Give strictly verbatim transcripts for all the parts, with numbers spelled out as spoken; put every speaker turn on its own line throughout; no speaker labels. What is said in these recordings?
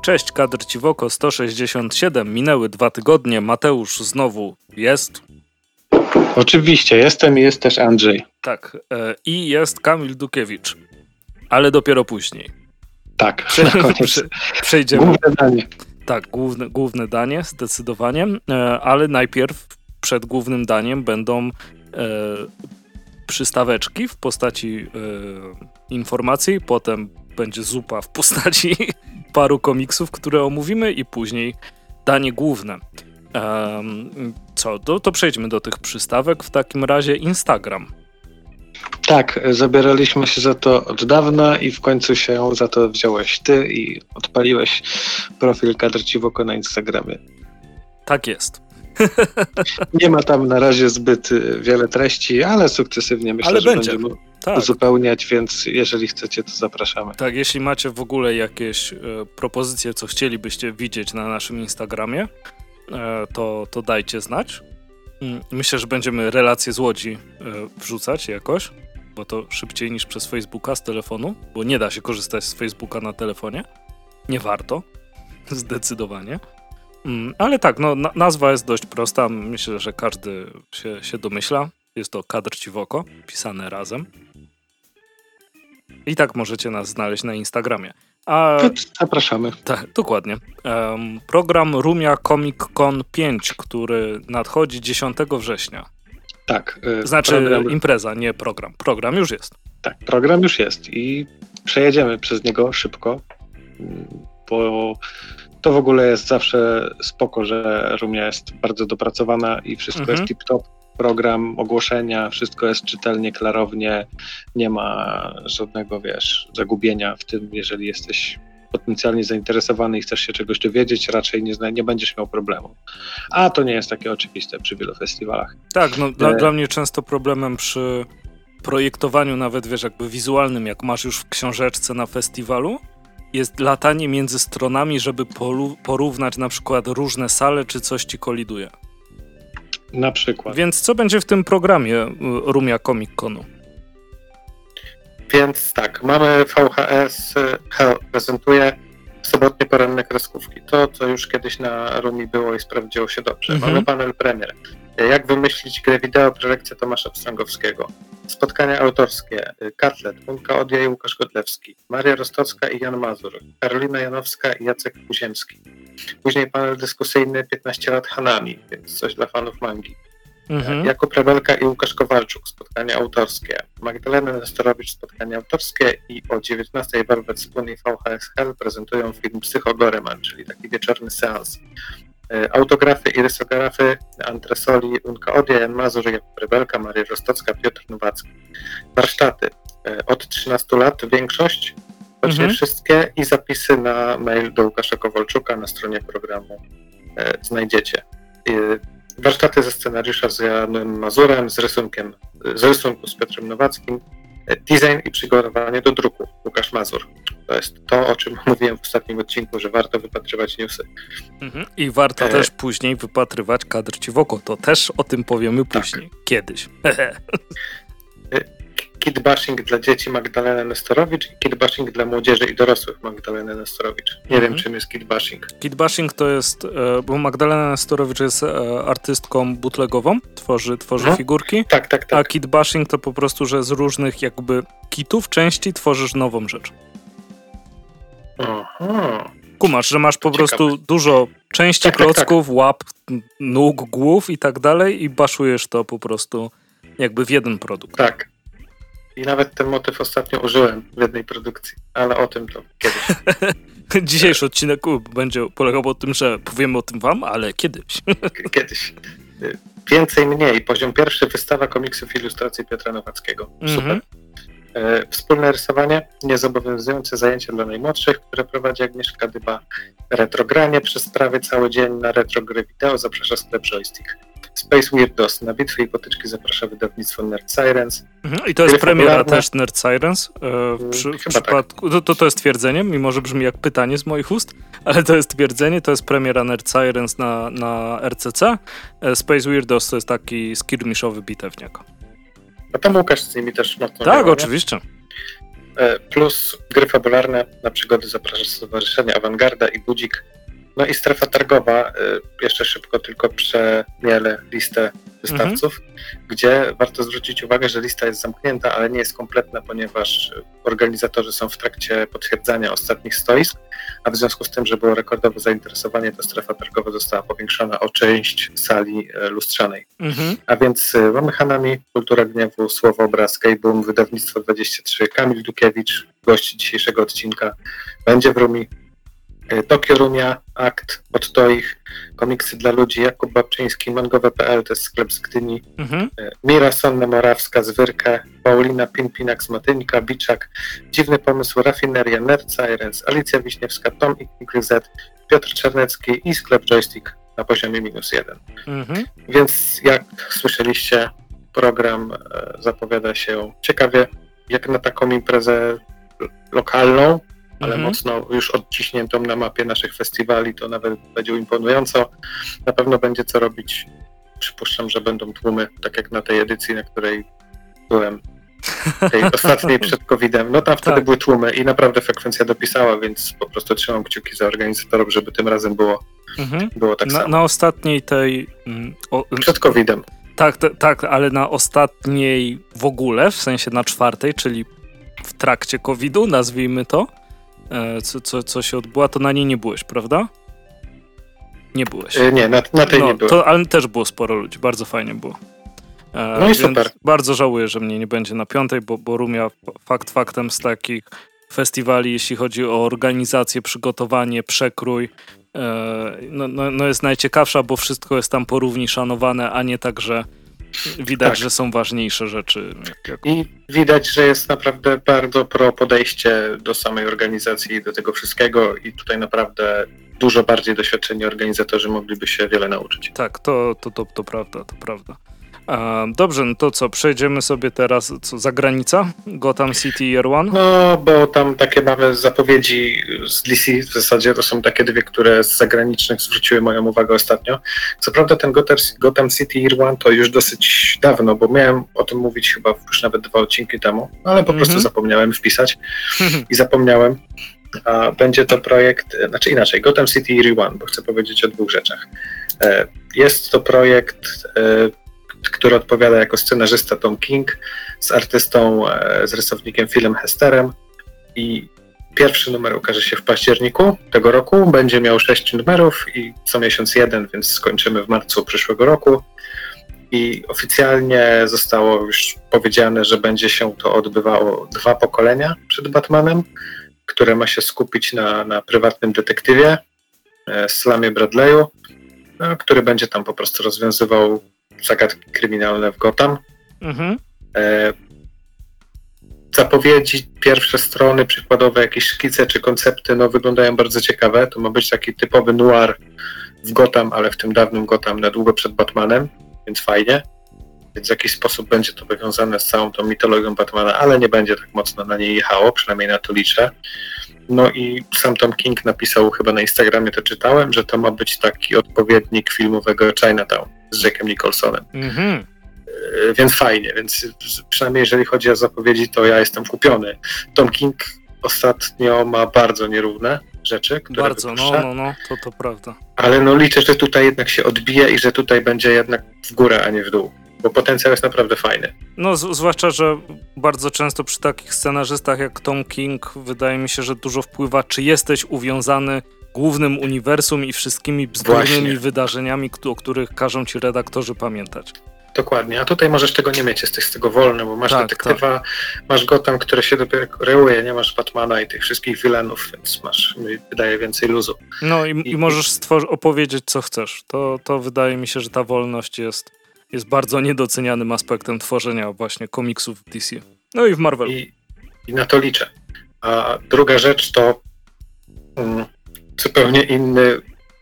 Cześć, kadr ci w oko sto sześćdziesiąt siedem. Minęły dwa tygodnie. Mateusz znowu jest.
Oczywiście, jestem i jest też Andrzej.
Tak, e, i jest Kamil Dukiewicz, ale dopiero później.
Tak,
Prze-
na koniec.
prze- przejdziemy.
Główne danie.
Tak, główne, główne danie, zdecydowanie, e, ale najpierw przed głównym daniem będą e, przystaweczki w postaci e, informacji, potem będzie zupa w postaci paru komiksów, które omówimy i później danie główne. Um, co, to, to przejdźmy do tych przystawek. W takim razie Instagram.
Tak, zabieraliśmy się za to od dawna i w końcu się za to wziąłeś ty i odpaliłeś profil Kadr ci w oko na Instagramie.
Tak jest.
Nie ma tam na razie zbyt wiele treści, ale sukcesywnie myślę,
ale
że
będzie.
będziemy
tak.
uzupełniać, więc jeżeli chcecie, to zapraszamy.
Tak, jeśli macie w ogóle jakieś e, propozycje, co chcielibyście widzieć na naszym Instagramie, e, to, to dajcie znać. Myślę, że będziemy relacje z Łodzi e, wrzucać jakoś, bo to szybciej niż przez Facebooka z telefonu, bo nie da się korzystać z Facebooka na telefonie. Nie warto. Zdecydowanie. Mm, ale tak, no na, nazwa jest dość prosta. Myślę, że każdy się, się domyśla. Jest to Kadr ci w oko, pisane razem. I tak możecie nas znaleźć na Instagramie. A,
Zapraszamy.
tak, dokładnie. Um, program Rumia Comic Con pięć, który nadchodzi dziesiątego września.
Tak.
Znaczy
program...
impreza, nie program. Program już jest.
Tak, program już jest i przejedziemy przez niego szybko, bo to w ogóle jest zawsze spoko, że Rumia jest bardzo dopracowana i wszystko mhm. jest tip-top. Program, ogłoszenia, wszystko jest czytelnie, klarownie, nie ma żadnego, wiesz, zagubienia w tym, jeżeli jesteś potencjalnie zainteresowany i chcesz się czegoś dowiedzieć, raczej nie, zna, nie będziesz miał problemu. A to nie jest takie oczywiste przy wielu festiwalach.
Tak, no dla, e... dla mnie często problemem przy projektowaniu nawet, wiesz, jakby wizualnym, jak masz już w książeczce na festiwalu, jest latanie między stronami, żeby porównać na przykład różne sale, czy coś ci koliduje.
Na przykład.
Więc co będzie w tym programie Rumia Comic Conu?
Więc tak, mamy V H S, Hell prezentuje sobotnie poranne kreskówki. To, co już kiedyś na Rumii było i sprawdziło się dobrze. Mhm. Mamy panel premier. Jak wymyślić grę wideo, prelekcja Tomasza Pstrągowskiego. Spotkania autorskie. Katlet, Unka Odia i Łukasz Godlewski. Maria Rostocka i Jan Mazur. Karolina Janowska i Jacek Kuziemski. Później panel dyskusyjny piętnaście lat Hanami, więc coś dla fanów mangi. Mhm. Jakub Rebelka i Łukasz Kowalczuk, spotkania autorskie. Magdalena Nestorowicz, spotkania autorskie i o dziewiętnastej Velvet Spoon i V H S Hell prezentują film Psychogoreman, czyli taki wieczorny seans. Autografy i rysografy Antresoli, Unka Odia, Jan Mazur, Jakub Rebelka, Maria Rostocka, Piotr Nowacki. Warsztaty od trzynastu lat większość, choć nie wszystkie, i zapisy na mail do Łukasza Kowalczuka na stronie programu e, znajdziecie. E, warsztaty ze scenariusza z Janem Mazurem, z rysunkiem, z rysunku z Piotrem Nowackim, e, design i przygotowanie do druku Łukasz Mazur. To jest to, o czym mówiłem w ostatnim odcinku, że warto wypatrywać newsy.
Mhm. I warto e... też później wypatrywać Kadr ci w oko. To też o tym powiemy później. Tak. Kiedyś.
Kitbashing dla dzieci Magdalena Nestorowicz i kitbashing dla młodzieży i dorosłych Magdalena Nestorowicz. Nie mhm. wiem, czym jest kitbashing.
Kitbashing to jest, bo Magdalena Nestorowicz jest artystką bootlegową, tworzy, tworzy mhm. figurki,
tak, tak, tak.
A kitbashing to po prostu, że z różnych jakby kitów, części tworzysz nową rzecz.
Aha.
Kumasz, że masz po
to
prostu ciekawe. Dużo części tak, klocków, tak, tak. łap, nóg, głów i tak dalej i baszujesz to po prostu jakby w jeden produkt.
Tak. I nawet ten motyw ostatnio użyłem w jednej produkcji, ale o tym to kiedyś.
Dzisiejszy odcinek będzie polegał na tym, że powiemy o tym wam, ale kiedyś.
Kiedyś. Więcej mniej. Poziom pierwszy, wystawa komiksów i ilustracji Piotra Nowackiego. Super. Mm-hmm. Wspólne rysowanie, niezobowiązujące zajęcia dla najmłodszych, które prowadzi Agnieszka Dyba. Retrogranie przez prawie cały dzień na retro gry wideo zaprasza sklep Joystick. Space Weirdos, na bitwy i potyczki zaprasza wydawnictwo Nerd Sirens.
Mhm, i to jest premiera popularne... też Nerd Sirens. E, w przy, w przypadku, tak. to, to jest twierdzenie, mimo że brzmi jak pytanie z moich ust, ale to jest twierdzenie, to jest premiera Nerd Sirens na, na R C C. E, Space Weirdos to jest taki skirmiszowy bitewniak.
A tam Łukasz z nimi też mocno
Tak,
działa,
oczywiście.
plus gry fabularne, na przygody zaprasza Stowarzyszenie Awangarda i Budzik. No i strefa targowa, jeszcze szybko tylko przemielę listę wystawców, mhm. gdzie warto zwrócić uwagę, że lista jest zamknięta, ale nie jest kompletna, ponieważ organizatorzy są w trakcie potwierdzania ostatnich stoisk, a w związku z tym, że było rekordowe zainteresowanie, to strefa targowa została powiększona o część sali lustrzanej. Mhm. A więc mamy Hanami, Kultura Gniewu, Słowo, Obraz, K-Boom, Wydawnictwo dwadzieścia trzy, Kamil Dukiewicz, gość dzisiejszego odcinka, będzie w Rumi, Tokio Rumia, Akt, od Toich, Komiksy dla ludzi, Jakub Babczyński, mangowe kropka pe el, to jest sklep z Gdyni, mhm. Mira Sonne-Morawska z Wyrkę, Paulina Pinpinak z Matyńka, Biczak, Dziwny Pomysł, Rafineria, Nerd Sirens, Alicja Wiśniewska, Tom i Z, Piotr Czarnecki i sklep Joystick na poziomie minus jeden. Mhm. Więc jak słyszeliście, program zapowiada się ciekawie, jak na taką imprezę lokalną, ale mhm. mocno już odciśniętą na mapie naszych festiwali, to nawet będzie imponująco. Na pewno będzie co robić. Przypuszczam, że będą tłumy, tak jak na tej edycji, na której byłem, tej ostatniej przed kowidem. No tam wtedy tak. były tłumy i naprawdę frekwencja dopisała, więc po prostu trzymam kciuki za organizatorów, żeby tym razem było, mhm. było tak
na,
samo.
Na ostatniej tej...
O, przed kowidem.
Tak, t- tak, ale na ostatniej w ogóle, w sensie na czwartej, czyli w trakcie kowidu, nazwijmy to, Co, co, co się odbyła, to na niej nie byłeś, prawda? Nie byłeś.
Yy, nie, na, na tej
no,
nie byłem.
To, ale też było sporo ludzi, bardzo fajnie było. E,
no i super.
Bardzo żałuję, że mnie nie będzie na piątej, bo, bo Rumia fakt faktem z takich festiwali, jeśli chodzi o organizację, przygotowanie, przekrój, e, no, no, no jest najciekawsza, bo wszystko jest tam porówni szanowane, a nie tak, że widać, tak. że są ważniejsze rzeczy. Jak...
I widać, że jest naprawdę bardzo pro podejście do samej organizacji i do tego wszystkiego i tutaj naprawdę dużo bardziej doświadczeni organizatorzy mogliby się wiele nauczyć.
Tak, to, to, to, to prawda, to prawda. Dobrze, no to co, przejdziemy sobie teraz, co, za granica? Gotham City Year One?
No, bo tam takie mamy zapowiedzi z D C, w zasadzie to są takie dwie, które z zagranicznych zwróciły moją uwagę ostatnio. Co prawda ten Gotham, Gotham City Year One to już dosyć dawno, bo miałem o tym mówić chyba już nawet dwa odcinki temu, ale po mm-hmm. prostu zapomniałem wpisać i zapomniałem. A będzie to projekt, znaczy inaczej, Gotham City Year One, bo chcę powiedzieć o dwóch rzeczach. Jest to projekt, który odpowiada jako scenarzysta Tom King z artystą, z rysownikiem Philem Hesterem i pierwszy numer ukaże się w październiku tego roku, będzie miał sześć numerów i co miesiąc jeden, więc skończymy w marcu przyszłego roku i oficjalnie zostało już powiedziane, że będzie się to odbywało dwa pokolenia przed Batmanem, które ma się skupić na, na prywatnym detektywie Slamie Bradley'u, który będzie tam po prostu rozwiązywał zagadki kryminalne w Gotham. Mhm. E, zapowiedzi, pierwsze strony, przykładowe jakieś szkice czy koncepty, no wyglądają bardzo ciekawe. To ma być taki typowy noir w Gotham, ale w tym dawnym Gotham na długo przed Batmanem, więc fajnie. Więc w jakiś sposób będzie to powiązane z całą tą mitologią Batmana, ale nie będzie tak mocno na niej jechało, przynajmniej na to liczę. No i sam Tom King napisał, chyba na Instagramie to czytałem, że to ma być taki odpowiednik filmowego Chinatown z Jackiem Nicholsonem. Mm-hmm. Więc fajnie, więc przynajmniej jeżeli chodzi o zapowiedzi, to ja jestem kupiony. Tom King ostatnio ma bardzo nierówne rzeczy, które
Bardzo,
wypuszcza.
no, no, no, to, to prawda.
Ale no liczę, że tutaj jednak się odbije i że tutaj będzie jednak w górę, a nie w dół. Bo potencjał jest naprawdę fajny.
No, z- zwłaszcza, że bardzo często przy takich scenarzystach jak Tom King wydaje mi się, że dużo wpływa, czy jesteś uwiązany głównym uniwersum i wszystkimi bzdurnymi Właśnie. wydarzeniami, o których każą ci redaktorzy pamiętać.
Dokładnie, a tutaj możesz tego nie mieć, jesteś z tego wolny, bo masz
tak,
detektywa, tak. masz Gotham, które się dopiero kreuje, nie masz Batmana i tych wszystkich villainów, więc masz, wydaje więcej luzu.
No i, I, i możesz stwor- opowiedzieć, co chcesz. To, to wydaje mi się, że ta wolność jest, jest bardzo niedocenianym aspektem tworzenia właśnie komiksów w D C. No i w Marvelu.
I, i na to liczę. A druga rzecz to um, zupełnie inny,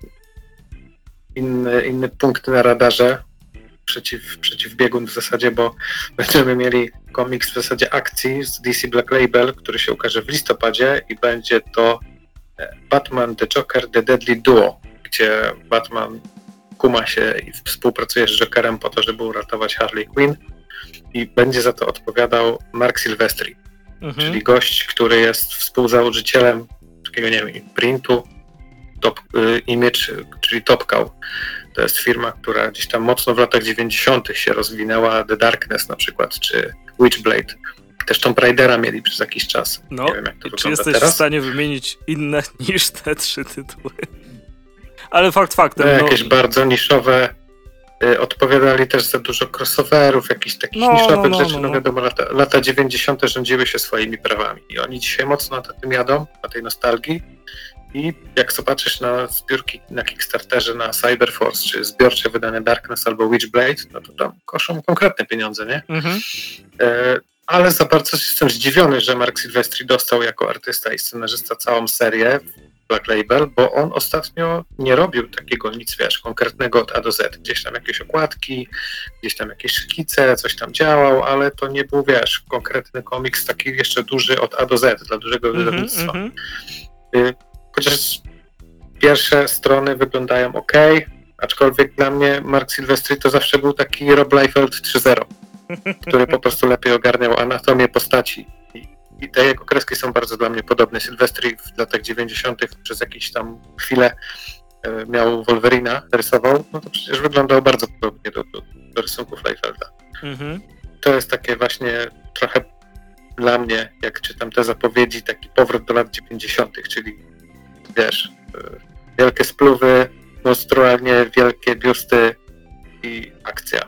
inny, inny punkt na radarze, Przeciw, przeciwbiegun w zasadzie, bo będziemy mieli komiks w zasadzie akcji z D C Black Label, który się ukaże w listopadzie i będzie to Batman The Joker The Deadly Duo, gdzie Batman kuma się i współpracuje z Jokerem po to, żeby uratować Harley Quinn i będzie za to odpowiadał Mark Silvestri. mhm. czyli gość, który jest współzałożycielem takiego, nie wiem, Printu, Top, y, Image, czyli Topcow. To jest firma, która gdzieś tam mocno w latach dziewięćdziesiątych się rozwinęła, The Darkness na przykład, czy Witchblade. Też Tomb Raidera mieli przez jakiś czas.
No,
nie wiem, jak to
czy jesteś
teraz.
w stanie wymienić inne niż te trzy tytuły? Ale fakt faktem.
No,
no,
jakieś bardzo niszowe, y, odpowiadali też za dużo crossoverów, jakichś takich
No,
niszowych
no, no,
rzeczy.
no,
No
no.
wiadomo, lata, lata dziewięćdziesiąte rządziły się swoimi prawami i oni dzisiaj mocno na tym jadą, na tej nostalgii. I jak zobaczysz na zbiórki na Kickstarterze, na Cyberforce, czy zbiorcze wydane Darkness albo Witchblade, no to tam koszą konkretne pieniądze, nie?
Mhm.
E, ale za bardzo jestem zdziwiony, że Mark Silvestri dostał jako artysta i scenarzysta całą serię Black Label, bo on ostatnio nie robił takiego nic, wiesz, konkretnego od A do Z. Gdzieś tam jakieś okładki, gdzieś tam jakieś szkice, coś tam działał, ale to nie był, wiesz, konkretny komiks taki jeszcze duży od A do Z, dla dużego wydawnictwa.
Mhm,
y, Chociaż pierwsze strony wyglądają ok, aczkolwiek dla mnie Mark Silvestri to zawsze był taki Rob Liefeld trzy zero, który po prostu lepiej ogarniał anatomię postaci. I, I te jego kreski są bardzo dla mnie podobne. Silvestri w latach dziewięćdziesiątych przez jakieś tam chwilę e, miał Wolverina, rysował, no to przecież wyglądał bardzo podobnie do, do, do rysunków Liefelda.
Mhm.
To jest takie właśnie trochę dla mnie, jak czytam te zapowiedzi, taki powrót do lat dziewięćdziesiątych, czyli wiesz, wielkie spluwy, monstrualnie wielkie biusty i akcja.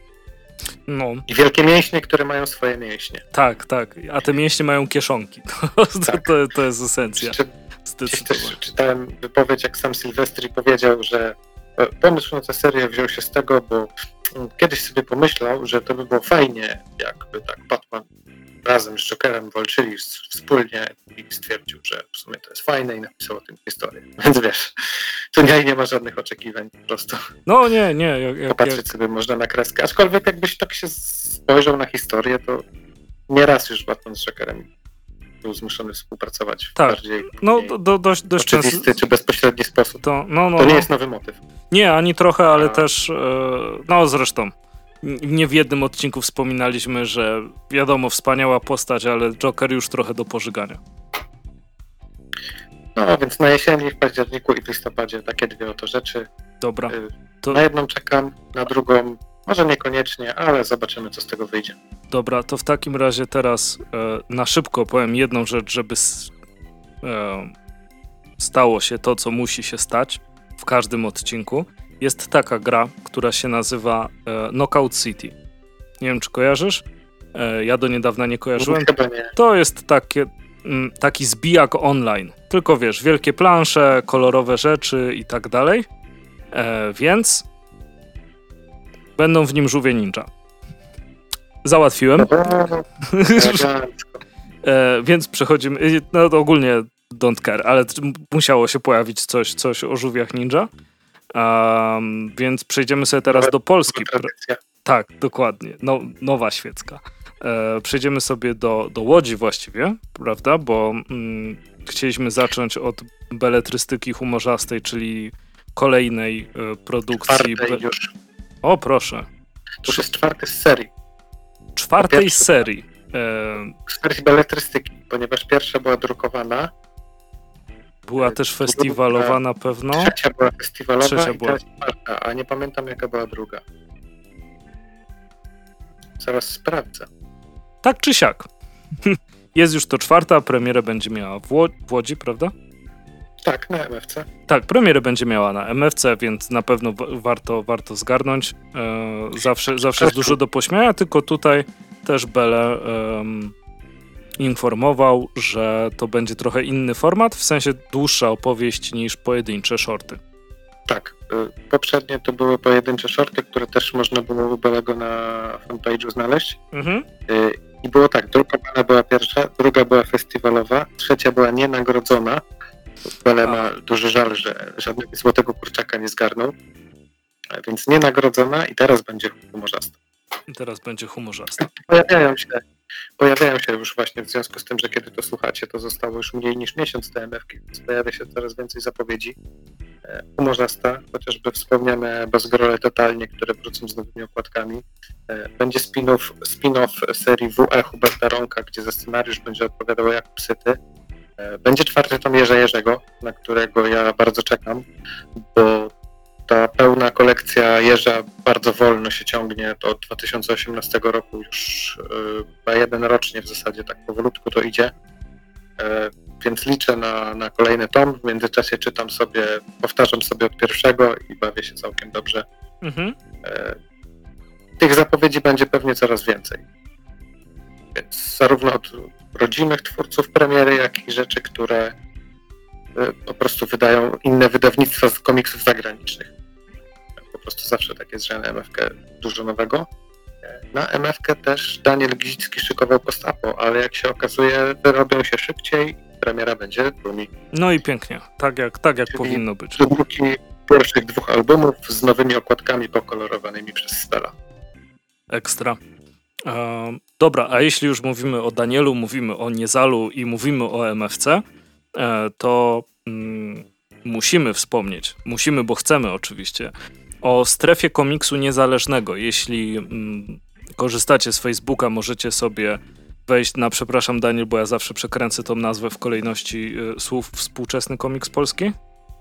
No,
I wielkie mięśnie, które mają swoje mięśnie.
tak, tak. A te mięśnie mają kieszonki. To,
Tak.
to, to jest esencja.
Czy,
Zdecydowanie.
też czytałem wypowiedź, jak sam Silvestri powiedział, że pomysł na tę serię wziął się z tego, bo kiedyś sobie pomyślał, że to by było fajnie, jakby tak Batman razem z Jokerem walczyli wspólnie i stwierdził, że w sumie to jest fajne i napisał o tym historię. Więc wiesz, tu nie, nie ma żadnych oczekiwań, po prostu
No nie, nie. Jak, jak,
popatrzeć
jak...
sobie można na kreskę. Aczkolwiek jakbyś tak się spojrzał na historię, to nieraz już Batman z Jokerem był zmuszony współpracować w
Tak.
bardziej
No do, do, dość, dość
oczywisty
często.
czy bezpośredni sposób.
To, no, no,
To nie
no.
jest nowy motyw.
Nie, ani trochę, ale
A.
też, e, no zresztą, nie w jednym odcinku wspominaliśmy, że wiadomo, wspaniała postać, ale Joker już trochę do pożygania.
No więc na jesieni, w październiku i w listopadzie takie dwie oto rzeczy.
Dobra,
Y,
to,
Na jedną czekam, na drugą może niekoniecznie, ale zobaczymy, co z tego wyjdzie.
dobra, to w takim razie teraz e, na szybko powiem jedną rzecz, żeby s, e, stało się to, co musi się stać w każdym odcinku. Jest taka gra, która się nazywa e, Knockout City. Nie wiem, czy kojarzysz? E, ja do niedawna nie kojarzyłem.
Chyba nie.
To jest takie, mm, taki zbijak online. Tylko wiesz, wielkie plansze, kolorowe rzeczy i tak dalej. E, więc będą w nim żółwie ninja. Załatwiłem.
O, elegancko.
E, więc przechodzimy. y, No to ogólnie don't care, ale t- musiało się pojawić coś, coś o żółwiach ninja. Um, więc przejdziemy sobie teraz do Polski.
Nowa tradycja.
Tak, dokładnie. No, nowa świecka. E, przejdziemy sobie do, do Łodzi właściwie, prawda? Bo mm, chcieliśmy zacząć od beletrystyki humorzastej, czyli kolejnej e, produkcji.
Czwartej już.
O, proszę.
To już jest czwarty z serii.
Czwartej
Pierwszy.
serii. E,
Z serii beletrystyki, ponieważ pierwsza była drukowana,
była też festiwalowa na pewno.
trzecia była festiwalowa
Trzecia
i
była.
teraz czwarta, a nie pamiętam, jaka była druga. Zaraz sprawdzę.
Tak czy siak. Jest już to czwarta, premierę będzie miała w, Ło- w Łodzi, prawda?
Tak, na M F C.
Tak, premierę będzie miała na M F C, więc na pewno wa- warto, warto zgarnąć. E, zawsze, zawsze jest dużo do pośmiania, tylko tutaj też Bele em, informował, że to będzie trochę inny format, w sensie dłuższa opowieść niż pojedyncze shorty.
Tak. y, Poprzednie to były pojedyncze shorty, które też można było u Belego na fanpage'u znaleźć.
Mhm.
Y, I było tak, drukowana była pierwsza, druga była festiwalowa, trzecia była nienagrodzona. Bele ma duży żal, że żadnego złotego kurczaka nie zgarnął. A Więc nienagrodzona i teraz będzie humorzasta.
I teraz będzie humorzasta.
Pojawiają się, pojawiają się już właśnie w związku z tym, że kiedy to słuchacie, to zostało już mniej niż miesiąc te M F ki, więc pojawia się coraz więcej zapowiedzi. Humorzasta, chociażby wspomniane Bazgrole totalnie, które wrócą z nowymi okładkami. Będzie spin-off, spin-off serii W E Huberta Ronka, gdzie za scenariusz będzie odpowiadał jak Psyty. Będzie czwarty tom Jerza Jerzego, na którego ja bardzo czekam, bo ta pełna kolekcja Jerza bardzo wolno się ciągnie, to od dwa tysiące osiemnastego roku już na jeden rocznie w zasadzie tak powolutku to idzie. Więc liczę na, na kolejny tom. W międzyczasie czytam sobie, powtarzam sobie od pierwszego i bawię się całkiem dobrze. Mhm. Tych zapowiedzi będzie pewnie coraz więcej. Więc zarówno od rodzimych twórców premiery, jak i rzeczy, które po prostu wydają inne wydawnictwa z komiksów zagranicznych. Po prostu zawsze tak jest, że na M F K dużo nowego. Na M F K też Daniel Gizicki szykował post-apo, ale jak się okazuje, wyrobią się szybciej, premiera będzie w Rumi.
No i pięknie, tak jak, tak jak powinno być.
Druki pierwszych dwóch albumów z nowymi okładkami pokolorowanymi przez Stella.
Ekstra. E, dobra, a jeśli już mówimy o Danielu, mówimy o Niezalu i mówimy o M F C, e, to mm, musimy wspomnieć, musimy, bo chcemy oczywiście, o strefie komiksu niezależnego. Jeśli mm, korzystacie z Facebooka, możecie sobie wejść na, przepraszam Daniel, bo ja zawsze przekręcę tą nazwę w kolejności y, słów, współczesny komiks polski. Eee,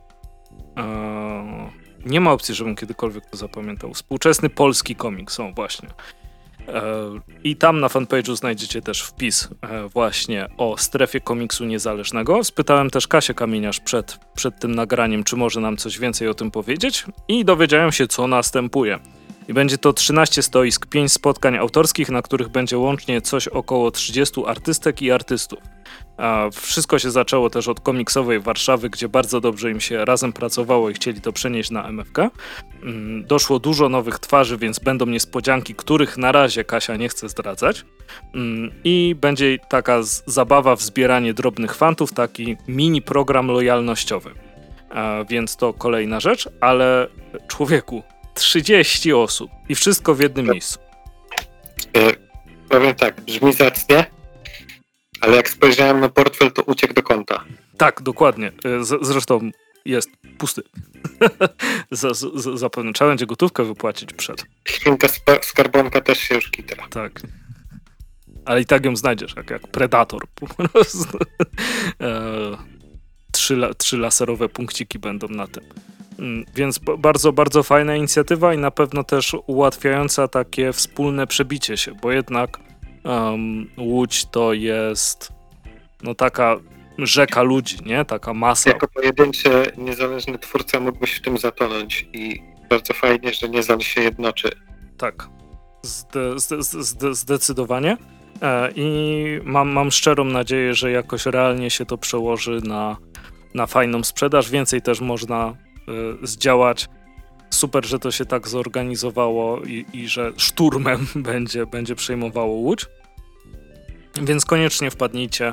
nie ma opcji, żebym kiedykolwiek to zapamiętał. Współczesny polski komiks, o właśnie. Eee, I tam na fanpage'u znajdziecie też wpis e, właśnie o strefie komiksu niezależnego. Spytałem też Kasię Kamieniarz przed, przed tym nagraniem, czy może nam coś więcej o tym powiedzieć i dowiedziałem się, co następuje. I będzie to trzynaście stoisk, pięć spotkań autorskich, na których będzie łącznie coś około trzydziestu artystek i artystów. A wszystko się zaczęło też od komiksowej Warszawy, gdzie bardzo dobrze im się razem pracowało i chcieli to przenieść na M F K. Doszło dużo nowych twarzy, więc będą niespodzianki, których na razie Kasia nie chce zdradzać. I będzie taka zabawa w zbieranie drobnych fantów, taki mini program lojalnościowy. A więc to kolejna rzecz, ale człowieku, trzydzieści osób i wszystko w jednym miejscu.
E, powiem tak, brzmi zacnie, ale jak spojrzałem na portfel, to uciekł do konta.
Tak, dokładnie. Z, zresztą jest pusty. za, za, zapewne trzeba będzie gotówkę wypłacić przed.
Świnka spa- skarbonka też się już kitra.
Tak. Ale i tak ją znajdziesz, jak, jak Predator. Po prostu. e, trzy, la, trzy laserowe punkciki będą na tym. Więc bardzo, bardzo fajna inicjatywa i na pewno też ułatwiająca takie wspólne przebicie się, bo jednak um, Łódź to jest no taka rzeka ludzi, nie? Taka masa.
Jako pojedynczy, niezależny twórca mógłbyś w tym zatonąć i bardzo fajnie, że Niezal się jednoczy.
Tak, zde, zde, zde, zdecydowanie e, i mam, mam szczerą nadzieję, że jakoś realnie się to przełoży na, na fajną sprzedaż. Więcej też można zdziałać. Super, że to się tak zorganizowało i, i że szturmem będzie, będzie przejmowało Łódź. Więc koniecznie wpadnijcie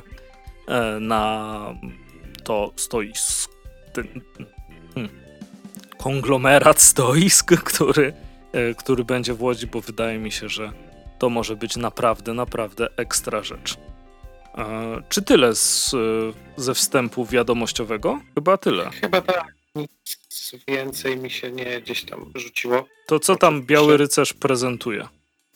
na to stoisk. Ten, hmm, konglomerat stoisk, który, który będzie w Łodzi, bo wydaje mi się, że to może być naprawdę, naprawdę ekstra rzecz. Czy tyle z, ze wstępu wiadomościowego? Chyba tyle.
Chyba tak. Nic więcej mi się nie gdzieś tam rzuciło.
To co tam Biały Rycerz prezentuje?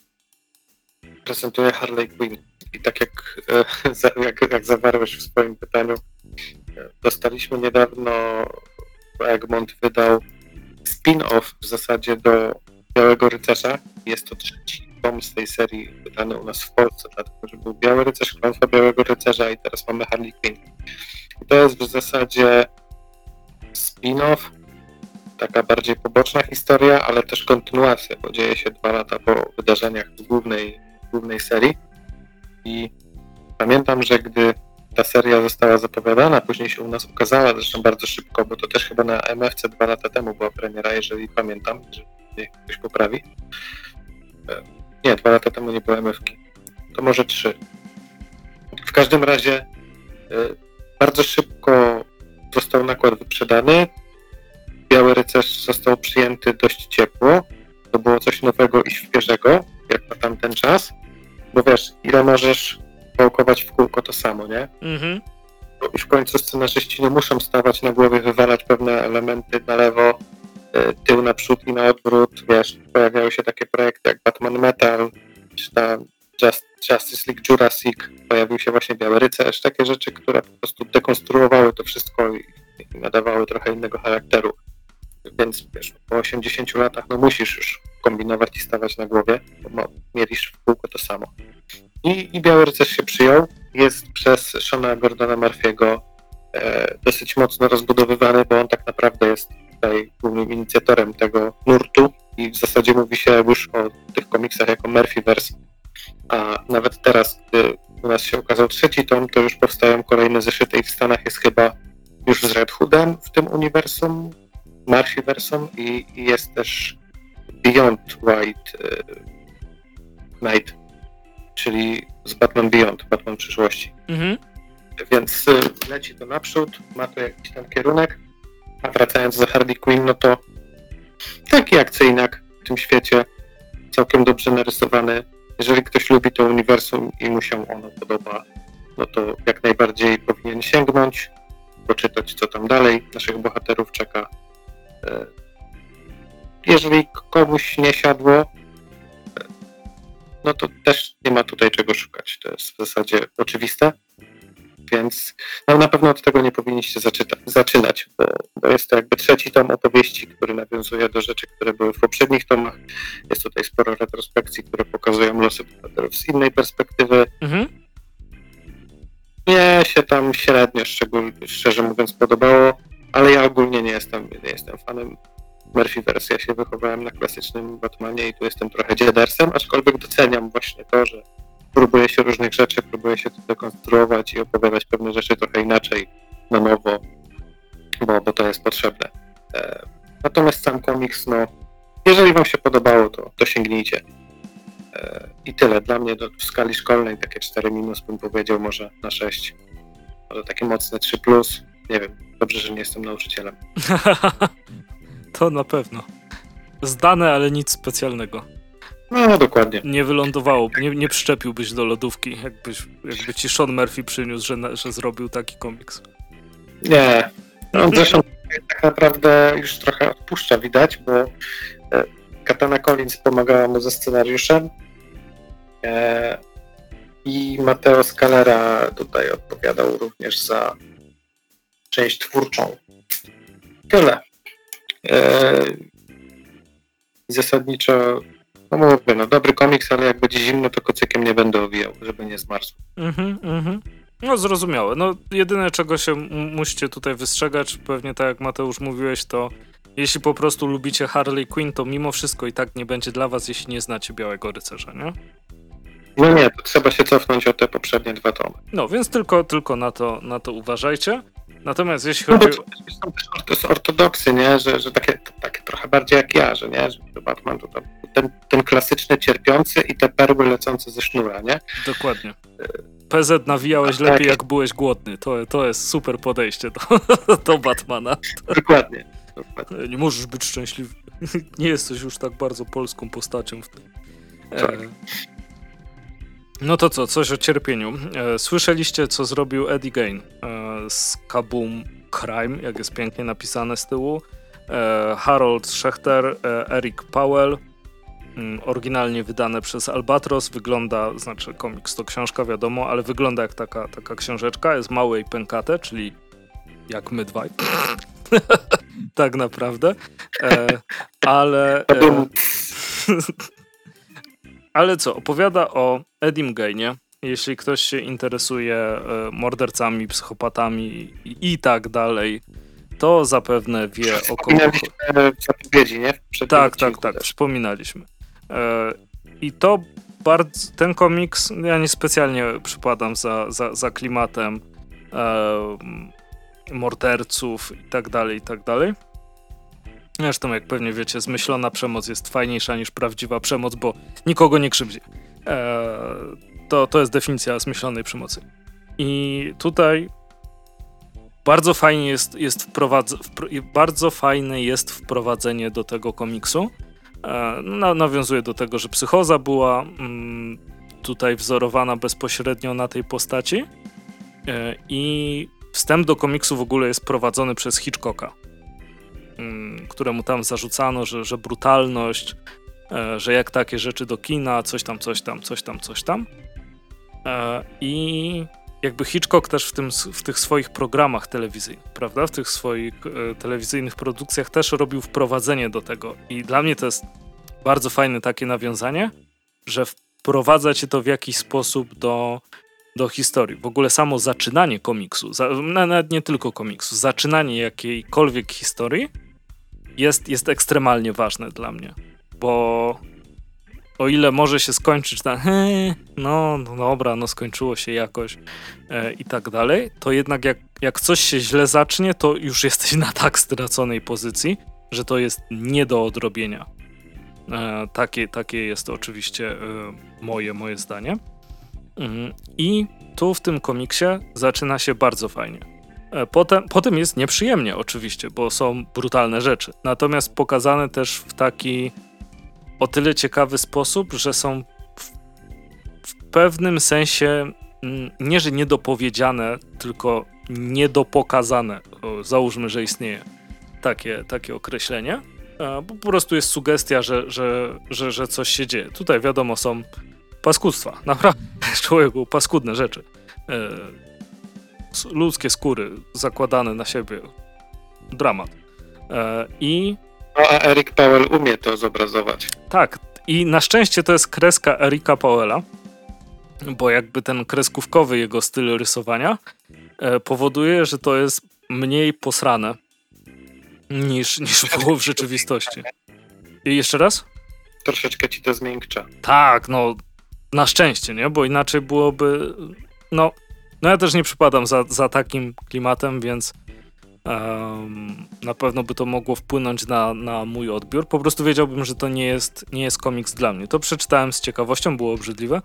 Prezentuje Harley Quinn. I tak jak, jak, jak zawarłeś w swoim pytaniu, dostaliśmy niedawno, Egmont wydał spin-off w zasadzie do Białego Rycerza. Jest to trzeci tom z tej serii wydany u nas w Polsce, dlatego że był Biały Rycerz, Klątwa Białego Rycerza i teraz mamy Harley Quinn. I to jest w zasadzie spin-off, taka bardziej poboczna historia, ale też kontynuacja, bo dzieje się dwa lata po wydarzeniach z głównej, głównej serii. I pamiętam, że gdy ta seria została zapowiadana, później się u nas ukazała, zresztą bardzo szybko, bo to też chyba na M F C dwa lata temu była premiera, jeżeli pamiętam, że mnie ktoś poprawi. Nie, dwa lata temu nie było M F ki. To może trzy. W każdym razie bardzo szybko został nakład wyprzedany. Biały Rycerz został przyjęty dość ciepło. To było coś nowego i świeżego, jak na tamten czas. Bo wiesz, ile możesz wałkować w kółko to samo, nie? Mhm. już w końcu scenarzyści no, muszą stawać na głowie, wywalać pewne elementy na lewo, tył naprzód i na odwrót, wiesz, pojawiały się takie projekty jak Batman Metal, czy tam Just, Justice League Jurassic, pojawił się właśnie Biały Rycerz, takie rzeczy, które po prostu dekonstruowały to wszystko i, i nadawały trochę innego charakteru. Więc wiesz, po osiemdziesięciu latach no musisz już kombinować i stawać na głowie, bo no, mielisz w kółko to samo. I, i Biały Rycerz się przyjął, jest przez Seana Gordona Murphy'ego e, dosyć mocno rozbudowywany, bo on tak naprawdę jest tutaj głównym inicjatorem tego nurtu i w zasadzie mówi się już o tych komiksach jako Murphyverse, a nawet teraz, gdy u nas się ukazał trzeci tom, to już powstają kolejne zeszyty i w Stanach jest chyba już z Red Hoodem w tym uniwersum, Murphyversum i, i jest też Beyond White y, Knight, czyli z Batman Beyond, Batman przyszłości. Mhm. Więc y, leci to naprzód, ma to jakiś tam kierunek, a wracając do Harley Quinn, no to taki akcyjnak w tym świecie, całkiem dobrze narysowany. Jeżeli ktoś lubi to uniwersum i mu się ono podoba, no to jak najbardziej powinien sięgnąć, poczytać co tam dalej naszych bohaterów czeka. Jeżeli komuś nie siadło, no to też nie ma tutaj czego szukać. To jest w zasadzie oczywiste. Więc no, na pewno od tego nie powinniście zaczyta- zaczynać, bo, bo jest to jakby trzeci tom opowieści, który nawiązuje do rzeczy, które były w poprzednich tomach. Jest tutaj sporo retrospekcji, które pokazują losy bohaterów z innej perspektywy. Mhm. Mnie się tam średnio, szczególnie, szczerze mówiąc, podobało, ale ja ogólnie nie jestem, nie jestem fanem Murphyverse. Ja się wychowałem na klasycznym Batmanie i tu jestem trochę dziadersem, aczkolwiek doceniam właśnie to, że próbuje się różnych rzeczy, próbuje się to dekonstruować i opowiadać pewne rzeczy trochę inaczej, na nowo, bo, bo to jest potrzebne. E, natomiast sam komiks, no, jeżeli wam się podobało, to, to sięgnijcie. E, I tyle. Dla mnie do, w skali szkolnej takie cztery minus bym powiedział, może na sześć. Może takie mocne trzy plus. Nie wiem. Dobrze, że nie jestem nauczycielem.
To na pewno. Zdane, ale nic specjalnego.
No, dokładnie.
Nie wylądowało, nie, nie przyczepiłbyś do lodówki, jakbyś, jakby ci Sean Murphy przyniósł, że, na, że zrobił taki komiks.
Nie. No, zresztą tak naprawdę już trochę odpuszcza, widać, bo Katana Collins pomagała mu ze scenariuszem e, i Matteo Scalera tutaj odpowiadał również za część twórczą. Tyle. E, zasadniczo no mówię, no dobry komiks, ale jak będzie zimno, to kocykiem nie będę owijał, żeby nie zmarzł. Mhm,
mhm. No zrozumiałe. No jedyne, czego się m- musicie tutaj wystrzegać, pewnie tak jak Mateusz mówiłeś, to jeśli po prostu lubicie Harley Quinn, to mimo wszystko i tak nie będzie dla was, jeśli nie znacie Białego Rycerza, nie?
No nie, to trzeba się cofnąć o te poprzednie dwa tomy.
No, więc tylko, tylko na to, na to uważajcie. Natomiast jeśli chodzi...
No, to, to są ortodoksy, nie? Że, że takie, takie trochę bardziej jak ja, że nie? Że Batman to ten, ten klasyczny cierpiący i te perły lecące ze sznura, nie?
Dokładnie. P Z nawijałeś lepiej, tak, jak byłeś głodny. To, to jest super podejście do, do Batmana.
Dokładnie. Dokładnie.
Nie możesz być szczęśliwy. Nie jesteś już tak bardzo polską postacią w tym.
Tak.
E... No to co, coś o cierpieniu. E, słyszeliście, co zrobił Eddie Gain e, z Kaboom Crime, jak jest pięknie napisane z tyłu. E, Harold Schechter, e, Eric Powell, mm, oryginalnie wydane przez Albatros. Wygląda, znaczy komiks to książka, wiadomo, ale wygląda jak taka, taka książeczka. Jest małe i pękate, czyli jak my dwaj. Tak naprawdę. E, ale... E, Ale co, opowiada o Edim Gainie. Jeśli ktoś się interesuje e, mordercami, psychopatami i, i tak dalej, to zapewne wie o kogo...
Wspominaliśmy w zapowiedzi, nie?
Przed tak, tak, tak, też. Wspominaliśmy. E, I to bardzo, ten komiks, ja niespecjalnie przypadam za, za, za klimatem e, morderców i tak dalej, i tak dalej. Zresztą, jak pewnie wiecie, zmyślona przemoc jest fajniejsza niż prawdziwa przemoc, bo nikogo nie krzywdzi. Eee, to, to jest definicja zmyślonej przemocy. I tutaj bardzo fajnie jest, jest wprowadz- wpro- bardzo fajne jest wprowadzenie do tego komiksu. Eee, na, nawiązuje do tego, że psychoza była mm, tutaj wzorowana bezpośrednio na tej postaci. Eee, I wstęp do komiksu w ogóle jest prowadzony przez Hitchcocka, któremu tam zarzucano, że, że brutalność, że jak takie rzeczy do kina, coś tam, coś tam, coś tam, coś tam. I jakby Hitchcock też w, tym, w tych swoich programach telewizyjnych, prawda, w tych swoich telewizyjnych produkcjach też robił wprowadzenie do tego. I dla mnie to jest bardzo fajne takie nawiązanie, że wprowadza cię to w jakiś sposób do, do historii. W ogóle samo zaczynanie komiksu, za, nawet nie tylko komiksu, zaczynanie jakiejkolwiek historii jest, jest ekstremalnie ważne dla mnie, bo o ile może się skończyć na no, no dobra, no skończyło się jakoś e, i tak dalej, to jednak jak, jak coś się źle zacznie, to już jesteś na tak straconej pozycji, że to jest nie do odrobienia. E, takie, takie jest oczywiście e, moje, moje zdanie. Mhm. I tu w tym komiksie zaczyna się bardzo fajnie. E, potem, potem jest nieprzyjemnie oczywiście, bo są brutalne rzeczy. Natomiast pokazane też w taki o tyle ciekawy sposób, że są w, w pewnym sensie nie, że niedopowiedziane, tylko niedopokazane. O, załóżmy, że istnieje takie, takie określenie. Bo po prostu jest sugestia, że, że, że, że coś się dzieje. Tutaj wiadomo są paskudztwa. Naprawdę człowieku paskudne rzeczy. E, ludzkie skóry zakładane na siebie. Dramat. E, I
No a Eric Powell umie to zobrazować.
Tak, i na szczęście to jest kreska Erika Powella, bo jakby ten kreskówkowy jego styl rysowania e, powoduje, że to jest mniej posrane niż, niż było w rzeczywistości. I jeszcze raz?
Troszeczkę ci to zmiękcza. Tak,
no na szczęście, nie? Bo inaczej byłoby no, no ja też nie przypadam za, za takim klimatem, więc Um, na pewno by to mogło wpłynąć na, na mój odbiór. Po prostu wiedziałbym, że to nie jest, nie jest komiks dla mnie. To przeczytałem z ciekawością, było obrzydliwe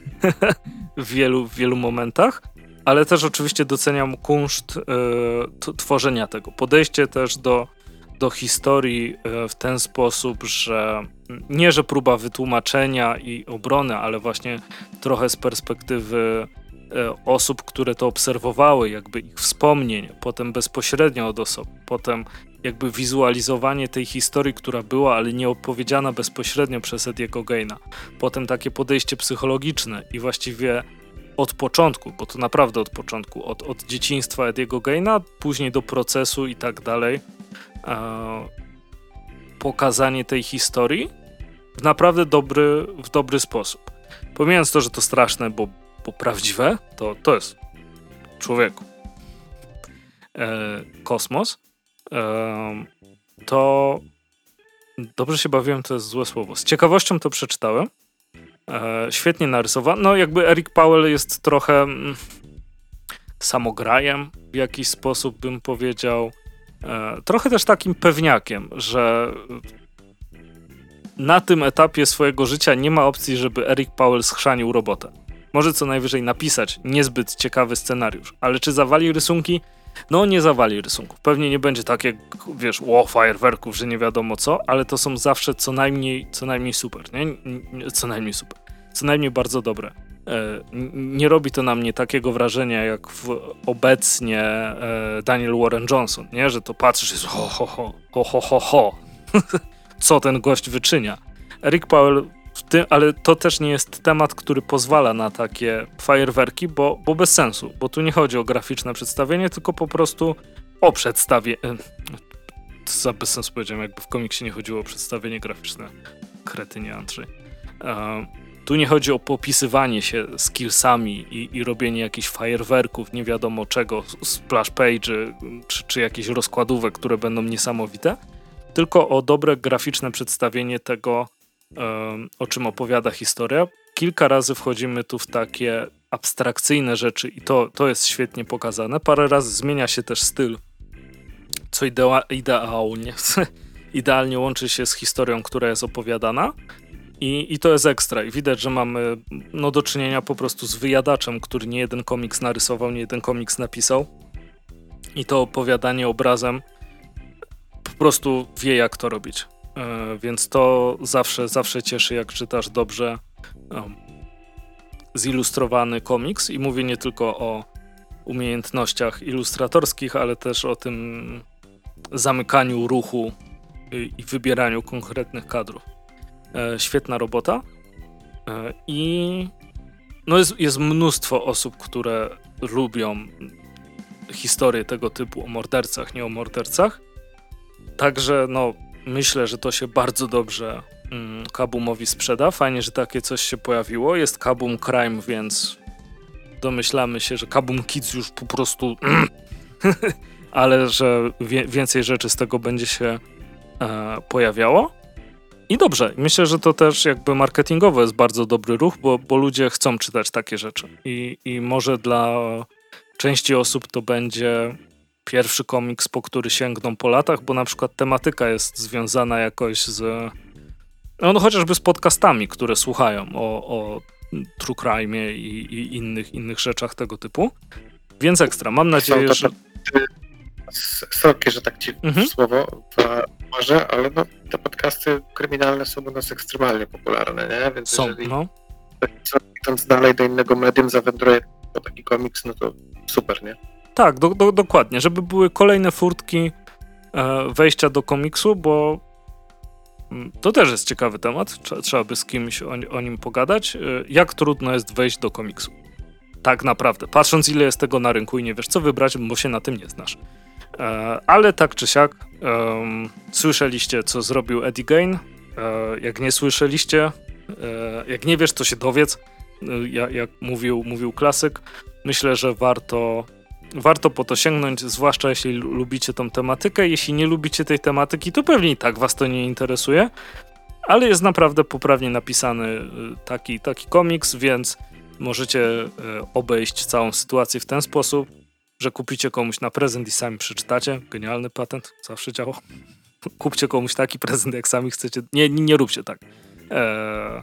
w, wielu, w wielu momentach, ale też oczywiście doceniam kunszt y, t- tworzenia tego. Podejście też do, do historii y, w ten sposób, że nie, że próba wytłumaczenia i obrony, ale właśnie trochę z perspektywy osób, które to obserwowały, jakby ich wspomnień, potem bezpośrednio od osób, potem jakby wizualizowanie tej historii, która była, ale nie opowiedziana bezpośrednio przez Ediego Gaina. Potem takie podejście psychologiczne i właściwie od początku, bo to naprawdę od początku, od, od dzieciństwa Ediego Gaina, później do procesu i tak dalej, e, pokazanie tej historii w naprawdę dobry, w dobry sposób. Pomijając to, że to straszne, bo bo prawdziwe, to, to jest człowieku. E, kosmos. E, to dobrze się bawiłem, to jest złe słowo. Z ciekawością to przeczytałem. E, świetnie narysowano. No jakby Eric Powell jest trochę mm, samograjem w jakiś sposób, bym powiedział. E, trochę też takim pewniakiem, że na tym etapie swojego życia nie ma opcji, żeby Eric Powell schrzanił robotę. Może co najwyżej napisać niezbyt ciekawy scenariusz, ale czy zawali rysunki? No nie zawali rysunków. Pewnie nie będzie tak jak, wiesz, ło, fajerwerków, że nie wiadomo co, ale to są zawsze co najmniej, co najmniej super, nie? Co najmniej super. Co najmniej bardzo dobre. E, nie robi to na mnie takiego wrażenia jak w obecnie e, Daniel Warren Johnson, nie? Że to patrzysz, jest ho, ho, ho, ho, ho, ho, ho. Co ten gość wyczynia. Eric Powell w tym, ale to też nie jest temat, który pozwala na takie fajerwerki, bo, bo bez sensu, bo tu nie chodzi o graficzne przedstawienie, tylko po prostu o przedstawienie. To za bez sensu powiedziałem, jakby w komiksie nie chodziło o przedstawienie graficzne. Kretynie, Andrzej. Uh, tu nie chodzi o popisywanie się skillsami i, i robienie jakichś fajerwerków, nie wiadomo czego, splash page'y, czy, czy jakichś rozkładówek, które będą niesamowite, tylko o dobre graficzne przedstawienie tego, o czym opowiada historia. Kilka razy wchodzimy tu w takie abstrakcyjne rzeczy i to, to jest świetnie pokazane. Parę razy zmienia się też styl, co idea, idealnie, idealnie łączy się z historią, która jest opowiadana i, i to jest ekstra. I widać, że mamy no, do czynienia po prostu z wyjadaczem, który nie jeden komiks narysował, nie jeden komiks napisał i to opowiadanie obrazem po prostu wie, jak to robić. Więc to zawsze, zawsze cieszy, jak czytasz dobrze um, zilustrowany komiks i mówię nie tylko o, umiejętnościach ilustratorskich, ale też o tym zamykaniu ruchu i, i wybieraniu konkretnych kadrów. E, świetna robota. E, I no jest, jest mnóstwo osób, które lubią historie tego typu o mordercach, nie o mordercach. Także no myślę, że to się bardzo dobrze mm, Kabumowi sprzeda. Fajnie, że takie coś się pojawiło. Jest Kabum Crime, więc domyślamy się, że Kabum Kids już po prostu ale że wie, więcej rzeczy z tego będzie się e, pojawiało. I dobrze, myślę, że to też jakby marketingowo jest bardzo dobry ruch, bo, bo ludzie chcą czytać takie rzeczy. I, I może dla części osób to będzie pierwszy komiks, po który sięgną po latach, bo na przykład tematyka jest związana jakoś z no, no chociażby z podcastami, które słuchają o, o true crime i, i innych, innych rzeczach tego typu. Więc ekstra. Mam nadzieję, że...
Sorki, że tak ci
mhm.
słowo może, ale no, te podcasty kryminalne są u nas ekstremalnie popularne, nie? Więc
są,
jeżeli
no.
idąc dalej do innego medium zawędruje po taki komiks, no to super, nie?
Tak, do, do, dokładnie. Żeby były kolejne furtki e, wejścia do komiksu, bo m, to też jest ciekawy temat. Trzeba, trzeba by z kimś o, o nim pogadać. E, jak trudno jest wejść do komiksu? Tak naprawdę. Patrząc, ile jest tego na rynku i nie wiesz, co wybrać, bo się na tym nie znasz. E, ale tak czy siak, e, słyszeliście, co zrobił Eddie Gain. E, jak nie słyszeliście, e, jak nie wiesz, to się dowiedz. E, jak jak mówił, mówił klasyk. Myślę, że warto, warto po to sięgnąć, zwłaszcza jeśli lubicie tą tematykę. Jeśli nie lubicie tej tematyki, to pewnie i tak was to nie interesuje. Ale jest naprawdę poprawnie napisany taki, taki komiks, więc możecie obejść całą sytuację w ten sposób, że kupicie komuś na prezent i sami przeczytacie. Genialny patent, zawsze działa. Kupcie komuś taki prezent, jak sami chcecie. Nie, nie, nie róbcie tak. Eee...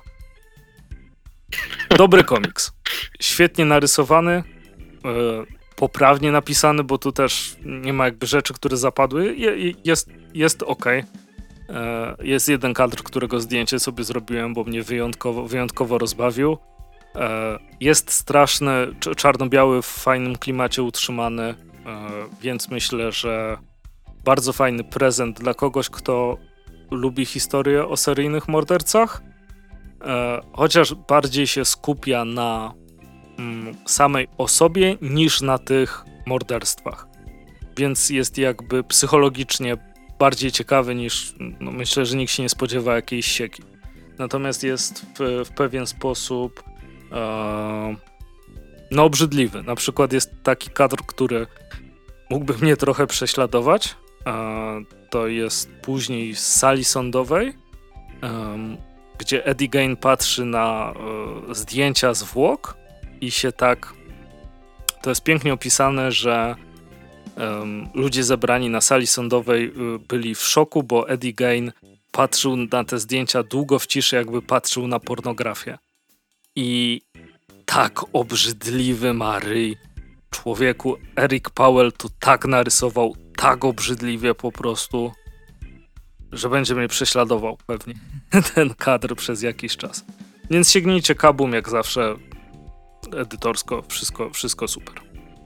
Dobry komiks. Świetnie narysowany, eee, poprawnie napisany, bo tu też nie ma jakby rzeczy, które zapadły. Je, jest jest okej. Eee, jest jeden kadr, którego zdjęcie sobie zrobiłem, bo mnie wyjątkowo, wyjątkowo rozbawił. Jest straszny, czarno-biały, w fajnym klimacie utrzymany, więc myślę, że bardzo fajny prezent dla kogoś, kto lubi historię o seryjnych mordercach, chociaż bardziej się skupia na samej osobie niż na tych morderstwach. Więc jest jakby psychologicznie bardziej ciekawy niż, no myślę, że nikt się nie spodziewa jakiejś sieki. Natomiast jest w, w pewien sposób no obrzydliwy. Na przykład jest taki kadr, który mógłby mnie trochę prześladować. To jest później z sali sądowej, gdzie Eddie Gain patrzy na zdjęcia zwłok i się tak... To jest pięknie opisane, że ludzie zebrani na sali sądowej byli w szoku, bo Eddie Gain patrzył na te zdjęcia długo w ciszy, jakby patrzył na pornografię. I tak obrzydliwy ma ryj. Człowieku, Eric Powell to tak narysował, tak obrzydliwie po prostu, że będzie mnie prześladował pewnie ten kadr przez jakiś czas. Więc sięgnijcie Kabum, jak zawsze edytorsko, wszystko, wszystko super.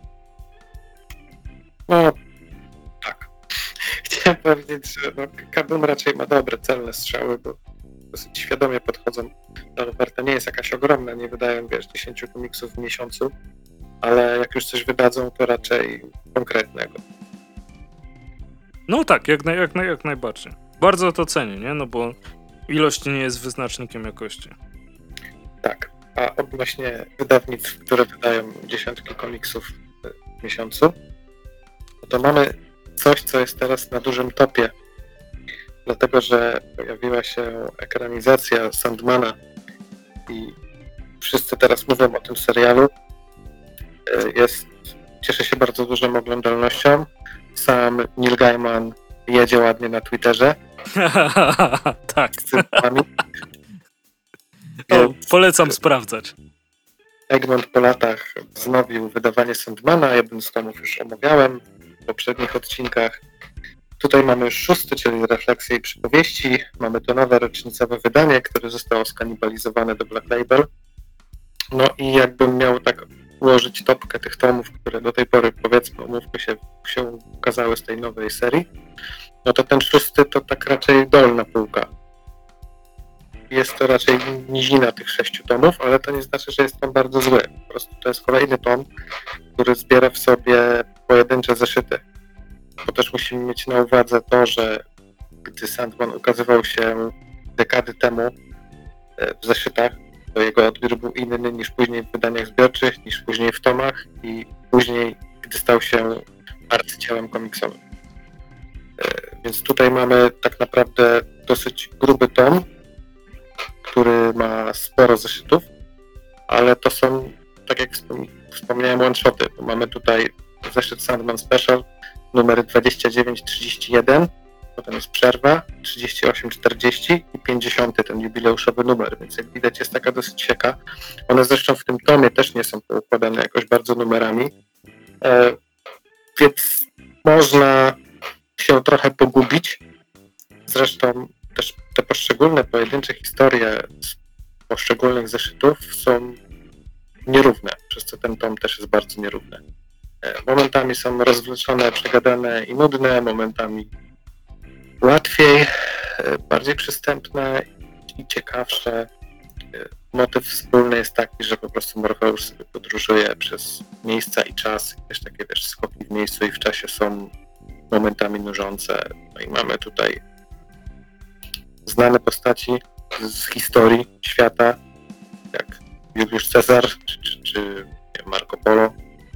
No, tak. Chciałem powiedzieć, że no, Kabum raczej ma dobre, celne strzały, bo dosyć świadomie podchodzą. Ta oferta nie jest jakaś ogromna, nie wydają, wiesz, dziesięciu komiksów w miesiącu, ale jak już coś wydadzą, to raczej konkretnego.
No tak, jak, naj, jak, naj, jak najbardziej. Bardzo to cenię, nie? No bo ilość nie jest wyznacznikiem jakości.
Tak, a odnośnie wydawnictw, które wydają dziesiątki komiksów w miesiącu, no to mamy coś, co jest teraz na dużym topie, dlatego że pojawiła się ekranizacja Sandmana i wszyscy teraz mówią o tym serialu. Jest, cieszy się bardzo dużą oglądalnością. Sam Neil Gaiman jedzie ładnie na Twitterze.
Tak.
Z cymbałami.
O, polecam sprawdzać.
Egmont po latach wznowił wydawanie Sandmana. Jeden z tomów już omawiałem w poprzednich odcinkach. Tutaj mamy już szósty, czyli refleksje i przypowieści. Mamy to nowe rocznicowe wydanie, które zostało skanibalizowane do Black Label. No i jakbym miał tak ułożyć topkę tych tomów, które do tej pory, powiedzmy, umówmy się, się ukazały z tej nowej serii, no to ten szósty to tak raczej dolna półka. Jest to raczej nizina tych sześciu tomów, ale to nie znaczy, że jest on bardzo zły. Po prostu to jest kolejny tom, który zbiera w sobie pojedyncze zeszyty. Bo też musimy mieć na uwadze to, że gdy Sandman ukazywał się dekady temu w zeszytach, to jego odbiór był inny niż później w wydaniach zbiorczych, niż później w tomach i później, gdy stał się arcydziełem komiksowym. Więc tutaj mamy tak naprawdę dosyć gruby tom, który ma sporo zeszytów, ale to są, tak jak wspomniałem, one-shoty. Mamy tutaj zeszyt Sandman Special numer dwadzieścia dziewięć trzydzieści jeden, potem jest przerwa, trzydzieści osiem czterdzieści i pięćdziesiąty, ten jubileuszowy numer, więc jak widać jest taka dosyć sieka. One zresztą w tym tomie też nie są poukładane jakoś bardzo numerami, e, więc można się trochę pogubić. Zresztą też te poszczególne pojedyncze historie z poszczególnych zeszytów są nierówne, przez co ten tom też jest bardzo nierówny. Momentami są rozwleczone, przegadane i nudne, momentami łatwiej, bardziej przystępne i ciekawsze. Motyw wspólny jest taki, że po prostu Morfeusz sobie podróżuje przez miejsca i czas. I też takie, wiesz, skoki w miejscu i w czasie są momentami nużące. No i mamy tutaj znane postaci z historii świata, jak Juliusz Cezar czy, czy, czy Marco Polo.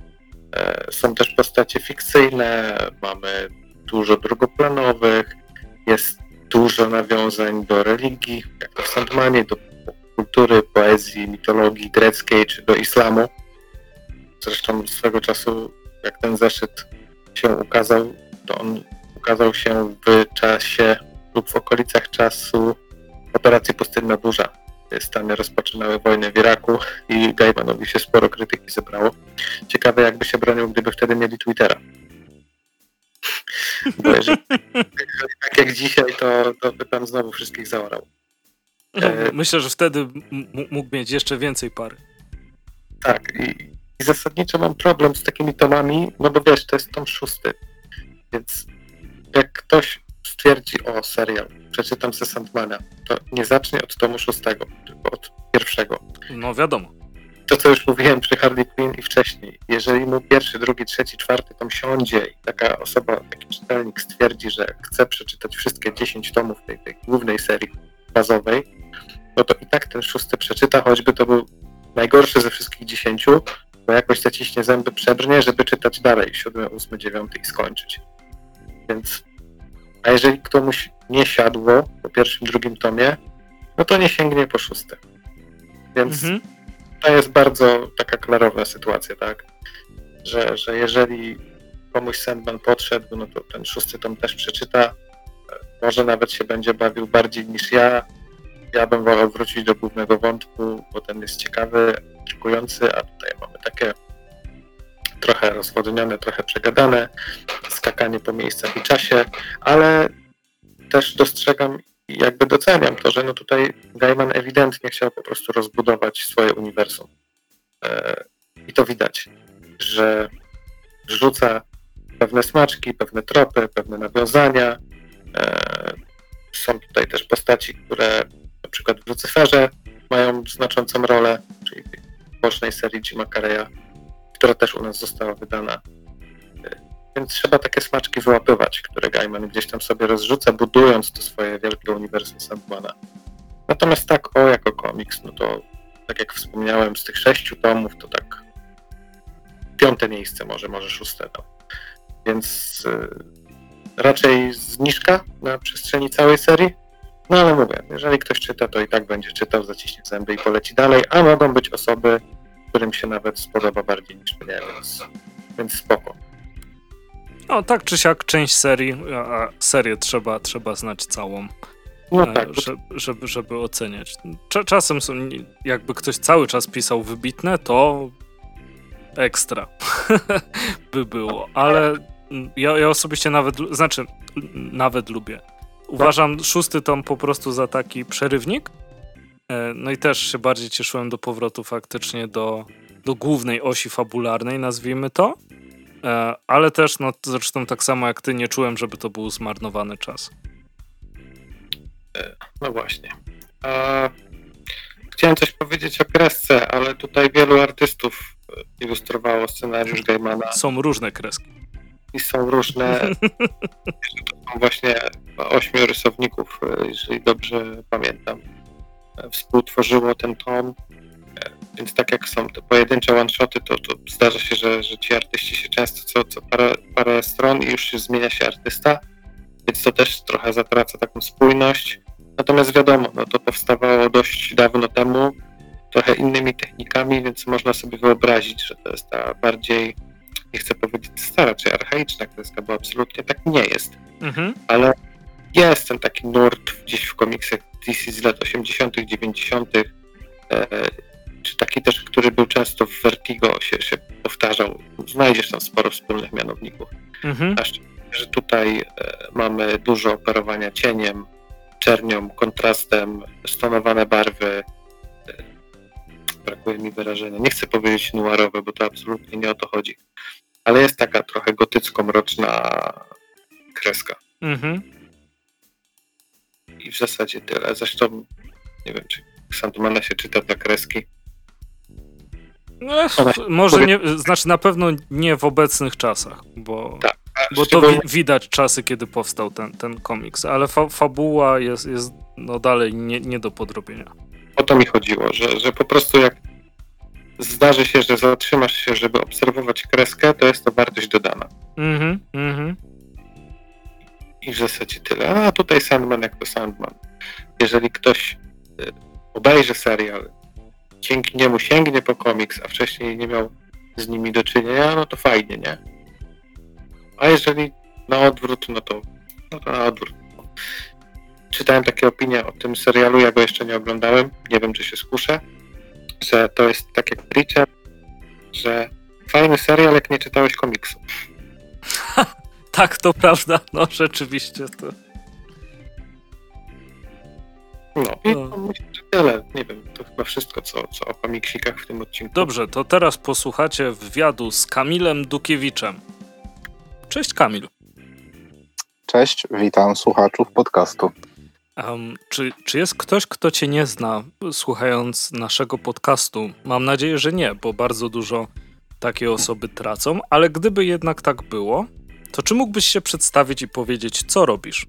Są też postacie fikcyjne, mamy dużo drugoplanowych, jest dużo nawiązań do religii, jak to w Sandmanie, do kultury, poezji, mitologii greckiej czy do islamu. Zresztą swego czasu, jak ten zeszyt się ukazał, to on ukazał się w czasie lub w okolicach czasu operacji Pustynna Burza. Stany rozpoczynały wojnę w Iraku i Gaimanowi się sporo krytyki zebrało. Ciekawe, jakby się bronił, gdyby wtedy mieli Twittera. Bo jeżeli tak jak dzisiaj, to, to by tam znowu wszystkich zaorał.
No, myślę, że wtedy m- mógł mieć jeszcze więcej pary.
Tak, i, i zasadniczo mam problem z takimi tomami, no bo wiesz, to jest tom szósty. Więc jak ktoś stwierdzi, o serial, przeczytam ze Sandmana, to nie zacznie od tomu szóstego, tylko od pierwszego.
No wiadomo.
To, co już mówiłem przy Harley Quinn i wcześniej, jeżeli mu pierwszy, drugi, trzeci, czwarty tom siądzie i taka osoba, taki czytelnik stwierdzi, że chce przeczytać wszystkie dziesięć tomów tej, tej głównej serii bazowej, no to i tak ten szósty przeczyta, choćby to był najgorszy ze wszystkich dziesięciu, bo jakoś zaciśnie zęby, przebrnie, żeby czytać dalej, siódmy, ósmy, dziewiąty i skończyć. Więc, a jeżeli komuś nie siadło po pierwszym, drugim tomie, no to nie sięgnie po szósty. Więc mhm. to jest bardzo taka klarowna sytuacja, tak? Że, że jeżeli komuś Sandman podszedł, no to ten szósty tom też przeczyta, może nawet się będzie bawił bardziej niż ja. Ja bym wolał wrócić do głównego wątku, bo ten jest ciekawy, oczekujący, a tutaj mamy takie trochę rozwodnione, trochę przegadane, skakanie po miejscach i czasie, ale też dostrzegam i jakby doceniam to, że no tutaj Gaiman ewidentnie chciał po prostu rozbudować swoje uniwersum. I to widać, że wrzuca pewne smaczki, pewne tropy, pewne nawiązania. Są tutaj też postaci, które na przykład w Lucyferze mają znaczącą rolę, czyli w bocznej serii Jima Carreya, która też u nas została wydana. Więc trzeba takie smaczki wyłapywać, które Gaiman gdzieś tam sobie rozrzuca, budując to swoje wielkie uniwersum Sandmana. Natomiast tak, o jako komiks, no to tak jak wspomniałem, z tych sześciu tomów to tak piąte miejsce, może, może szóste. No. Więc y, raczej zniżka na przestrzeni całej serii. No ale mówię, jeżeli ktoś czyta, to i tak będzie czytał, zaciśnie zęby i poleci dalej, a mogą być osoby, którym się nawet spodoba bardziej niż mnie, więc, więc spoko.
No tak czy siak część serii, a serię trzeba, trzeba znać całą,
no tak,
żeby, żeby, żeby oceniać. Czasem są, jakby ktoś cały czas pisał wybitne, to ekstra by było, ale ja, ja osobiście nawet, znaczy nawet lubię. Uważam szósty tom po prostu za taki przerywnik, No i też się bardziej cieszyłem do powrotu faktycznie do, do głównej osi fabularnej, nazwijmy to. Ale też, no zresztą tak samo jak ty, nie czułem, żeby to był zmarnowany czas.
No właśnie. A... Chciałem coś powiedzieć o kresce, ale tutaj wielu artystów ilustrowało scenariusz Gaimana.
Są różne kreski.
I są różne... to są właśnie ośmiu rysowników, jeżeli dobrze pamiętam. Współtworzyło ten tom. Więc tak jak są te pojedyncze one-shoty, to, to zdarza się, że, że ci artyści się często co, co parę, parę stron i już się zmienia się artysta. Więc to też trochę zatraca taką spójność. Natomiast wiadomo, no to powstawało dość dawno temu, trochę innymi technikami, więc można sobie wyobrazić, że to jest ta bardziej, nie chcę powiedzieć stara czy archaiczna kreska, bo absolutnie tak nie jest. Mhm. Ale jest ten taki nurt gdzieś w komiksach D C z lat osiemdziesiątych, dziewięćdziesiątych, e, czy taki też, który był często w Vertigo się, się powtarzał. Znajdziesz tam sporo wspólnych mianowników. Mhm. A szczególnie, że tutaj e, mamy dużo operowania cieniem, czernią, kontrastem, stonowane barwy. Brakuje mi wyrażenia. Nie chcę powiedzieć noirowe, bo to absolutnie nie o to chodzi. Ale jest taka trochę gotycko-mroczna kreska. Mm-hmm. I w zasadzie tyle. Zresztą nie wiem, czy Sandmana się czyta dla kreski.
Ech, może nie, znaczy na pewno nie w obecnych czasach, bo... Tak. Bo to wi- widać czasy, kiedy powstał ten, ten komiks, ale fa- fabuła jest, jest no dalej nie, nie do podrobienia.
O to mi chodziło, że, że po prostu jak zdarzy się, że zatrzymasz się, żeby obserwować kreskę, to jest to wartość dodana. Mhm, mhm. I w zasadzie tyle. A tutaj Sandman jak to Sandman. Jeżeli ktoś y, obejrzy serial, dzięki niemu sięgnie po komiks, a wcześniej nie miał z nimi do czynienia, no to fajnie, nie? A jeżeli na odwrót, no to, no to na odwrót. Czytałem takie opinie o tym serialu, ja go jeszcze nie oglądałem, nie wiem, czy się skuszę, że to jest tak jak Preacher, że fajny serial, jak nie czytałeś komiksu.
Tak, to prawda, no rzeczywiście to...
No i no. Myślę, że tyle, nie wiem, to chyba wszystko, co, co o komiksikach w tym odcinku.
Dobrze, to teraz posłuchacie wywiadu z Kamilem Dukiewiczem. Cześć Kamil.
Cześć, witam słuchaczów podcastu.
Um, czy, czy jest ktoś, kto cię nie zna, słuchając naszego podcastu? Mam nadzieję, że nie, bo bardzo dużo takie osoby tracą, ale gdyby jednak tak było, to czy mógłbyś się przedstawić i powiedzieć, co robisz?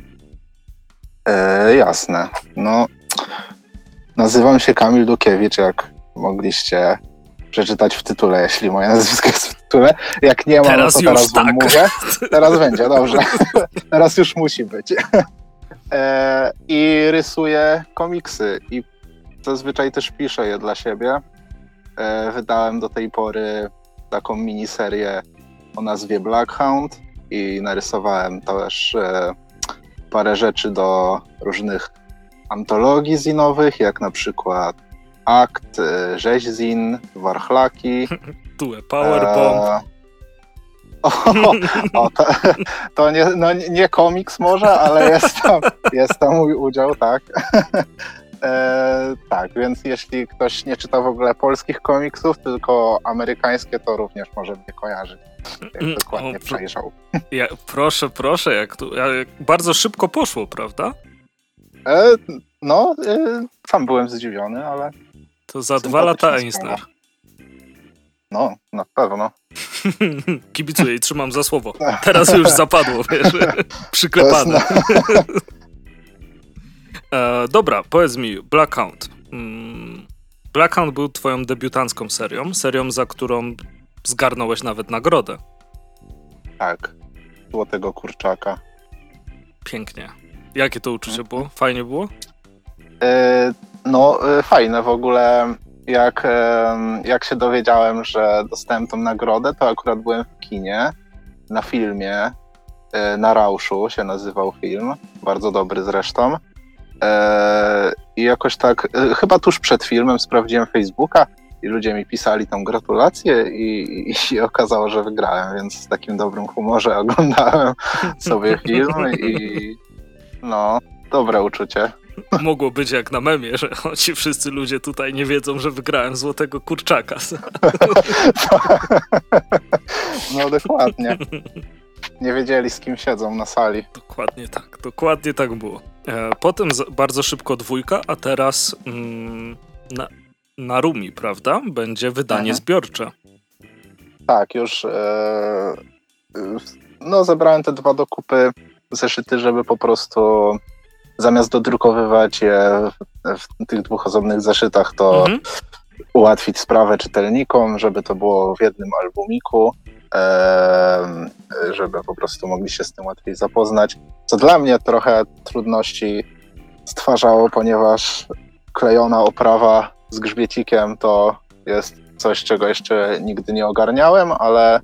E, jasne. No, nazywam się Kamil Dukiewicz, jak mogliście przeczytać w tytule, jeśli moje nazwisko jest w tytule. Jak nie ma,
teraz
no to
już
teraz
tak.
wam mówię. Teraz będzie, dobrze. Teraz już musi być. E, I rysuję komiksy i zazwyczaj też piszę je dla siebie. E, wydałem do tej pory taką miniserię o nazwie Blackhound i narysowałem też e, parę rzeczy do różnych antologii zinowych, jak na przykład Akt, Rzeźzin, Warchlaki.
Tue Powerbomb. E,
o, o, to, to nie, no, nie komiks może, ale jest tam, jest tam mój udział, tak. E, tak, więc jeśli ktoś nie czyta w ogóle polskich komiksów, tylko amerykańskie, to również może mnie kojarzyć, jak dokładnie o, przejrzał.
Ja, proszę, proszę, jak tu jak bardzo szybko poszło, prawda?
E, no, e, sam byłem zdziwiony, ale...
To za dwa lata Eisner.
No, na pewno.
Kibicuję i trzymam za słowo. Teraz już zapadło, wiesz, przyklepane. e, dobra, powiedz mi, Blackhound. Mm, Blackhound był twoją debiutancką serią, serią, za którą zgarnąłeś nawet nagrodę.
Tak, Złotego Kurczaka.
Pięknie. Jakie to uczucie było? Fajnie było?
E, no, e, fajne w ogóle. Jak, jak się dowiedziałem, że dostałem tą nagrodę, to akurat byłem w kinie, na filmie, Na Rauszu się nazywał film, bardzo dobry zresztą. I jakoś tak, chyba tuż przed filmem sprawdziłem Facebooka i ludzie mi pisali tam gratulacje i, i się okazało, że wygrałem, więc w takim dobrym humorze oglądałem sobie film i no, dobre uczucie.
Mogło być jak na memie, że ci wszyscy ludzie tutaj nie wiedzą, że wygrałem złotego kurczaka.
No dokładnie. Nie wiedzieli, z kim siedzą na sali.
Dokładnie tak, dokładnie tak było. E, potem z, bardzo szybko dwójka, a teraz mm, na, na Rumi, prawda? Będzie wydanie
Mhm.
zbiorcze.
Tak, już e, no zebrałem te dwa dokupy zeszyty, żeby po prostu zamiast dodrukowywać je w, w tych dwóch osobnych zeszytach, to
Mhm.
ułatwić sprawę czytelnikom, żeby to było w jednym albumiku, e, żeby po prostu mogli się z tym łatwiej zapoznać. Co dla mnie trochę trudności stwarzało, ponieważ klejona oprawa z grzbiecikiem to jest coś, czego jeszcze nigdy nie ogarniałem, ale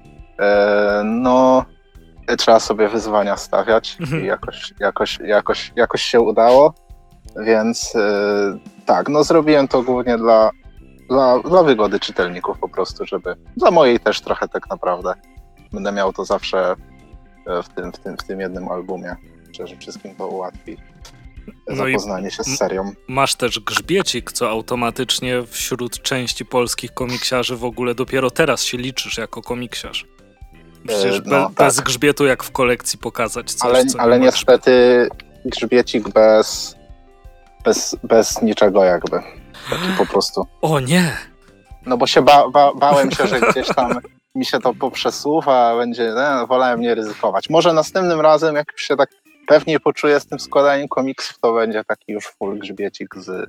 e, no trzeba sobie wyzwania stawiać
Mhm.
i jakoś, jakoś, jakoś, jakoś się udało, więc e, tak, no zrobiłem to głównie dla, dla, dla wygody czytelników po prostu, żeby, dla mojej też trochę tak naprawdę, będę miał to zawsze w tym, w tym, w tym jednym albumie, że wszystkim to ułatwi
No i
zapoznanie się z serią.
masz też grzbiecik, co automatycznie wśród części polskich komiksiarzy w ogóle dopiero teraz się liczysz jako komiksiarz. Przecież
E,
be,
no,
bez
tak.
grzbietu jak w kolekcji pokazać coś,
Ale,
co
ale
nie masz.
niestety grzbiecik bez, bez, bez niczego jakby. Taki po prostu.
O nie!
No bo się ba, ba, bałem się, że gdzieś tam mi się to poprzesuwa, będzie, no, wolałem nie ryzykować. Może następnym razem, jak już się tak pewniej poczuję z tym składaniem komiksów, to będzie taki już full grzbiecik z,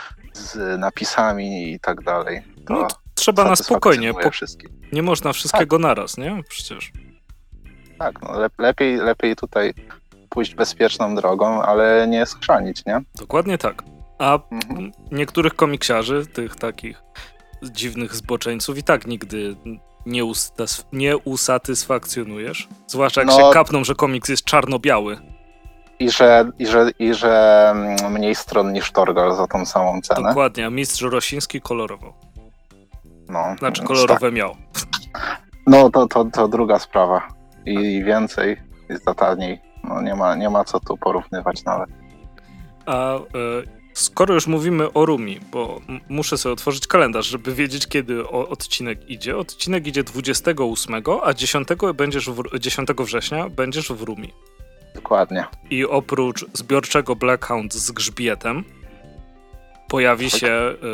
z napisami i tak dalej. To
No, to trzeba na spokojnie.
satysfakcjonuje
Po,
wszystkich.
nie można wszystkiego naraz, nie? Przecież.
Tak, no, lep, lepiej, lepiej tutaj pójść bezpieczną drogą, ale nie skrzanić, nie?
Dokładnie tak. A
Mhm.
niektórych komiksiarzy, tych takich dziwnych zboczeńców, i tak nigdy nie, ustas- nie usatysfakcjonujesz. Zwłaszcza jak
No.
się kapną, że komiks jest czarno-biały.
I że, i, że, I że mm, mniej stron niż Torgal za tą samą cenę.
Dokładnie, a mistrz Rosiński kolorował.
No,
Znaczy
więc
kolorowe
tak.
miał.
No to, to, to druga sprawa. I więcej, i za taniej. No nie ma, nie ma co tu porównywać nawet.
A e, skoro już mówimy o Rumi, bo m- muszę sobie otworzyć kalendarz, żeby wiedzieć, kiedy o, odcinek idzie. Odcinek idzie dwudziestego ósmego, a dziesiątego, będziesz w, dziesiątego września będziesz w Rumi.
Dokładnie.
I oprócz zbiorczego Blackhound z grzbietem pojawi
Tak.
się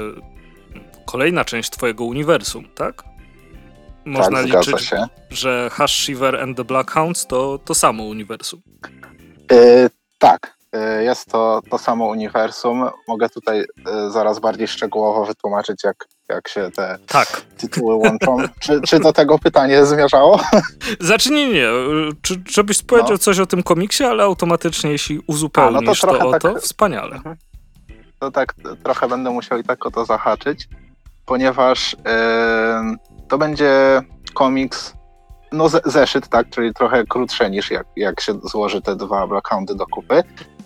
y, kolejna część twojego uniwersum, tak? Można
tak, zgadza
liczyć,
się.
że Hush Shiver and the Blackhounds to to samo uniwersum.
Yy, tak, yy, jest to to samo uniwersum. Mogę tutaj yy, zaraz bardziej szczegółowo wytłumaczyć, jak, jak się te
Tak.
tytuły łączą. czy, czy do tego pytanie zmierzało?
Zacznij nie, czy, żebyś powiedział
No.
coś o tym komiksie, ale automatycznie jeśli uzupełnisz
A, no to
to,
trochę
o to,
tak-
wspaniale.
To tak trochę będę musiał i tak o to zahaczyć, ponieważ yy, to będzie komiks, no ze- zeszyt, tak, czyli trochę krótsze niż jak, jak się złoży te dwa Blackhoundy do kupy.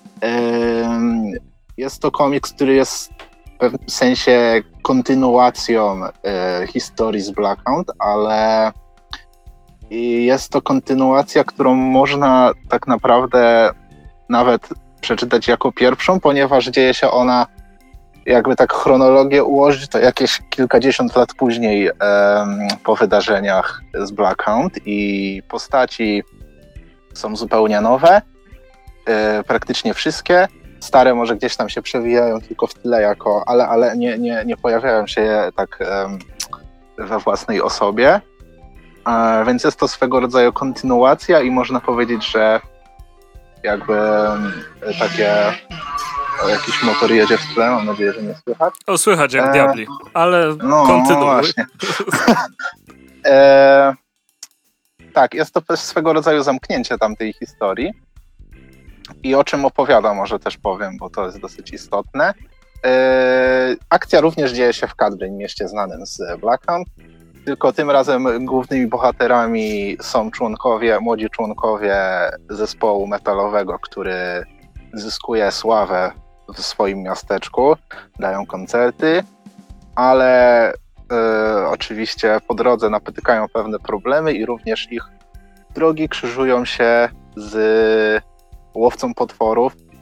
Yy, jest to komiks, który jest w pewnym sensie kontynuacją yy, historii z Blackhound, ale i jest to kontynuacja, którą można tak naprawdę nawet przeczytać jako pierwszą, ponieważ dzieje się ona, jakby tak chronologię ułożyć, to jakieś kilkadziesiąt lat później em, po wydarzeniach z Blackhound i postaci są zupełnie nowe, e, praktycznie wszystkie. Stare może gdzieś tam się przewijają tylko w tle jako, ale, ale nie, nie, nie pojawiają się tak em, we własnej osobie. E, więc jest to swego rodzaju kontynuacja i można powiedzieć, że jakby em, takie o, jakiś motor jedzie w tle, mam nadzieję, że nie słychać.
O, słychać jak
E,
diabli, ale
No,
kontynuuj.
właśnie. e, tak, jest to też swego rodzaju zamknięcie tamtej historii. I o czym opowiada, może też powiem, bo to jest dosyć istotne. E, akcja również dzieje się w Cadbrin, mieście znanym z Blackhound, tylko tym razem głównymi bohaterami są członkowie, młodzi członkowie zespołu metalowego, który zyskuje sławę w swoim miasteczku, dają koncerty, ale e, oczywiście po drodze napotykają pewne problemy i również ich drogi krzyżują się z łowcą potworów,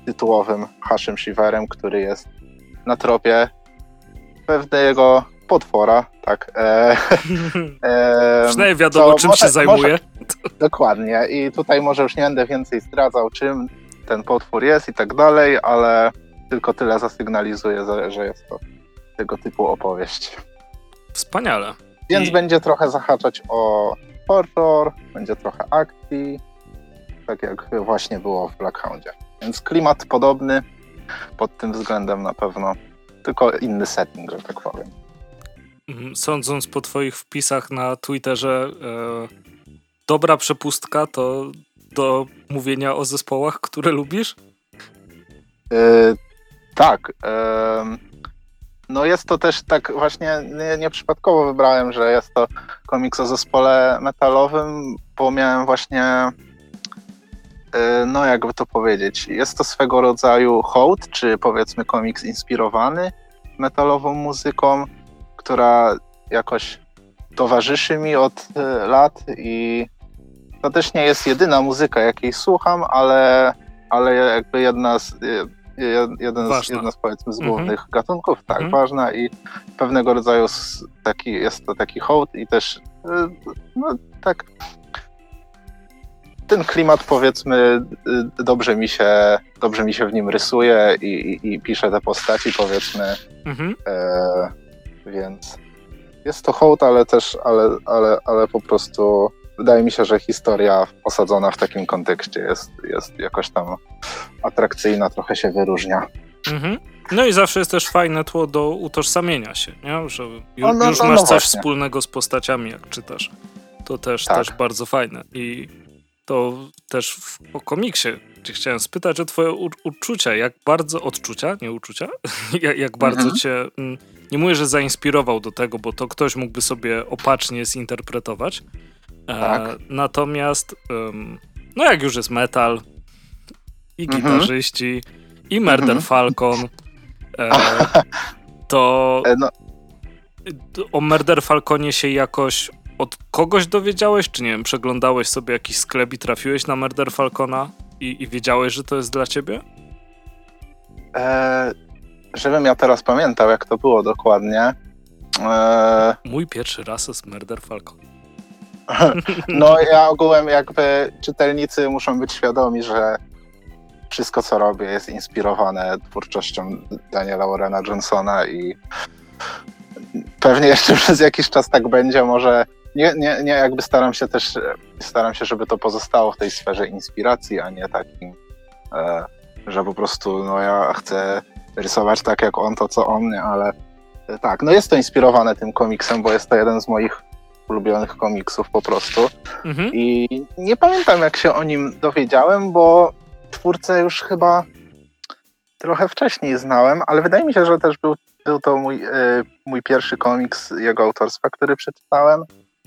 tytułowym Hashim Shiverem, który jest na tropie pewnego potwora, tak. E, e,
Przynajmniej wiadomo, czym
może,
się zajmuje.
Może, dokładnie. I tutaj może już nie będę więcej zdradzał, czym ten potwór jest i tak dalej, ale tylko tyle zasygnalizuję, że jest to tego typu opowieść.
Wspaniale.
Więc
I...
będzie trochę zahaczać o horror, będzie trochę akcji, tak jak właśnie było w Black Houndzie. Więc klimat podobny pod tym względem na pewno, tylko inny setting, że tak powiem.
Sądząc po twoich wpisach na Twitterze, e, dobra przepustka to do mówienia o zespołach, które lubisz?
Yy, tak. Yy, no jest to też tak właśnie, nie, nieprzypadkowo wybrałem, że jest to komiks o zespole metalowym, bo miałem właśnie, yy, no jakby to powiedzieć, jest to swego rodzaju hołd, czy powiedzmy komiks inspirowany metalową muzyką, która jakoś towarzyszy mi od y, lat i to też nie jest jedyna muzyka, jakiej słucham, ale, ale jakby jedna z, y, jeden z, jedna z powiedzmy z głównych mm-hmm. gatunków, tak, mm-hmm. ważna i pewnego rodzaju taki, jest to taki hołd i też y, no tak ten klimat powiedzmy y, dobrze mi się dobrze mi się w nim rysuje i, i, i piszę te postaci powiedzmy mm-hmm. y, więc jest to hołd, ale też, ale, ale, ale po prostu wydaje mi się, że historia osadzona w takim kontekście jest, jest jakoś tam atrakcyjna, trochę się wyróżnia.
Mhm. No i zawsze jest też fajne tło do utożsamienia się, nie? Że ju,
no, no,
już
no,
masz
no
coś
właśnie.
wspólnego z postaciami, jak czytasz. To też,
tak.
też bardzo fajne. I to też w, o komiksie chciałem spytać o twoje u, uczucia, jak bardzo, odczucia, nie uczucia, jak, jak bardzo mhm. cię, nie mówię, że zainspirował do tego, bo to ktoś mógłby sobie opacznie zinterpretować.
Tak.
E, natomiast um, no jak już jest metal i
mhm.
gitarzyści i Murder mhm. Falcon, e, to
no.
o Murder Falconie się jakoś od kogoś dowiedziałeś, czy nie wiem, przeglądałeś sobie jakiś sklep i trafiłeś na Murder Falcona i, i wiedziałeś, że to jest dla ciebie?
E, żebym ja teraz pamiętał, jak to było dokładnie. E...
Mój pierwszy raz jest Murder Falcon.
No ja ogółem jakby czytelnicy muszą być świadomi, że wszystko co robię jest inspirowane twórczością Daniela Warrena Johnsona i pewnie jeszcze przez jakiś czas tak będzie, może nie, nie, nie jakby staram się też, staram się, żeby to pozostało w tej sferze inspiracji, a nie takim, e, że po prostu no ja chcę rysować tak jak on, to co on, nie, ale e, tak, no jest to inspirowane tym komiksem, bo jest to jeden z moich ulubionych komiksów po prostu mhm. i nie pamiętam jak się o nim dowiedziałem, bo twórcę już chyba trochę wcześniej znałem, ale wydaje mi się, że też był, był to mój, y, mój pierwszy komiks jego autorstwa, który przeczytałem.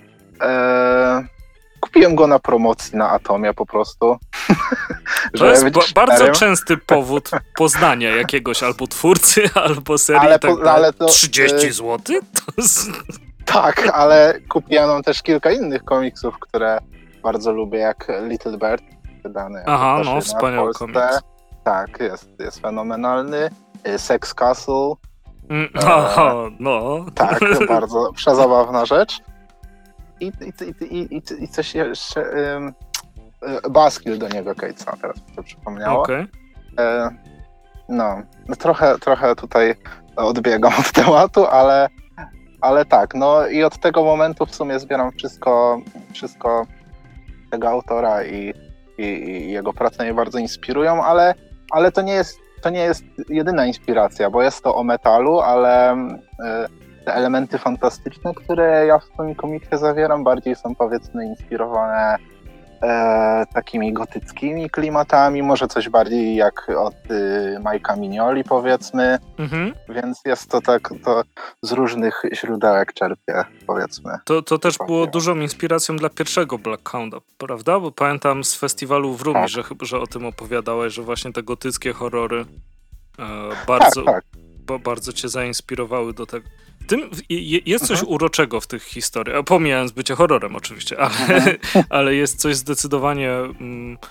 E, kupiłem go na promocji na Atomie po prostu.
To jest ba- bardzo częsty powód poznania jakiegoś albo twórcy, albo serii ale tak po, ale to, trzydzieści złotych? To jest...
Tak, ale kupiłem też kilka innych komiksów, które bardzo lubię, jak Little Bird, wydany.
Aha, no, wspaniały komiks.
Tak, jest, jest fenomenalny. Sex Castle.
Mm, no, e, no.
Tak, bardzo przezabawna rzecz. I, i, i, i, i coś jeszcze... Um, Baskill do niego Catesa, teraz mi to przypomniało.
Okay.
E, no, trochę, trochę tutaj odbiegam od tematu, ale, ale tak, no i od tego momentu w sumie zbieram wszystko, wszystko tego autora i, i, i jego prace mnie bardzo inspirują, ale, ale to nie jest, to nie jest jedyna inspiracja, bo jest to o metalu, ale y, te elementy fantastyczne, które ja w swoim komiksie zawieram, bardziej są powiedzmy inspirowane e, takimi gotyckimi klimatami, może coś bardziej jak od y, Mike'a Mignoli powiedzmy, mhm. więc jest to tak, to z różnych źródełek czerpię powiedzmy.
To, to też było dużą inspiracją dla pierwszego Black Hounda, prawda? Bo pamiętam z festiwalu w Rumi, tak. że, że o tym opowiadałeś, że właśnie te gotyckie horrory e, bardzo, tak, tak. Bo, bardzo cię zainspirowały do tego. W tym jest coś mhm. uroczego w tych historiach, pomijając bycie horrorem oczywiście, ale, mhm. ale jest coś zdecydowanie mm,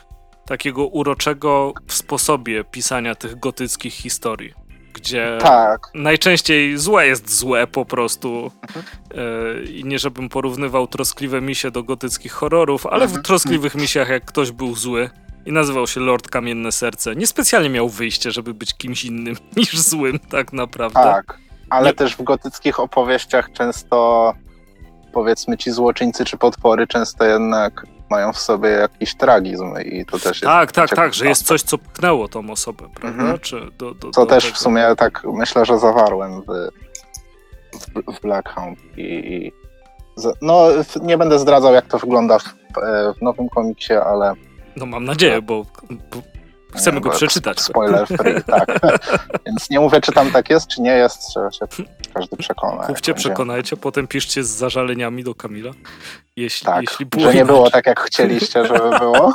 takiego uroczego w sposobie pisania tych gotyckich historii, gdzie
Tak.
najczęściej złe jest złe po prostu. E, I nie żebym porównywał Troskliwe Misie do gotyckich horrorów, ale w Troskliwych Misiach jak ktoś był zły i nazywał się Lord Kamienne Serce, niespecjalnie miał wyjście, żeby być kimś innym niż złym tak naprawdę.
Tak, ale
Nie-
też w gotyckich opowieściach często, powiedzmy ci złoczyńcy czy potwory często jednak mają w sobie jakiś tragizm i to też jest...
Tak, tak,
ciekawe.
tak, że jest coś, co pchnęło tą osobę, prawda?
Mhm.
Czy do, do,
Co
do
też
tego.
w sumie tak myślę, że zawarłem w, w, w Blackhound i, i z- no w- nie będę zdradzał jak to wygląda w, w nowym komiksie, ale
No mam nadzieję, bo, bo chcemy
nie,
go
bo
przeczytać.
Spoiler free, tak. Więc nie mówię, czy tam tak jest, czy nie jest, trzeba się każdy przekona. jak
Kupcie,
będzie.
przekonajcie, potem piszcie z zażaleniami do Kamila, jeśli,
Tak,
jeśli było
że nie
inaczej.
było tak, jak chcieliście, żeby było.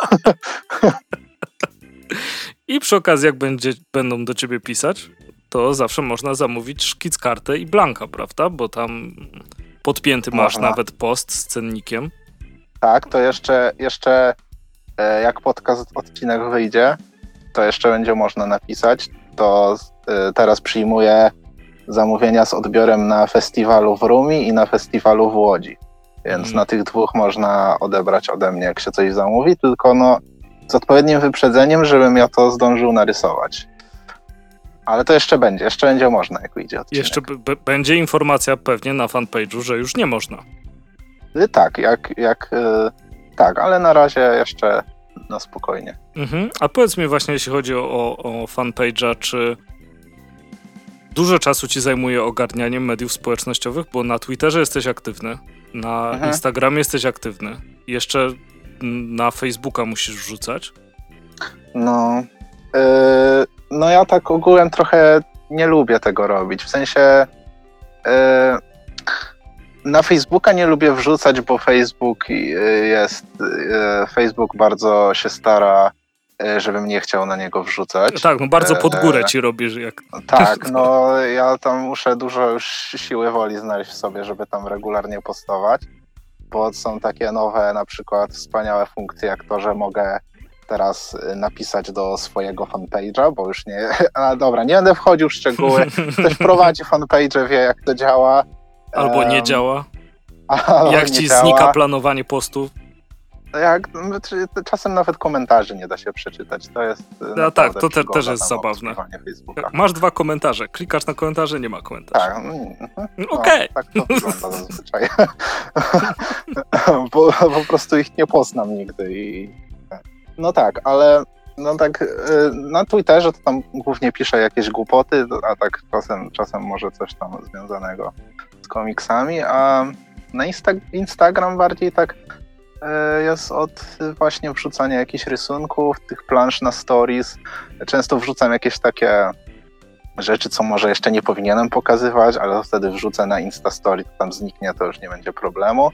I przy okazji, jak będzie, będą do ciebie pisać, to zawsze można zamówić szkic kartę i blanka, prawda? Bo tam podpięty masz
Można.
nawet post z cennikiem.
Tak, to jeszcze, jeszcze e, jak podcast, odcinek wyjdzie, to jeszcze będzie można napisać. To e, teraz przyjmuję zamówienia z odbiorem na festiwalu w Rumi i na festiwalu w Łodzi. Więc
Mhm.
na tych dwóch można odebrać ode mnie, jak się coś zamówi, tylko no z odpowiednim wyprzedzeniem, żebym ja to zdążył narysować. Ale to jeszcze będzie, jeszcze będzie można, jak wyjdzie odcinek.
Jeszcze b- b- będzie informacja pewnie na fanpage'u, że już nie można.
Y, Tak, jak, jak y, tak, ale na razie jeszcze no spokojnie.
Mhm. A powiedz mi właśnie, jeśli chodzi o, o fanpage'a, czy dużo czasu ci zajmuje ogarnianie mediów społecznościowych, bo na Twitterze jesteś aktywny, na
Mhm.
Instagramie jesteś aktywny, jeszcze mm, na Facebooka musisz wrzucać.
No, y, no ja tak ogółem trochę nie lubię tego robić. W sensie y, na Facebooka nie lubię wrzucać, bo Facebook y, jest, y, Facebook bardzo się stara, y, żebym nie chciał na niego wrzucać.
Tak, no bardzo pod górę
E,
ci robisz, jak
Tak, no ja tam muszę dużo już siły woli znaleźć w sobie, żeby tam regularnie postować, bo są takie nowe, na przykład wspaniałe funkcje, jak to, że mogę teraz y, napisać do swojego fanpage'a, bo już nie... A dobra, nie będę wchodził w szczegóły. Ktoś prowadzi fanpage, wie jak to działa.
albo nie
Em,
działa,
albo
jak
nie
ci
działa.
znika planowanie postów.
Jak, no, czy- czasem nawet komentarzy nie da się przeczytać. To jest y,
No
naprawdę
tak, to te-
przygoda
też jest
tam
zabawne.
obsługiwanie Facebooka.
Masz dwa komentarze, klikasz na komentarze, nie ma komentarzy.
Tak, mm, mhm. No,
Okej.
tak to wygląda zazwyczaj. bo, bo po prostu ich nie poznam nigdy. I... No tak, ale no tak y, na Twitterze to tam głównie piszę jakieś głupoty, a tak czasem, czasem może coś tam związanego z komiksami, a na Insta- Instagram bardziej tak y, jest od właśnie wrzucania jakichś rysunków, tych plansz na stories. Często wrzucam jakieś takie rzeczy, co może jeszcze nie powinienem pokazywać, ale wtedy wrzucę na Instastory, to tam zniknie, to już nie będzie problemu.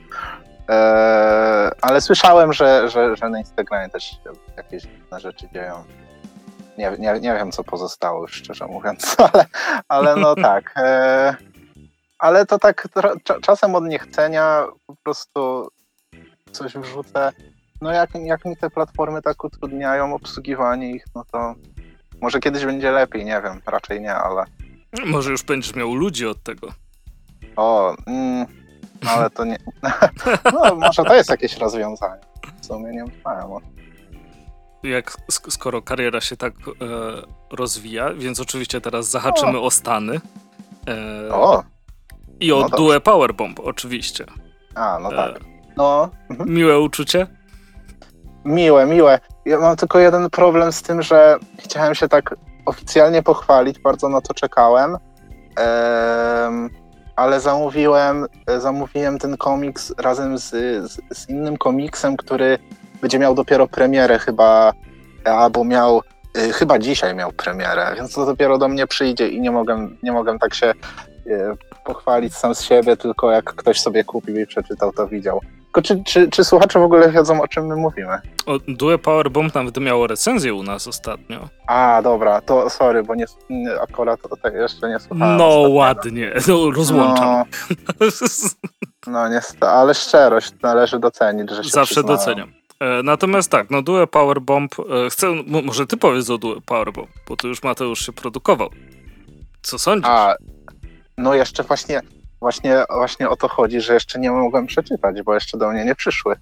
Eee, ale słyszałem, że, że, że na Instagramie też się jakieś inne rzeczy dzieją. Nie, nie, nie wiem, co pozostało, już szczerze mówiąc, ale, ale no tak. Eee, ale to tak tro- cza- czasem od niechcenia po prostu coś wrzucę. No jak, jak mi te platformy tak utrudniają obsługiwanie ich, no to może kiedyś będzie lepiej, nie wiem, raczej nie, ale
Może już będziesz miał ludzi od tego.
o, mm, no ale to nie, no może to jest jakieś rozwiązanie, w sumie nie myślałem o tym.
Jak sk- skoro kariera się tak e, rozwija, więc oczywiście teraz zahaczymy o, Stany. E,
O,
I o
no dobrze.
Due Powerbomb oczywiście.
a, no
E,
tak, no, mhm.
miłe uczucie?
Miłe, miłe. Ja mam tylko jeden problem z tym, że chciałem się tak oficjalnie pochwalić, bardzo na to czekałem, em, ale zamówiłem, zamówiłem ten komiks razem z, z, z innym komiksem, który będzie miał dopiero premierę chyba, albo miał, y, chyba dzisiaj miał premierę, więc to dopiero do mnie przyjdzie i nie mogę, nie mogę tak się y, pochwalić sam z siebie, tylko jak ktoś sobie kupił i przeczytał, to widział. Tylko czy, czy, czy słuchacze w ogóle wiedzą, o czym my mówimy?
O, Due Powerbomb nawet miało recenzję u nas ostatnio.
A, dobra, to sorry, bo nie, nie- akurat o tego jeszcze nie słuchałem.
No
ostatniego.
ładnie, no rozłączam.
No, no niestety, ale szczerość należy docenić, że się
Zawsze
przyznałem.
doceniam. E, natomiast tak, no Due Powerbomb, e, chcę, m- może ty powiedz o Due Powerbomb, bo to już Mateusz się produkował. Co sądzisz?
A, no jeszcze właśnie, właśnie, właśnie o to chodzi, że jeszcze nie mogłem przeczytać, bo jeszcze do mnie nie przyszły.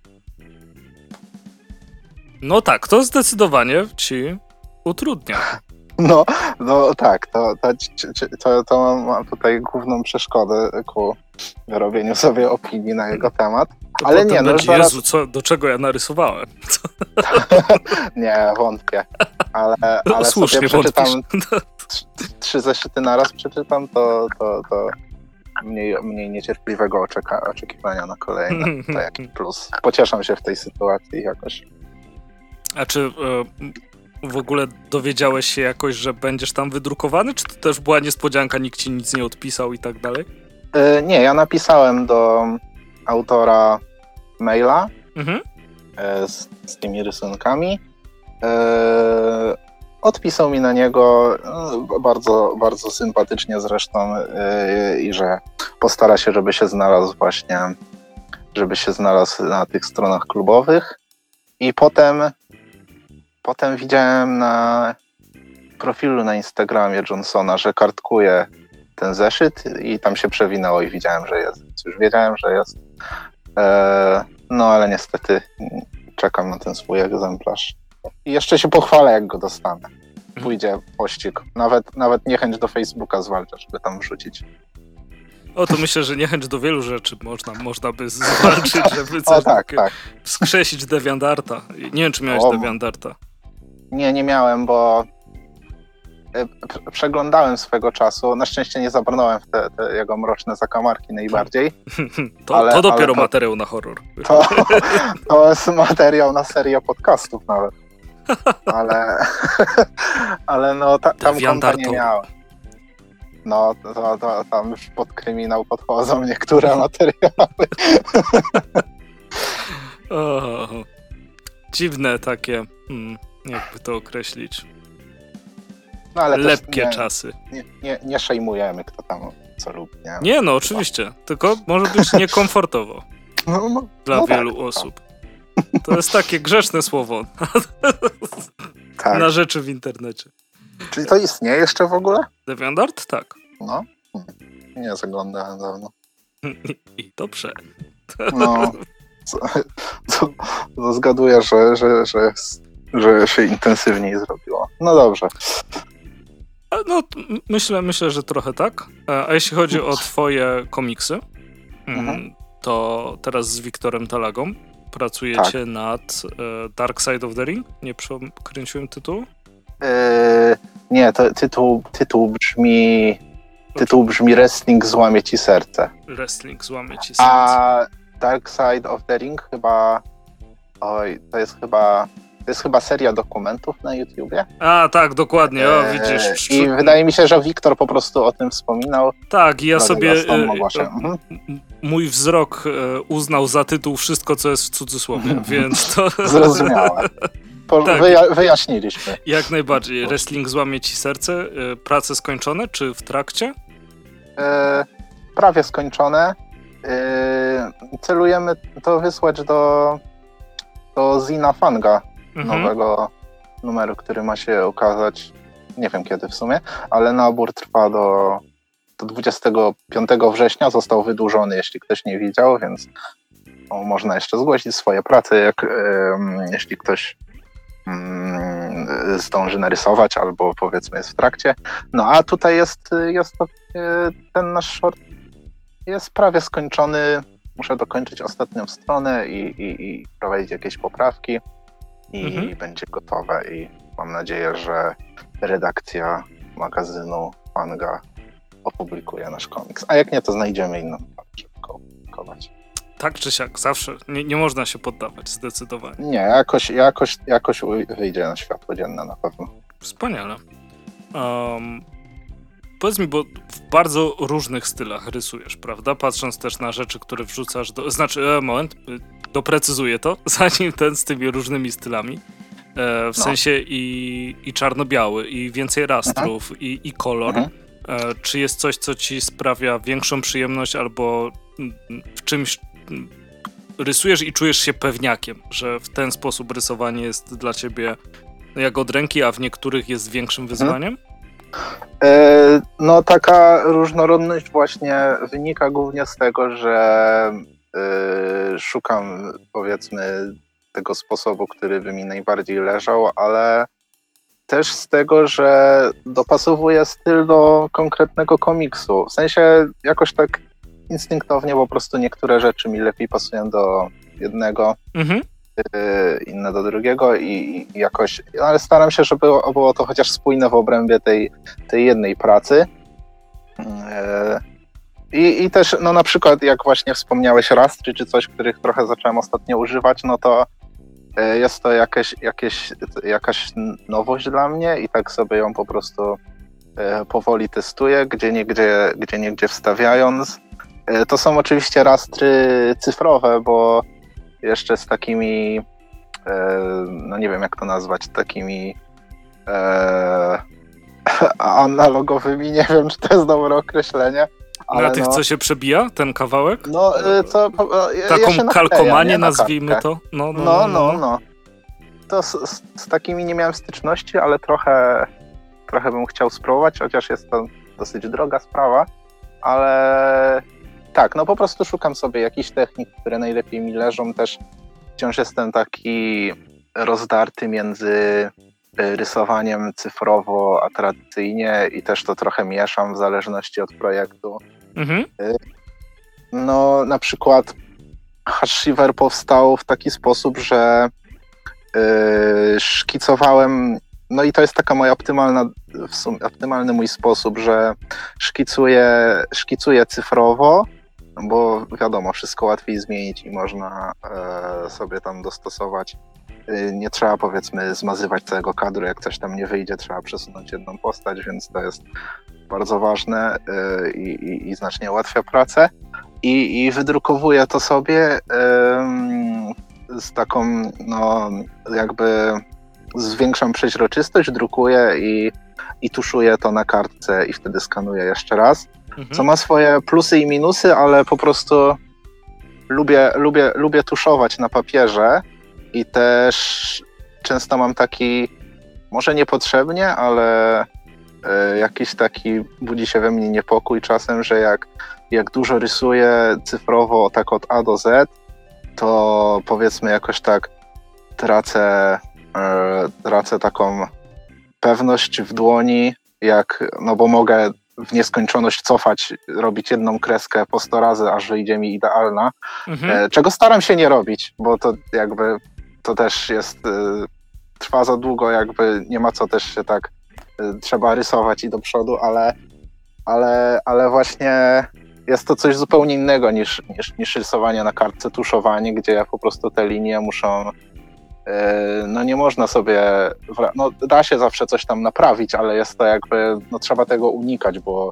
No tak, to zdecydowanie ci utrudnia.
No, no tak, to, to, to, to mam tutaj główną przeszkodę ku wyrobieniu sobie opinii na jego temat.
To
Ale
potem
nie, no
będzie,
zaraz...
Jezu, co, do czego ja narysowałem? Co?
Nie, wątpię. Ale,
No,
ale
słusznie
sobie przeczytam
wątpisz.
tr- trzy zeszyty naraz przeczytam, to, to, to mniej, mniej niecierpliwego oczeka- oczekiwania na kolejne. To jakiś plus. Pocieszam się w tej sytuacji jakoś.
A czy e, w ogóle dowiedziałeś się jakoś, że będziesz tam wydrukowany, czy to też była niespodzianka, nikt ci nic nie odpisał i tak dalej?
Yy, nie, ja napisałem do autora maila
Mhm.
yy, z, z tymi rysunkami. Yy, odpisał mi na niego yy, bardzo, bardzo sympatycznie zresztą yy, i że postara się, żeby się znalazł właśnie, żeby się znalazł na tych stronach klubowych. I potem potem widziałem na profilu na Instagramie Johnsona, że kartkuje ten zeszyt i tam się przewinęło i widziałem, że jest. Więc już wiedziałem, że jest. Eee, no ale niestety czekam na ten swój egzemplarz. I jeszcze się pochwalę, jak go dostanę. Pójdzie pościg. Nawet, nawet niechęć do Facebooka zwalcza, żeby tam wrzucić.
O, to myślę, że niechęć do wielu rzeczy można, można by zwalczyć, żeby coś
O tak,
takiego-
tak.
wskrzesić Deviantarta. Nie wiem, czy miałeś
O.
Deviantarta.
Nie, nie miałem, bo e, p- przeglądałem swego czasu. Na szczęście nie zabrnąłem w te, te jego mroczne zakamarki najbardziej.
To,
Ale-
to dopiero
ale to-
materiał na horror.
To, to jest materiał na serię podcastów nawet. Ale, ale no ta, tam konta nie
Deviantartowi.
miałem. No, to, to, tam już pod kryminał podchodzą niektóre materiały.
O, dziwne takie, hmm, jakby to określić,
No, ale też
lepkie
nie,
czasy.
nie, nie, nie szejmujemy, kto tam co lubi. Nie?
Nie no, oczywiście, tylko może być niekomfortowo
No, no,
dla
no
wielu
tak,
osób. To jest takie grzeczne słowo
tak.
na rzeczy w internecie.
Czyli to istnieje jeszcze w ogóle?
Deviantart? Tak.
No. Nie zaglądałem dawno.
I dobrze.
No. Co, co, co zgaduję, że, że, że, jest- że się intensywniej zrobiło. No dobrze.
A No, t- m- myślę, myślę, że trochę tak. E, A jeśli chodzi o twoje komiksy, mm,
Mhm.
to teraz z Wiktorem Talagą pracujecie nad e, Dark Side of the Ring? Nie przekręciłem tytułu?
Yy, nie, to tytuł, tytuł brzmi tytuł brzmi Wrestling złamie ci serce.
Wrestling złamie ci serce.
A Dark Side of the Ring chyba oj, to jest chyba to jest chyba seria dokumentów na YouTubie.
A, tak, dokładnie, o,
Eee,
widzisz.
I wydaje mi się, że Wiktor po prostu o tym wspominał.
Tak, i ja
Dlatego
sobie
stąd
e,
mogła się.
e,
Mhm.
m- mój wzrok e, uznał za tytuł wszystko, co jest w cudzysłowie, więc to
Zrozumiałe. Po,
Tak.
wyja- wyjaśniliśmy.
jak najbardziej. Wrestling złamie ci serce. E, Prace skończone, czy w trakcie?
E, prawie skończone. E, celujemy to wysłać do, do Zina Fanga,
Mhm.
nowego numeru, który ma się ukazać, nie wiem kiedy w sumie, ale nabór trwa do, do dwudziestego piątego września, został wydłużony, jeśli ktoś nie widział, więc o, można jeszcze zgłosić swoje prace, jak, em, jeśli ktoś mm, zdąży narysować albo powiedzmy jest w trakcie. No a tutaj jest, jest to, e, ten nasz short jest prawie skończony. Muszę dokończyć ostatnią stronę i, i, i prowadzić jakieś poprawki i
Mhm.
będzie gotowe i mam nadzieję, że redakcja magazynu Fanga opublikuje nasz komiks. A jak nie, to znajdziemy inną, żeby go opublikować.
Tak czy siak, zawsze. Nie, nie można się poddawać, zdecydowanie.
Nie, jakoś, jakoś, jakoś uj- wyjdzie na światło dzienne na pewno.
Wspaniale. Um, powiedz mi, bo w bardzo różnych stylach rysujesz, prawda? Patrząc też na rzeczy, które wrzucasz do... Znaczy, e, moment, y, doprecyzuję to, zanim ten z tymi różnymi stylami. E, w
No.
sensie i, i czarno-biały, i więcej rastrów, i, i kolor.
Mhm.
E, czy jest coś, co ci sprawia większą przyjemność, albo mm, w czymś mm, rysujesz i czujesz się pewniakiem, że w ten sposób rysowanie jest dla ciebie jak od ręki, a w niektórych jest większym wyzwaniem?
E, no taka różnorodność właśnie wynika głównie z tego, że e, szukam powiedzmy tego sposobu, który by mi najbardziej leżał, ale też z tego, że dopasowuję styl do konkretnego komiksu. W sensie jakoś tak instynktownie po prostu niektóre rzeczy mi lepiej pasują do jednego, mhm. y, inne do drugiego i, i jakoś, ale staram się, żeby było to chociaż spójne w obrębie tej, tej jednej pracy. Y, i, I też, no na przykład jak właśnie wspomniałeś rastry czy coś, których trochę zacząłem ostatnio używać, no to y, jest to jakieś, jakieś, jakaś nowość dla mnie i tak sobie ją po prostu y, powoli testuję, gdzie niegdzie, gdzie niegdzie wstawiając. To są oczywiście rastry cyfrowe, bo jeszcze z takimi, no nie wiem jak to nazwać, takimi e, analogowymi, nie wiem czy to jest dobre określenie.
Ale na tych, no, co się przebija, ten kawałek?
No to...
Taką
ja
kalkomanię, nazwijmy to?
No, no, no. no, no. To z, z, z takimi nie miałem styczności, ale trochę, trochę bym chciał spróbować, chociaż jest to dosyć droga sprawa, ale... Tak, no po prostu szukam sobie jakichś technik, które najlepiej mi leżą. Też wciąż jestem taki rozdarty między rysowaniem cyfrowo a tradycyjnie i też to trochę mieszam w zależności od projektu. Mhm. No na przykład Hashiver powstał w taki sposób, że yy, szkicowałem, no i to jest taka moja optymalna, w sumie optymalny mój sposób, że szkicuję, szkicuję cyfrowo, bo wiadomo, wszystko łatwiej zmienić i można e, sobie tam dostosować. E, nie trzeba powiedzmy zmazywać całego kadru, jak coś tam nie wyjdzie, trzeba przesunąć jedną postać, więc to jest bardzo ważne e, i, i znacznie ułatwia pracę. I, i wydrukowuję to sobie e, z taką, no jakby zwiększam przeźroczystość, drukuję i, i tuszuję to na kartce i wtedy skanuję jeszcze raz. Co ma swoje plusy i minusy, ale po prostu lubię, lubię, lubię tuszować na papierze i też często mam taki, może niepotrzebnie, ale y, jakiś taki budzi się we mnie niepokój czasem, że jak, jak dużo rysuję cyfrowo tak od A do Z, to powiedzmy jakoś tak tracę, y, tracę taką pewność w dłoni, jak, no bo mogę w nieskończoność cofać, robić jedną kreskę po sto razy, aż wyjdzie mi idealna, mhm. czego staram się nie robić, bo to jakby to też jest, trwa za długo, jakby nie ma co też się tak, trzeba rysować i do przodu, ale, ale, ale właśnie jest to coś zupełnie innego niż, niż, niż rysowanie na kartce, tuszowanie, gdzie po prostu te linie muszą, no nie można sobie, no da się zawsze coś tam naprawić, ale jest to jakby, no trzeba tego unikać, bo,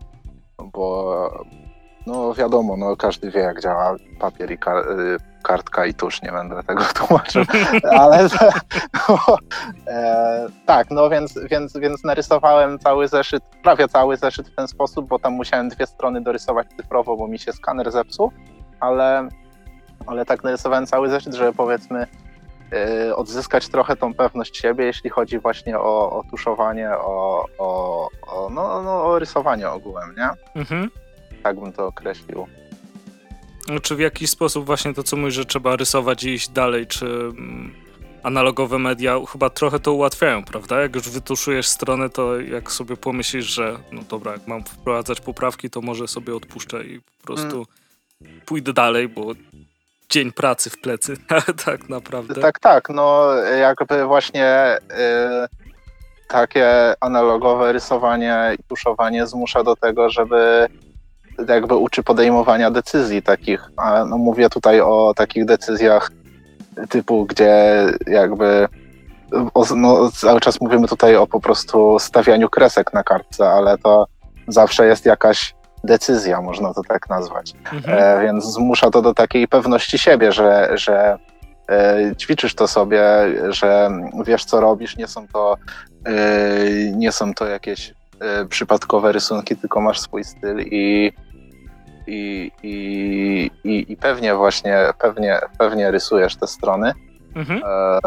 bo no wiadomo, no każdy wie jak działa papier i kar- kartka i tusz, nie będę tego tłumaczył, ale no, e, tak, no więc, więc, więc narysowałem cały zeszyt, prawie cały zeszyt w ten sposób, bo tam musiałem dwie strony dorysować cyfrowo, bo mi się skaner zepsuł, ale, ale tak narysowałem cały zeszyt, żeby powiedzmy odzyskać trochę tą pewność siebie, jeśli chodzi właśnie o, o tuszowanie, o, o, o, no, no, o rysowanie ogółem, nie? Mhm. Tak bym to określił.
Czy w jakiś sposób właśnie to, co mówisz, że trzeba rysować i iść dalej, czy mm, analogowe media chyba trochę to ułatwiają, prawda? Jak już wytuszujesz stronę, to jak sobie pomyślisz, że no dobra, jak mam wprowadzać poprawki, to może sobie odpuszczę i po prostu mm. pójdę dalej, bo dzień pracy w plecy, tak naprawdę.
Tak, tak, no jakby właśnie y, takie analogowe rysowanie i tuszowanie zmusza do tego, żeby jakby uczy podejmowania decyzji takich, a no mówię tutaj o takich decyzjach typu, gdzie jakby o, no, cały czas mówimy tutaj o po prostu stawianiu kresek na kartce, ale to zawsze jest jakaś decyzja, można to tak nazwać. Mhm. E, więc zmusza to do takiej pewności siebie, że, że e, ćwiczysz to sobie, że wiesz co robisz, nie są to, e, nie są to jakieś e, przypadkowe rysunki, tylko masz swój styl i, i, i, i, i pewnie właśnie, pewnie, pewnie rysujesz te strony.
Mhm.
E,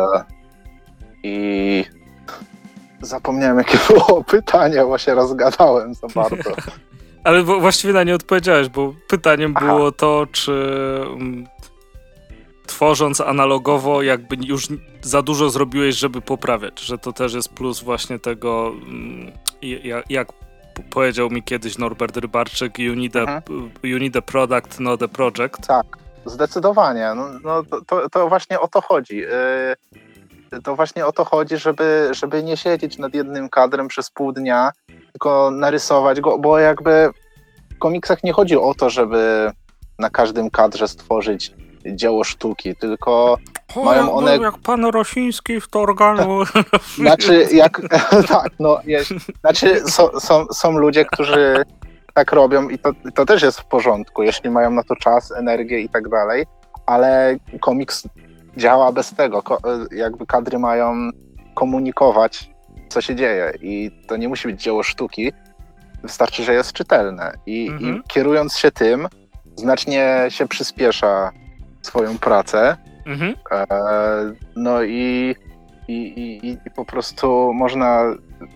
I zapomniałem, jakie było pytanie, bo się rozgadałem za bardzo.
Ale właściwie na nie odpowiedziałeś, bo pytaniem
Aha. było
to, czy mm, tworząc analogowo jakby już za dużo zrobiłeś, żeby poprawiać, że to też jest plus właśnie tego, mm, jak, jak powiedział mi kiedyś Norbert Rybarczyk, you need, a, you need a product, not a project.
Tak, zdecydowanie. No, no to, to, to właśnie o to chodzi. Yy, to właśnie o to chodzi, żeby, żeby nie siedzieć nad jednym kadrem przez pół dnia, tylko narysować go, bo jakby w komiksach nie chodzi o to, żeby na każdym kadrze stworzyć dzieło sztuki, tylko
o,
mają one...
jak pan Rosiński w Torgalu.
Znaczy, jak... tak, no, jest, znaczy są, są, są ludzie, którzy tak robią i to, to też jest w porządku, jeśli mają na to czas, energię i tak dalej, ale komiks działa bez tego. Ko- jakby kadry mają komunikować, co się dzieje i to nie musi być dzieło sztuki, wystarczy, że jest czytelne i, mhm. i kierując się tym, znacznie się przyspiesza swoją pracę. Mhm. E, no i, i, i, i po prostu można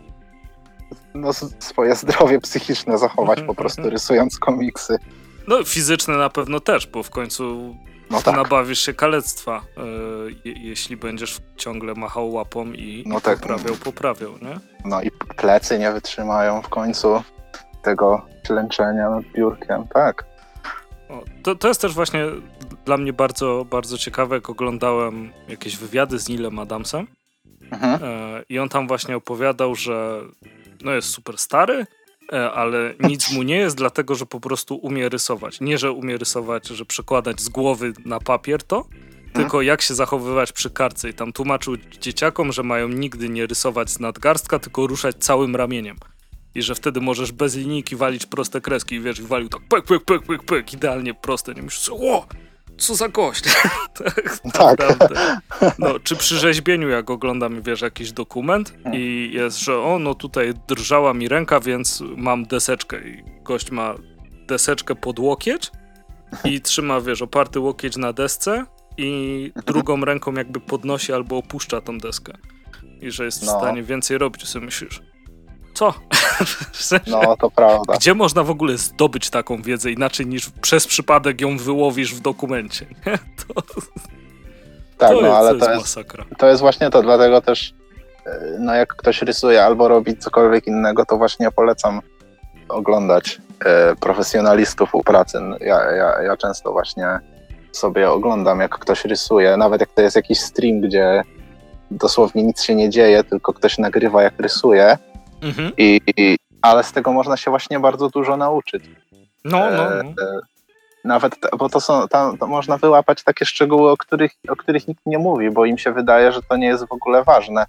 no, swoje zdrowie psychiczne zachować po prostu rysując komiksy.
No fizyczne na pewno też, bo w końcu no tak. nabawisz się kalectwa, e, jeśli będziesz ciągle machał łapą i, no i tak. poprawiał, poprawiał, nie?
No i plecy nie wytrzymają w końcu tego klęczenia nad biurkiem, tak.
O, to, to jest też właśnie dla mnie bardzo, bardzo ciekawe, jak oglądałem jakieś wywiady z Neilem Adamsem mhm. e, i on tam właśnie opowiadał, że no jest super stary, e, ale nic mu nie jest, dlatego że po prostu umie rysować. Nie, że umie rysować, że przekładać z głowy na papier to, mhm. tylko jak się zachowywać przy kartce. I tam tłumaczył dzieciakom, że mają nigdy nie rysować z nadgarstka, tylko ruszać całym ramieniem. I że wtedy możesz bez linijki walić proste kreski i wiesz, i walił tak pyk, pyk, pyk, pyk, pyk, idealnie proste. Nie myślisz, o, co za gość. tak, naprawdę. No, czy przy rzeźbieniu, jak oglądam, wiesz, jakiś dokument i jest, że o, no tutaj drżała mi ręka, więc mam deseczkę i gość ma deseczkę pod łokieć i trzyma, wiesz, oparty łokieć na desce i drugą ręką jakby podnosi albo opuszcza tą deskę. I że jest w no. stanie więcej robić, co sobie myślisz. Co? W sensie,
no, to prawda.
Gdzie można w ogóle zdobyć taką wiedzę inaczej niż przez przypadek ją wyłowisz w dokumencie? To,
tak,
to
no
jest,
ale
to jest,
to jest
masakra.
To jest właśnie to, dlatego też no jak ktoś rysuje albo robi cokolwiek innego, to właśnie polecam oglądać e, profesjonalistów u pracy. Ja, ja, ja często właśnie sobie oglądam, jak ktoś rysuje, nawet jak to jest jakiś stream, gdzie dosłownie nic się nie dzieje, tylko ktoś nagrywa, jak rysuje. Mhm. I, i, ale z tego można się właśnie bardzo dużo nauczyć.
No, no, no.
E, nawet, bo to są, tam to można wyłapać takie szczegóły, o których, o których nikt nie mówi, bo im się wydaje, że to nie jest w ogóle ważne.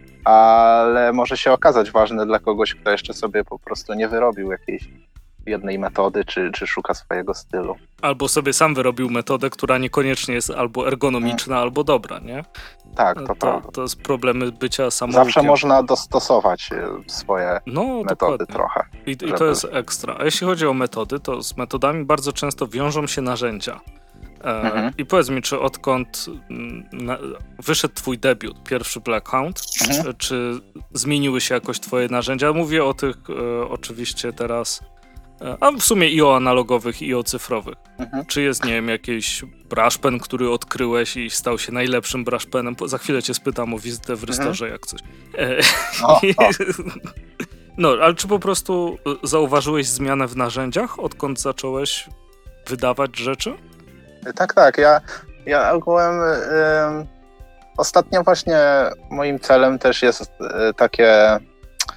Ale może się okazać ważne dla kogoś, kto jeszcze sobie po prostu nie wyrobił jakiejś jednej metody, czy, czy szuka swojego stylu.
Albo sobie sam wyrobił metodę, która niekoniecznie jest albo ergonomiczna, hmm. albo dobra, nie?
Tak, to
to,
prawda.
To jest problemy bycia samoukiem.
Zawsze można dostosować swoje
no,
metody
dokładnie.
trochę.
I, żeby... I to jest ekstra. A jeśli chodzi o metody, to z metodami bardzo często wiążą się narzędzia. E, mhm. I powiedz mi, czy odkąd na, wyszedł twój debiut, pierwszy Black Hound, mhm. czy zmieniły się jakoś twoje narzędzia? Mówię o tych e, oczywiście teraz, e, a w sumie i o analogowych, i o cyfrowych. Mhm. Czy jest, nie wiem, jakiś brushpen, który odkryłeś i stał się najlepszym brushpenem? Za chwilę cię spytam o wizytę w Rystorze, mhm. jak coś. E,
o,
i,
o.
No, ale czy po prostu zauważyłeś zmianę w narzędziach, odkąd zacząłeś wydawać rzeczy?
Tak, tak. Ja, ja ogółem y, ostatnio właśnie moim celem też jest y, takie y,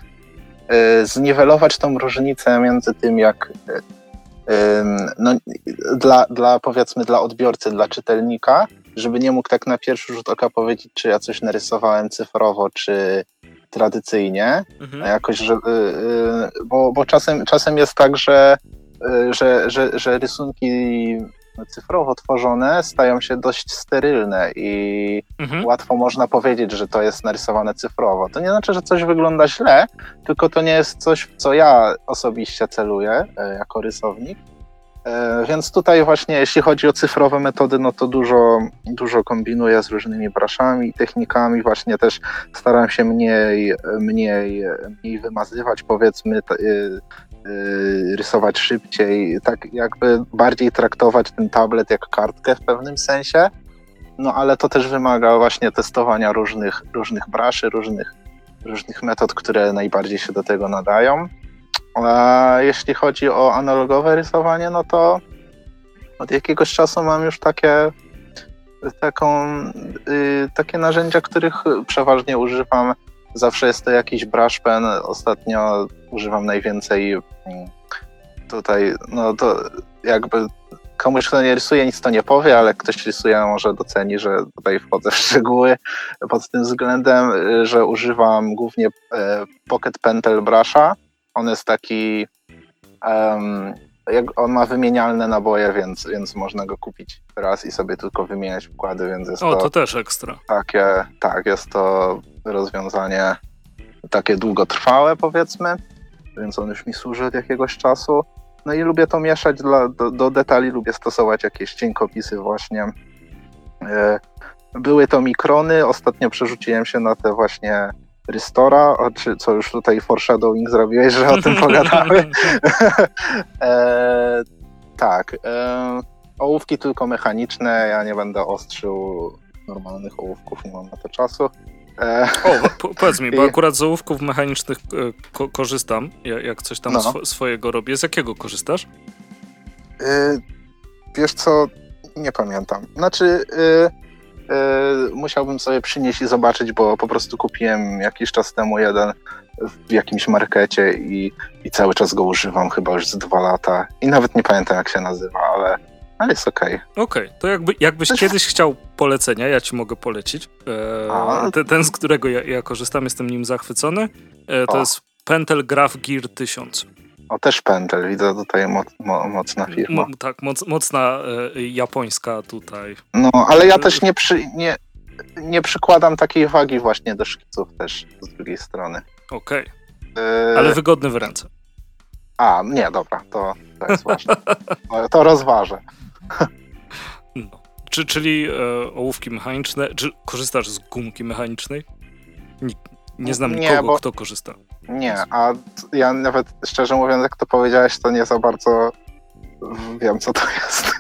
zniwelować tą różnicę między tym, jak y, y, no, dla, dla powiedzmy dla odbiorcy, dla czytelnika, żeby nie mógł tak na pierwszy rzut oka powiedzieć, czy ja coś narysowałem cyfrowo, czy tradycyjnie. Mhm. Jakoś, że, y, y, bo, bo czasem, czasem jest tak, że, y, że, że, że rysunki cyfrowo tworzone stają się dość sterylne i mhm. łatwo można powiedzieć, że to jest narysowane cyfrowo. To nie znaczy, że coś wygląda źle, tylko to nie jest coś, w co ja osobiście celuję e, jako rysownik. E, więc tutaj właśnie, jeśli chodzi o cyfrowe metody, no to dużo, dużo kombinuję z różnymi braszami i technikami. Właśnie też staram się mniej, mniej, mniej wymazywać, powiedzmy, t, y, y, rysować szybciej, tak jakby bardziej traktować ten tablet jak kartkę w pewnym sensie. No ale to też wymaga właśnie testowania różnych, różnych braszy, różnych, różnych metod, które najbardziej się do tego nadają. A jeśli chodzi o analogowe rysowanie, no to od jakiegoś czasu mam już takie, taką, y, takie narzędzia, których przeważnie używam. Zawsze jest to jakiś brush pen. Ostatnio używam najwięcej tutaj, no to jakby komuś, kto nie rysuje, nic to nie powie, ale ktoś rysuje, może doceni, że tutaj wchodzę w szczegóły pod tym względem, że używam głównie Pocket Pentel Brusha. On jest taki, um, jak on ma wymienialne naboje, więc, więc można go kupić raz i sobie tylko wymieniać wkłady, więc jest
o,
to...
to też ekstra.
Takie, tak, jest to rozwiązanie takie długotrwałe, powiedzmy, więc on już mi służy od jakiegoś czasu. No i lubię to mieszać dla, do, do detali, lubię stosować jakieś cienkopisy właśnie. Były to mikrony, ostatnio przerzuciłem się na te właśnie Rystora, czy co już tutaj foreshadowing zrobiłeś, że o tym pogadamy. e, tak, e, ołówki tylko mechaniczne, ja nie będę ostrzył normalnych ołówków, nie mam na to czasu. E,
o, po, powiedz mi, bo akurat z ołówków mechanicznych ko- korzystam, jak coś tam no. sw- swojego robię. Z jakiego korzystasz?
E, wiesz co, nie pamiętam. Znaczy... E, Yy, musiałbym sobie przynieść i zobaczyć, bo po prostu kupiłem jakiś czas temu jeden w jakimś markecie i, i cały czas go używam, chyba już z dwa lata i nawet nie pamiętam, jak się nazywa, ale, ale jest okej.
Okay. Okej, okay. To jakby, jakbyś Też... kiedyś chciał polecenia, ja ci mogę polecić. Eee, ten, ten, z którego ja, ja korzystam, jestem nim zachwycony, eee, to o. jest Pentel Graph Gear tysiąc.
O, też Pentel, widzę tutaj moc, mo, mocna firma.
Mo, tak, moc, mocna e, japońska tutaj.
No, ale ja też nie, przy, nie, nie przykładam takiej wagi właśnie do szkiców też z drugiej strony.
Okej, okay. yy... ale wygodny w ręce.
A, nie, dobra, to, to jest ważne. To rozważę.
No. Czy, czyli e, ołówki mechaniczne, czy korzystasz z gumki mechanicznej? Nie, nie znam nikogo, nie, bo... kto korzysta.
Nie, a ja nawet szczerze mówiąc, jak to powiedziałeś, to nie za bardzo wiem, co to jest.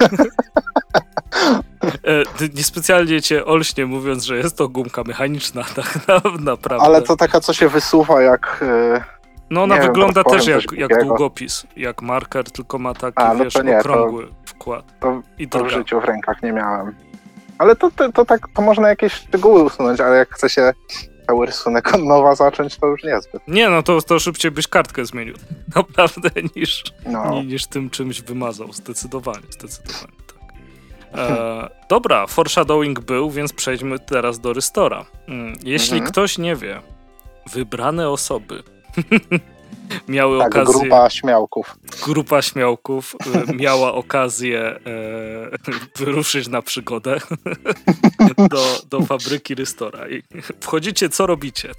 e, niespecjalnie cię olśnie mówiąc, że jest to gumka mechaniczna, tak naprawdę.
Ale to taka, co się wysuwa jak...
No ona wygląda wiem, też jak, jak długopis, jak marker, tylko ma taki, a, no wiesz, nie, okrągły
to,
wkład.
To, I to w życiu w rękach nie miałem. Ale to, to, to tak, to można jakieś szczegóły usunąć, ale jak chce się cały rysunek od nowa zacząć, to już niezbyt.
Nie, no to, to szybciej byś kartkę zmienił. Naprawdę niż,
no.
niż tym czymś wymazał. Zdecydowanie, zdecydowanie tak. E, dobra, foreshadowing był, więc przejdźmy teraz do Rystora. Jeśli mhm. ktoś nie wie, wybrane osoby miały
tak,
okazję...
grupa śmiałków.
Grupa śmiałków miała okazję e, wyruszyć na przygodę do, do fabryki Rystora. I wchodzicie, co robicie?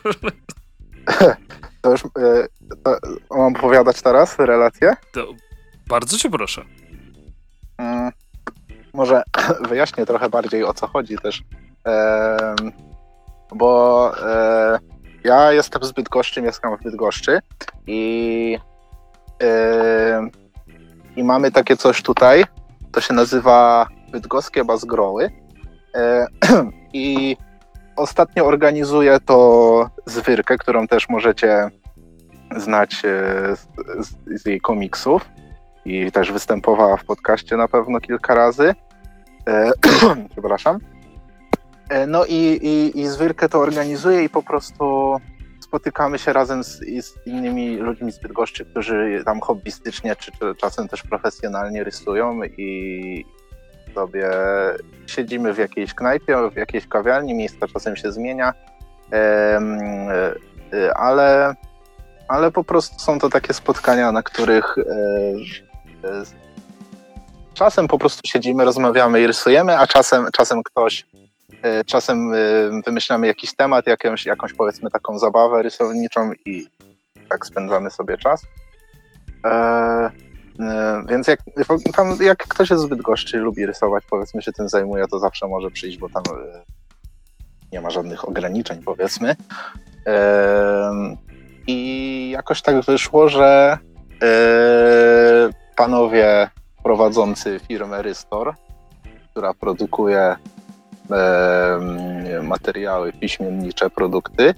To już to mam opowiadać teraz relację?
To bardzo cię proszę.
Hmm, może wyjaśnię trochę bardziej, o co chodzi też. E, bo e, ja jestem z Bydgoszczy, mieszkam w Bydgoszczy i, yy, i mamy takie coś tutaj, to się nazywa Bydgoskie Bazgroły yy, i ostatnio organizuję to Zwyrkę, którą też możecie znać yy, z, z, z jej komiksów i też występowała w podcaście na pewno kilka razy. Yy, przepraszam. No i, i, i Zwyrkę to organizuję i po prostu spotykamy się razem z, z innymi ludźmi z Bydgoszczy, którzy tam hobbystycznie czy, czy czasem też profesjonalnie rysują i sobie siedzimy w jakiejś knajpie, w jakiejś kawiarni, miejsce czasem się zmienia, ale, ale po prostu są to takie spotkania, na których czasem po prostu siedzimy, rozmawiamy i rysujemy, a czasem, czasem ktoś Czasem wymyślamy jakiś temat, jakąś, jakąś powiedzmy taką zabawę rysowniczą i tak spędzamy sobie czas. Więc jak, tam, jak ktoś jest z Bydgoszczy, lubi rysować, powiedzmy się tym zajmuje, to zawsze może przyjść, bo tam nie ma żadnych ograniczeń, powiedzmy. I jakoś tak wyszło, że panowie prowadzący firmę Rystor, która produkuje materiały piśmiennicze, produkty,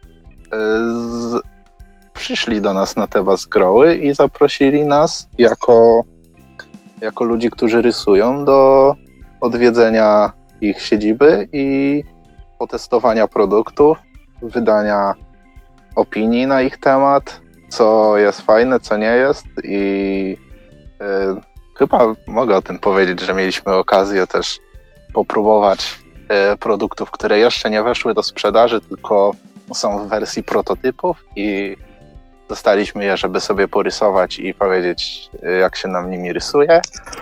z, przyszli do nas na te Wasgroły i zaprosili nas jako, jako ludzi, którzy rysują, do odwiedzenia ich siedziby i potestowania produktów, wydania opinii na ich temat, co jest fajne, co nie jest i y, chyba mogę o tym powiedzieć, że mieliśmy okazję też popróbować y, produktów, które jeszcze nie weszły do sprzedaży, tylko są w wersji prototypów i dostaliśmy je, żeby sobie porysować i powiedzieć, jak się nam nimi rysuje.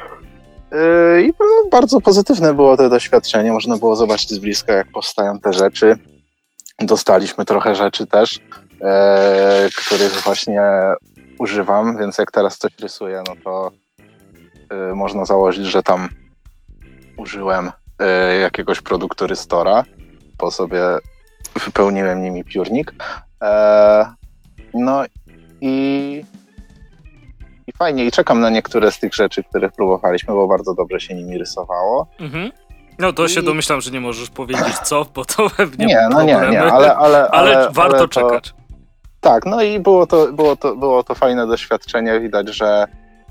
I no, bardzo pozytywne było to doświadczenie. Można było zobaczyć z bliska, jak powstają te rzeczy. Dostaliśmy trochę rzeczy też, e, których właśnie używam, więc jak teraz coś rysuję, no to e, można założyć, że tam użyłem e, jakiegoś produktu Rystora, bo sobie wypełniłem nimi piórnik. E, no i, i fajnie, i czekam na niektóre z tych rzeczy, które próbowaliśmy, bo bardzo dobrze się nimi rysowało. Mhm.
No to I... się domyślam, że nie możesz powiedzieć co, bo to pewnie
nie, no nie, nie, ale, ale, ale,
ale warto
ale to,
czekać.
Tak, no i było to, było to, było to fajne doświadczenie. Widać, że,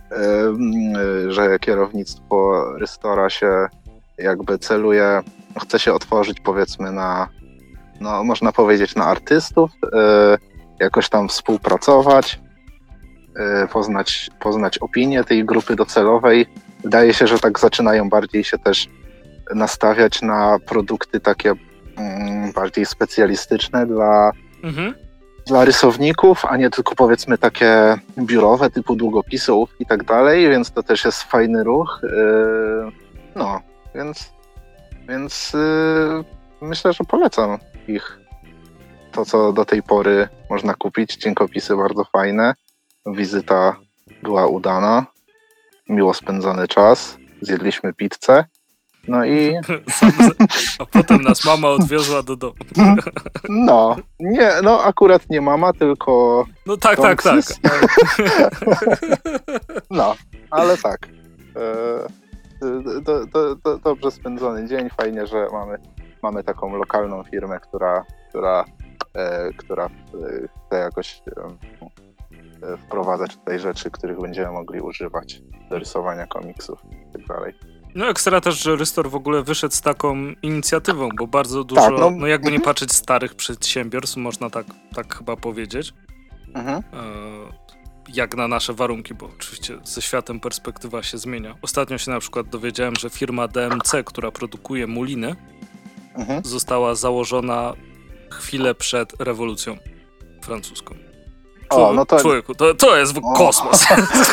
yy, że kierownictwo Rystora się jakby celuje, chce się otworzyć, powiedzmy, na, no można powiedzieć, na artystów, yy, jakoś tam współpracować, yy, poznać, poznać opinię tej grupy docelowej. Wydaje się, że tak zaczynają bardziej się też nastawiać na produkty takie mm, bardziej specjalistyczne dla, mhm. dla rysowników, a nie tylko, powiedzmy, takie biurowe typu długopisów i tak dalej, więc to też jest fajny ruch. Yy, no, więc, więc yy, myślę, że polecam ich. To, co do tej pory można kupić, dziękopisy bardzo fajne, wizyta była udana, miło spędzony czas, zjedliśmy pizzę. No i...
A potem nas mama odwiozła do domu.
No, nie, no akurat nie mama, tylko...
No tak, tak, tak.
No, ale tak. Do, do, do, dobrze spędzony dzień, fajnie, że mamy, mamy taką lokalną firmę, która, która, która chce jakoś wprowadzać tutaj rzeczy, których będziemy mogli używać do rysowania komiksów i tak dalej.
No ekstra też, że Rystor w ogóle wyszedł z taką inicjatywą, bo bardzo dużo, tak, no, no jakby nie patrzeć, starych przedsiębiorstw, można tak, tak chyba powiedzieć, mhm. e, jak na nasze warunki, bo oczywiście ze światem perspektywa się zmienia. Ostatnio się na przykład dowiedziałem, że firma D M C, która produkuje muliny, mhm. została założona chwilę przed rewolucją francuską. Człowiek, o, no to... Człowieku, to, to jest o. kosmos.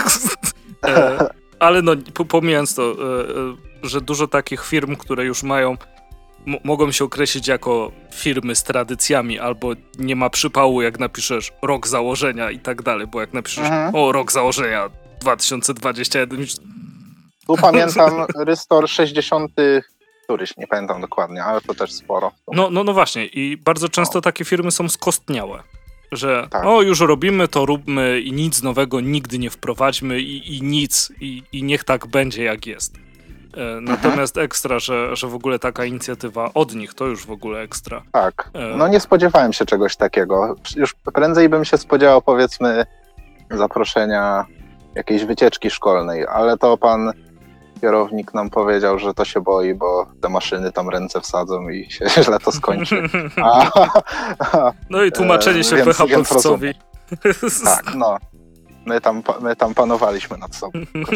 e, Ale no, pomijając to, że dużo takich firm, które już mają, m- mogą się określić jako firmy z tradycjami, albo nie ma przypału, jak napiszesz rok założenia i tak dalej, bo jak napiszesz mhm. o rok założenia dwa tysiące dwudziesty pierwszy...
Tu pamiętam Rystor sześćdziesiąty któryś, nie pamiętam dokładnie, ale to też sporo.
No, no, no właśnie i bardzo często no. takie firmy są skostniałe. Że tak. o, już robimy, to róbmy i nic nowego nigdy nie wprowadźmy i, i nic, i, i niech tak będzie, jak jest. E, natomiast mhm. ekstra, że, że w ogóle taka inicjatywa od nich, to już w ogóle ekstra.
Tak, e... no nie spodziewałem się czegoś takiego. Już prędzej bym się spodziewał, powiedzmy, zaproszenia jakiejś wycieczki szkolnej, ale to pan kierownik nam powiedział, że to się boi, bo te maszyny tam ręce wsadzą i się źle to skończy. A,
a, no i tłumaczenie się P H P-wcowi.
Tak, no. My tam, my tam panowaliśmy nad sobą.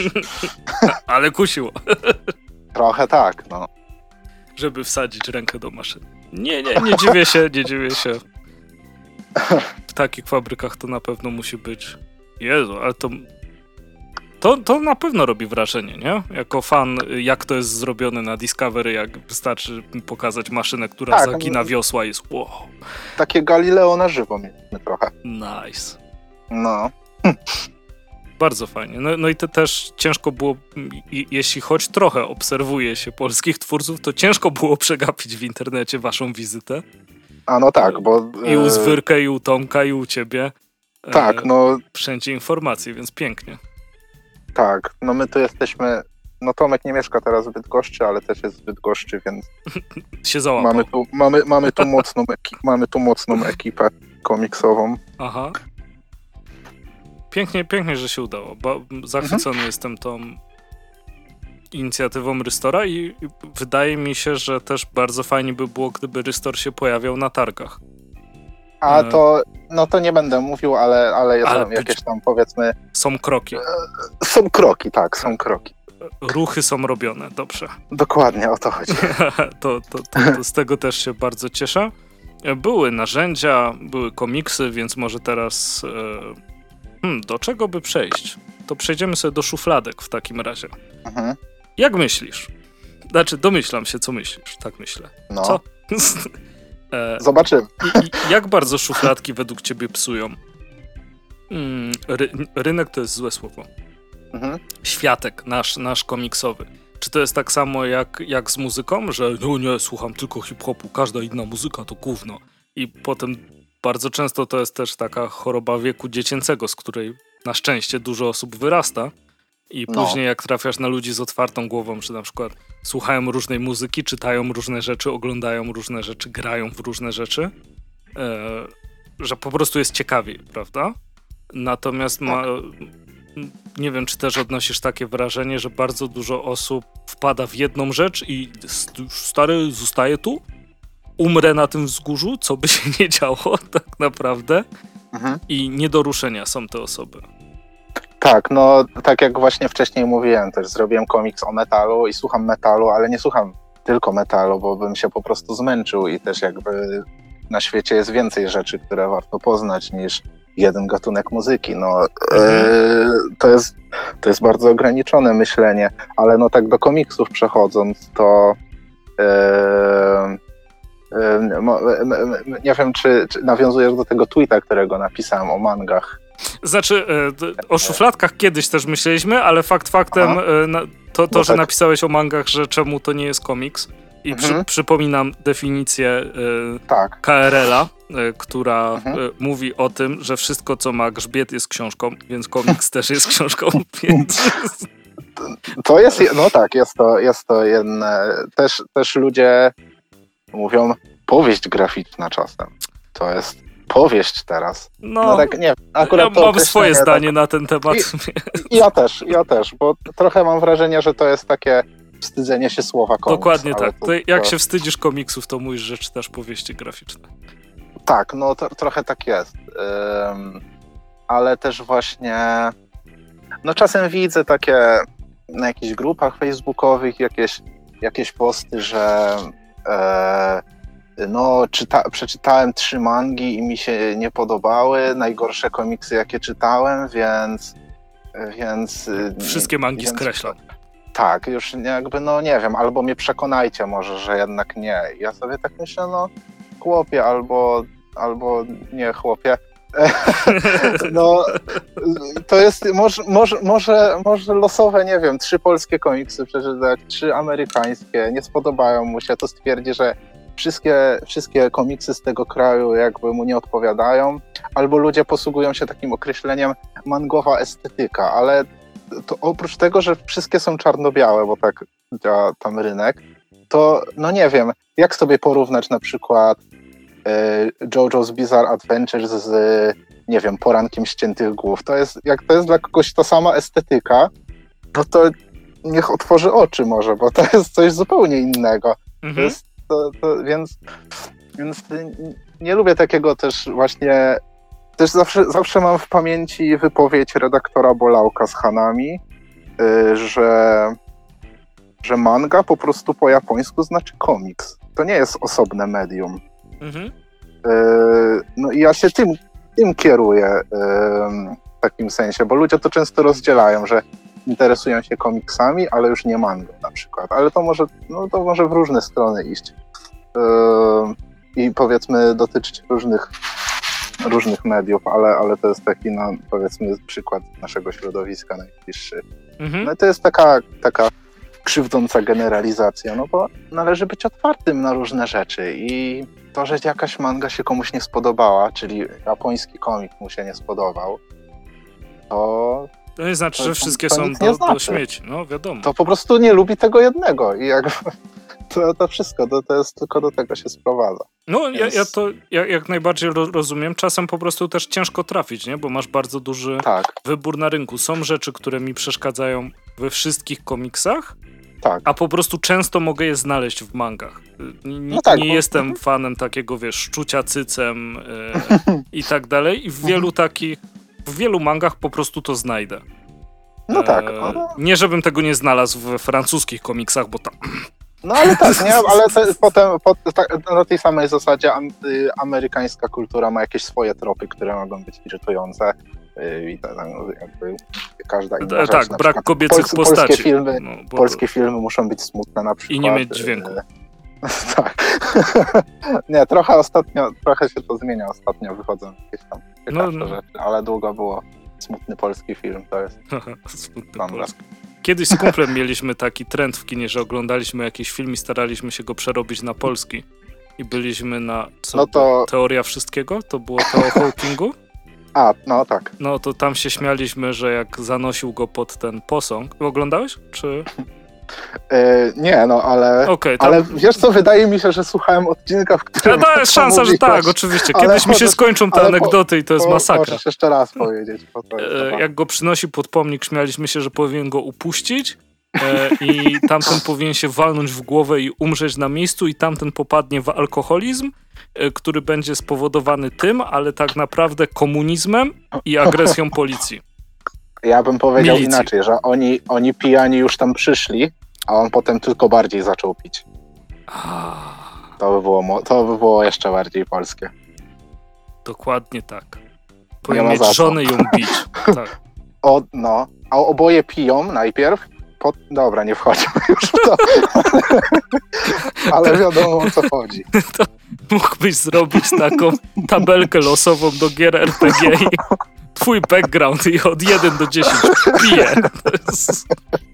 Ale kusiło.
Trochę tak, no.
Żeby wsadzić rękę do maszyny. Nie, nie, nie dziwię się, nie dziwię się. W takich fabrykach to na pewno musi być... Jezu, ale to... To, to na pewno robi wrażenie, nie? Jako fan, jak to jest zrobione na Discovery, jak wystarczy pokazać maszynę, która tak, zagina wiosła i jest wow.
Takie Galileo na żywo mieliśmy trochę.
Nice.
No.
Bardzo fajnie. No, no i to też ciężko było, i, jeśli choć trochę obserwuje się polskich twórców, to ciężko było przegapić w internecie waszą wizytę.
A no tak, bo...
I u Zwyrkę, i u Tomka, i u ciebie.
Tak, no...
Wszędzie informacje, więc pięknie.
Tak, no my tu jesteśmy... No Tomek nie mieszka teraz w Bydgoszczy, ale też jest w Bydgoszczy, więc...
się załapał.
Mamy tu, mamy, mamy tu, mocną, eki- mamy tu mocną ekipę komiksową.
Aha. Pięknie, pięknie, że się udało, bo zachwycony mhm. jestem tą inicjatywą Rystora i, i wydaje mi się, że też bardzo fajnie by było, gdyby Rystor się pojawiał na targach.
A to, no to nie będę mówił, ale, ale jest ale jakieś tam, powiedzmy...
Są kroki.
Są kroki, tak, są kroki.
Ruchy są robione, dobrze.
Dokładnie, o to chodzi.
to, to, to, to z tego też się bardzo cieszę. Były narzędzia, były komiksy, więc może teraz... E, Hmm, do czego by przejść? To przejdziemy sobie do szufladek w takim razie. Mhm. Jak myślisz? Znaczy, domyślam się, co myślisz. Tak myślę.
No.
Co? e,
Zobaczymy.
I, i jak bardzo szufladki według ciebie psują? Hmm, ry, rynek to jest złe słowo. Mhm. Światek nasz, nasz komiksowy. Czy to jest tak samo jak, jak z muzyką, że no nie, słucham tylko hip-hopu, każda inna muzyka to gówno. I potem bardzo często to jest też taka choroba wieku dziecięcego, z której na szczęście dużo osób wyrasta i no. później jak trafiasz na ludzi z otwartą głową, że na przykład słuchają różnej muzyki, czytają różne rzeczy, oglądają różne rzeczy, grają w różne rzeczy, e, że po prostu jest ciekawiej, prawda? Natomiast ma, nie wiem, czy też odnosisz takie wrażenie, że bardzo dużo osób wpada w jedną rzecz i stary zostaje tu? Umrę na tym wzgórzu, co by się nie działo tak naprawdę mhm. i nie do ruszenia są te osoby.
Tak, no tak jak właśnie wcześniej mówiłem, też zrobiłem komiks o metalu i słucham metalu, ale nie słucham tylko metalu, bo bym się po prostu zmęczył i też jakby na świecie jest więcej rzeczy, które warto poznać niż jeden gatunek muzyki. No mhm. yy, to jest, to jest bardzo ograniczone myślenie, ale no tak do komiksów przechodząc, to yy, nie wiem, czy, czy nawiązujesz do tego tweeta, którego napisałem o mangach.
Znaczy, o szufladkach kiedyś też myśleliśmy, ale fakt faktem Aha. to, to no że tak. napisałeś o mangach, że czemu to nie jest komiks. I mhm. przy, przypominam definicję tak. K R L-a, która mhm. mówi o tym, że wszystko, co ma grzbiet, jest książką, więc komiks też jest książką. Więc...
To jest, no tak, jest to, jest to jedne. Też, też ludzie mówią powieść graficzna czasem. To jest powieść teraz. No, no tak, nie, akurat
ja mam swoje zdanie tak, na ten temat.
I, ja też, ja też, bo trochę mam wrażenie, że to jest takie wstydzenie się słowa komiks.
Dokładnie tak. To, Ty, jak to... się wstydzisz komiksów, to mówisz, że czytasz powieści graficzne.
Tak, no to, trochę tak jest. Um, ale też właśnie no czasem widzę takie na jakichś grupach facebookowych jakieś, jakieś posty, że e, no czyta, przeczytałem trzy mangi i mi się nie podobały, najgorsze komiksy jakie czytałem, więc więc
wszystkie mangi więc, skreślam.
Tak, już jakby no nie wiem, albo mnie przekonajcie może, że jednak nie. Ja sobie tak myślę, no chłopie, albo albo nie chłopie. No to jest może, może, może, może losowe, nie wiem, trzy polskie komiksy przeczytać, trzy amerykańskie, nie spodobają mu się, to stwierdzi, że wszystkie, wszystkie komiksy z tego kraju jakby mu nie odpowiadają, albo ludzie posługują się takim określeniem mangowa estetyka, ale to oprócz tego, że wszystkie są czarno-białe, bo tak działa tam rynek, to no nie wiem, jak sobie porównać na przykład y, JoJo's Bizarre Adventures z, nie wiem, Porankiem Ściętych Głów. To jest, jak to jest dla kogoś ta sama estetyka, no to niech otworzy oczy może, bo to jest coś zupełnie innego. Mhm. To jest, to, to, więc, więc nie lubię takiego też właśnie. Też zawsze, zawsze mam w pamięci wypowiedź redaktora Bolałka z Hanami, yy, że, że manga po prostu po japońsku znaczy komiks. To nie jest osobne medium. Mhm. Yy, no i ja się tym, tym kieruję yy, w takim sensie, bo ludzie to często rozdzielają, że interesują się komiksami, ale już nie mangą na przykład. Ale to może, no to może w różne strony iść. Yy, I powiedzmy dotyczyć różnych różnych mediów, ale, ale to jest taki, no, powiedzmy, przykład naszego środowiska najbliższy.
Mhm.
No i to jest taka, taka krzywdząca generalizacja, no bo należy być otwartym na różne rzeczy i to, że jakaś manga się komuś nie spodobała, czyli japoński komik mu się nie spodobał, to...
To nie znaczy,
to,
że wszystkie
to
są
nic nie
do,
znaczy.
do śmieci, no wiadomo.
To po prostu nie lubi tego jednego i jakby to, to wszystko, to, to jest tylko do tego się sprowadza.
No
Więc...
ja, ja to ja, jak najbardziej ro, rozumiem, czasem po prostu też ciężko trafić, nie? Bo masz bardzo duży
Tak,
wybór na rynku. Są rzeczy, które mi przeszkadzają we wszystkich komiksach,
tak.
a po prostu często mogę je znaleźć w mangach. N-
No tak,
nie
bo-
jestem fanem takiego, wiesz, szczucia cycem e, i tak dalej. I w wielu takich, w wielu mangach po prostu to znajdę.
No tak.
E,
No,
nie, żebym tego nie znalazł we francuskich komiksach, bo tam...
no ale tak, nie? Ale te, potem po, tak, na tej samej zasadzie am, y, amerykańska kultura ma jakieś swoje tropy, które mogą być irytujące. Y, I tak, no, jakby każda inna
E,
rzecz.
tak,
Na
brak
przykład
kobiecych
polskie,
postaci.
Polskie filmy,
No, bo-
polskie filmy muszą być smutne na przykład.
I nie mieć dźwięku.
Y, tak. Nie, trochę ostatnio, trochę się to zmienia ostatnio, wychodzą jakieś tam ciekawsze
No, no.
rzeczy, ale długo było smutny polski film, to jest
Smutny
standard.
polski. Kiedyś z kumplem mieliśmy taki trend w kinie, że oglądaliśmy jakiś film i staraliśmy się go przerobić na polski. I byliśmy na... Co,
No to-
Teoria wszystkiego? To było to o Hawkingu?
A, no tak.
No to tam się śmialiśmy, że jak zanosił go pod ten posąg... Oglądałeś? Czy...
Y, nie, no ale...
Okej, tam...
Ale wiesz co, wydaje mi się, że słuchałem odcinka, w którym...
No, to jest
to
szansa, że
mówiłeś.
tak, oczywiście.
Ale
Kiedyś mi się
możesz-
skończą te
ale po-
anegdoty i to jest
Po-
masakra.
Możesz jeszcze raz powiedzieć. Bo to jest
E,
chyba-
jak go przynosi pod pomnik, śmialiśmy się, że powinien go upuścić e, i tamten powinien się walnąć w głowę i umrzeć na miejscu i tamten popadnie w alkoholizm, e, który będzie spowodowany tym, ale tak naprawdę komunizmem i agresją policji.
Ja bym powiedział
Milicji.
inaczej, że oni, oni pijani już tam przyszli, a on potem tylko bardziej zaczął pić. To by było, mo- to by było jeszcze bardziej polskie.
Dokładnie tak.
Nie
Powinien
ma
mieć
za co.
żonę i ją bić. Tak.
O, no, a oboje piją najpierw. Po... Dobra, nie wchodźmy już w to. Ale wiadomo, o co chodzi.
Mógłbyś zrobić taką tabelkę losową do gier R P G i twój background i od jeden do dziesięciu pije. To jest...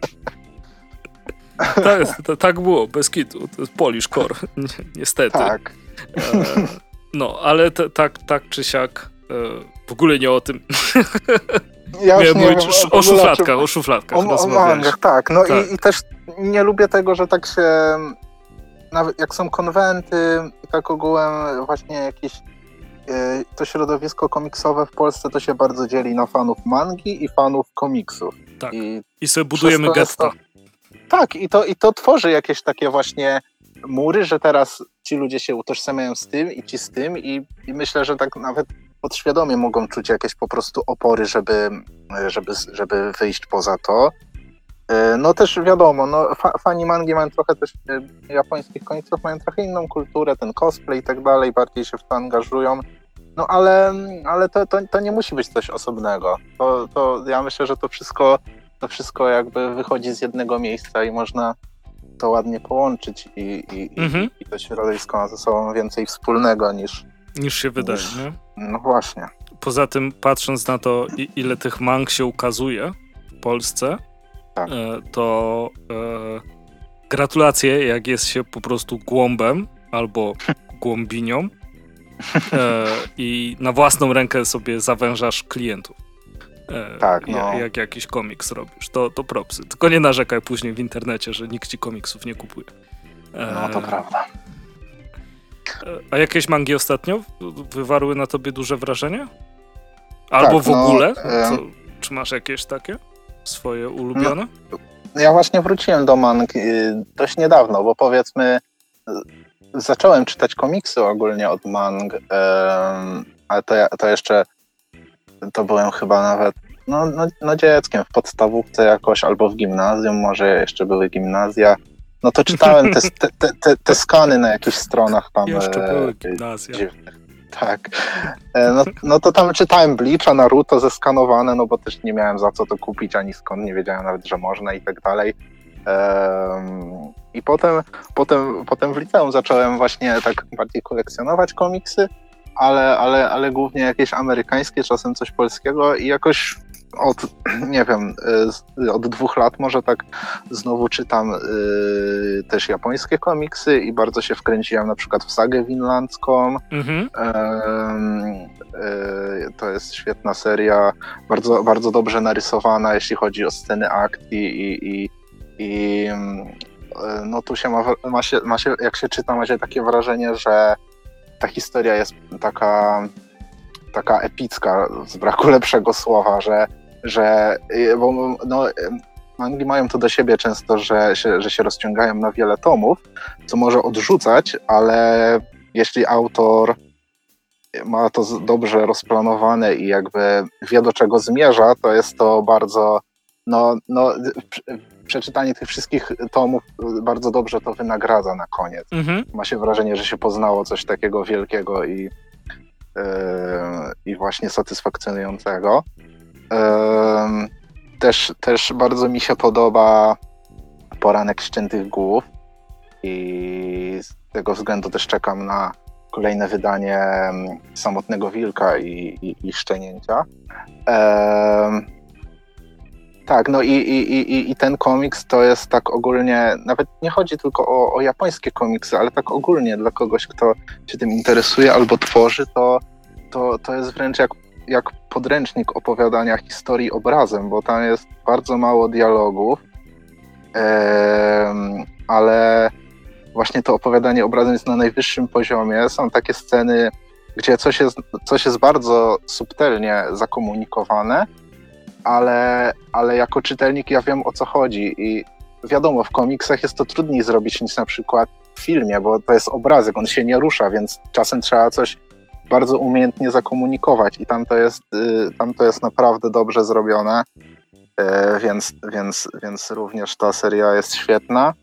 Tak, to, tak było, bez kitu. To jest Polish Core, Ni- niestety.
Tak.
E, no, ale te, tak, tak czy siak, e, w ogóle nie o tym.
Ja już
Miałem
nie
mówić
wiem,
o,
ogóle,
o szufladkach,
czym-
o szufladkach
O, o
rozmawialiśmy.
mangach, tak. No
Tak.
I, i też nie lubię tego, że tak się, nawet jak są konwenty i tak ogółem właśnie jakieś y, to środowisko komiksowe w Polsce to się bardzo dzieli na fanów mangi i fanów komiksów.
Tak.
I
I sobie budujemy
przez to jest
getta.
tak, i to, i to tworzy jakieś takie właśnie mury, że teraz ci ludzie się utożsamiają z tym i ci z tym i, i myślę, że tak nawet podświadomie mogą czuć jakieś po prostu opory, żeby, żeby, żeby wyjść poza to. No też wiadomo, no, fa- fani mangi mają trochę też, e, japońskich komiksów mają trochę inną kulturę, ten cosplay i tak dalej, bardziej się w to angażują. No ale, ale to, to, to nie musi być coś osobnego. To, to ja myślę, że to wszystko, to wszystko jakby wychodzi z jednego miejsca i można to ładnie połączyć i, i,
Mhm.
i, i to środowisko ma ze sobą więcej wspólnego niż,
Niż się wydaje,
Niż-
nie?
no właśnie.
Poza tym, patrząc na to, i- ile tych mang się ukazuje w Polsce,
Tak.
e, to e, gratulacje, jak jest się po prostu głąbem albo głąbinią e, i na własną rękę sobie zawężasz klientów. E,
Tak, no.
jak, jak jakiś komiks robisz, to, to propsy. Tylko nie narzekaj później w internecie, że nikt ci komiksów nie kupuje. E,
No to prawda.
A jakieś mangi ostatnio wywarły na tobie duże wrażenie? Albo
Tak,
w
no,
ogóle?
em,
Co, czy masz jakieś takie swoje ulubione?
Ja właśnie wróciłem do mang y, dość niedawno, bo powiedzmy y, zacząłem czytać komiksy ogólnie od mang, em, ale to, ja- to jeszcze to byłem chyba nawet no, no, no dzieckiem w podstawówce jakoś albo w gimnazjum, może jeszcze były gimnazja. No to czytałem te, te, te, te, te skany na jakichś stronach tam.
Jeszcze
e,
były gimnazja.
dziwnych. Tak. E, No, no to tam czytałem Bleacha, Naruto zeskanowane, no bo też nie miałem za co to kupić, ani skąd, nie wiedziałem nawet, że można i tak dalej. Em, I potem, potem, potem w liceum zacząłem właśnie tak bardziej kolekcjonować komiksy ale, ale, ale głównie jakieś amerykańskie, czasem coś polskiego i jakoś od, nie wiem, od dwóch lat może tak znowu czytam y, też japońskie komiksy i bardzo się wkręciłem na przykład w sagę winlandzką. Mhm. Y, y, to jest świetna seria, bardzo, bardzo dobrze narysowana, jeśli chodzi o sceny akcji i, i, i y, no tu się ma, ma, się, ma się, jak się czyta, ma się takie wrażenie, że ta historia jest taka taka epicka, z braku lepszego słowa, że, że bo, no, mangi mają to do siebie często, że się, że się rozciągają na wiele tomów, co może odrzucać, ale jeśli autor ma to dobrze rozplanowane i jakby wie, do czego zmierza, to jest to bardzo, no, no przeczytanie tych wszystkich tomów bardzo dobrze to wynagradza na koniec. Mhm. Ma się wrażenie, że się poznało coś takiego wielkiego i i właśnie satysfakcjonującego. Też, też bardzo mi się podoba Poranek Ściętych Głów i z tego względu też czekam na kolejne wydanie Samotnego Wilka i, i, i Szczenięcia. Tak, no i, i, i, i ten komiks to jest tak ogólnie, nawet nie chodzi tylko o, o japońskie komiksy, ale tak ogólnie dla kogoś, kto się tym interesuje albo tworzy, to, to, to jest wręcz jak, jak podręcznik opowiadania historii obrazem, bo tam jest bardzo mało dialogów, em, ale właśnie to opowiadanie obrazem jest na najwyższym poziomie. Są takie sceny, gdzie coś jest, coś jest bardzo subtelnie zakomunikowane, Ale, ale jako czytelnik ja wiem, o co chodzi i wiadomo, w komiksach jest to trudniej zrobić niż na przykład w filmie, bo to jest obrazek, on się nie rusza, więc czasem trzeba coś bardzo umiejętnie zakomunikować i tam to jest, tam to jest naprawdę dobrze zrobione, więc, więc, więc również ta seria jest świetna.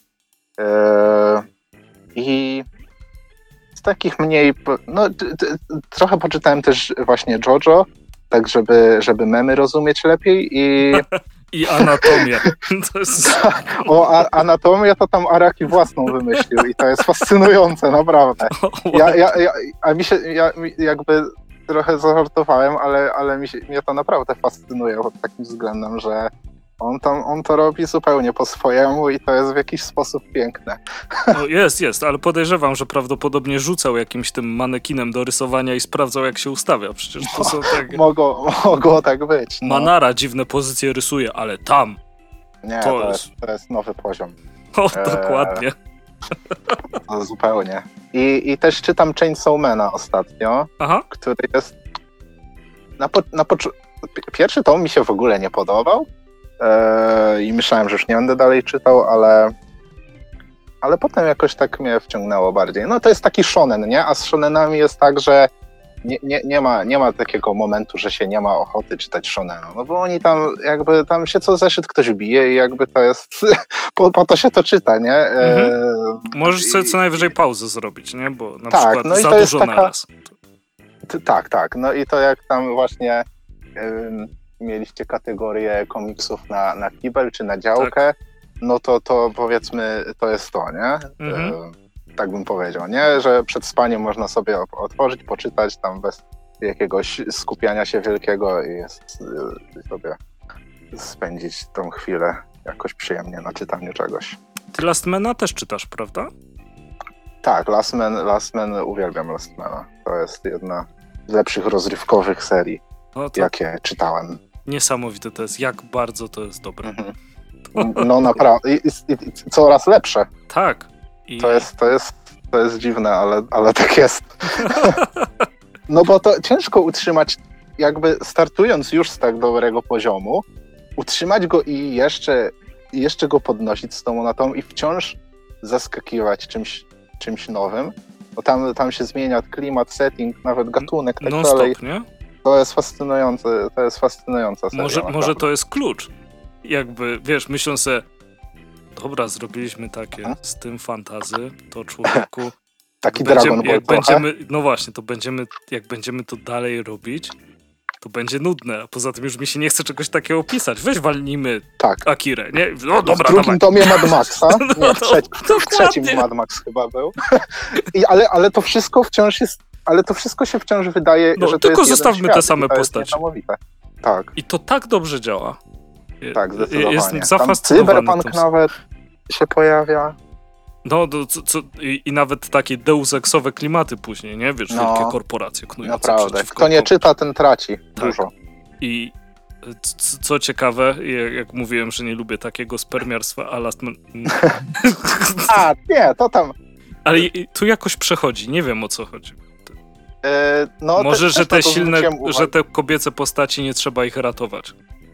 I z takich mniej, no t, t, trochę poczytałem też właśnie JoJo, tak żeby, żeby memy rozumieć lepiej i...
I anatomię. To jest...
O, a, anatomię to tam Araki własną wymyślił i to jest fascynujące, naprawdę. Ja, ja, ja, a mi się, ja jakby trochę zażartowałem, ale, ale mi się, mnie to naprawdę fascynuje pod takim względem, że on, tam, on to robi zupełnie po swojemu i to jest w jakiś sposób piękne.
No jest, jest, ale podejrzewam, że prawdopodobnie rzucał jakimś tym manekinem do rysowania i sprawdzał, jak się ustawia. Przecież to są tak...
Mogło, mogło tak być. No.
Manara dziwne pozycje rysuje, ale tam...
Nie, to, to, jest... Jest, to jest nowy poziom.
O, dokładnie.
E, to zupełnie. I, I też czytam Chainsawmana ostatnio, Aha. który jest... Na po, na poczu... Pierwszy tom mi się w ogóle nie podobał. I myślałem, że już nie będę dalej czytał, ale ale potem jakoś tak mnie wciągnęło bardziej. No to jest taki shonen, nie? A z shonenami jest tak, że nie, nie, nie, ma, nie ma takiego momentu, że się nie ma ochoty czytać shonenu. No bo oni tam jakby, tam się co zeszyt ktoś bije i jakby to jest, po, po to się to czyta, nie? Mhm.
E, Możesz sobie co najwyżej pauzę zrobić, nie? Bo na tak, przykład no za dużo taka, naraz.
T- tak, tak. No i to jak tam właśnie... Ym, mieliście kategorię komiksów na, na kibel czy na działkę, tak. no to, to powiedzmy to jest to, nie? Mhm. E, tak bym powiedział, nie? Że przed spaniem można sobie otworzyć, poczytać tam bez jakiegoś skupiania się wielkiego i jest, y, sobie spędzić tą chwilę jakoś przyjemnie na czytaniu czegoś.
Ty Lastmana też czytasz, prawda?
Tak, Lastman, Lastman, uwielbiam Lastmana. To jest jedna z lepszych rozrywkowych serii, no to... jakie czytałem.
Niesamowite to jest, jak bardzo to jest dobre.
Mhm. To... No naprawdę, I, i, i coraz lepsze.
Tak.
I... To, jest, to, jest, to jest dziwne, ale, ale tak jest. No bo to ciężko utrzymać, jakby startując już z tak dobrego poziomu, utrzymać go i jeszcze, i jeszcze go podnosić z tą monotą i wciąż zaskakiwać czymś, czymś nowym. Bo tam, tam się zmienia klimat, setting, nawet gatunek, tak
non
dalej.
Stop, nie?
To jest fascynujące, to jest fascynująca seria.
Może, może to jest klucz. Jakby, wiesz, myślą sobie, dobra, zrobiliśmy takie hmm? z tym fantazy, to człowieku.
Taki
będziemy,
Dragon Ball
jak będziemy, no właśnie, to będziemy, jak będziemy to dalej robić, to będzie nudne. A poza tym już mi się nie chce czegoś takiego pisać. Weź walnijmy tak. Akirę, nie? No dobra,
w drugim tomie Mad Maxa, nie, w, trzeci, w trzecim Mad Max chyba był. I, ale, ale to wszystko wciąż jest ale to wszystko się wciąż wydaje,
no,
że to
tylko
jest
zostawmy
jeden
te
świat,
same
to
postaci.
Jest niesamowite. Tak.
I to tak dobrze działa.
Tak, zdecydowanie.
Jestem
Tam
zafascynowany.
Cyberpunk
tym.
nawet się pojawia.
No, do, co, co, i, i nawet takie deus exowe klimaty później, nie? Wiesz,
No,
wielkie korporacje knujące
naprawdę.
przeciwko...
Kto nie czyta, ten traci.
Tak.
Dużo.
I c- co ciekawe, jak, jak mówiłem, że nie lubię takiego spermiarstwa, a Last Man...
A, nie, to tam...
Ale i- tu jakoś przechodzi, nie wiem o co chodzi.
e, no,
Może,
też
że
na
te
to
silne,
zwróciłem uwagę.
że te kobiece postaci nie trzeba ich ratować.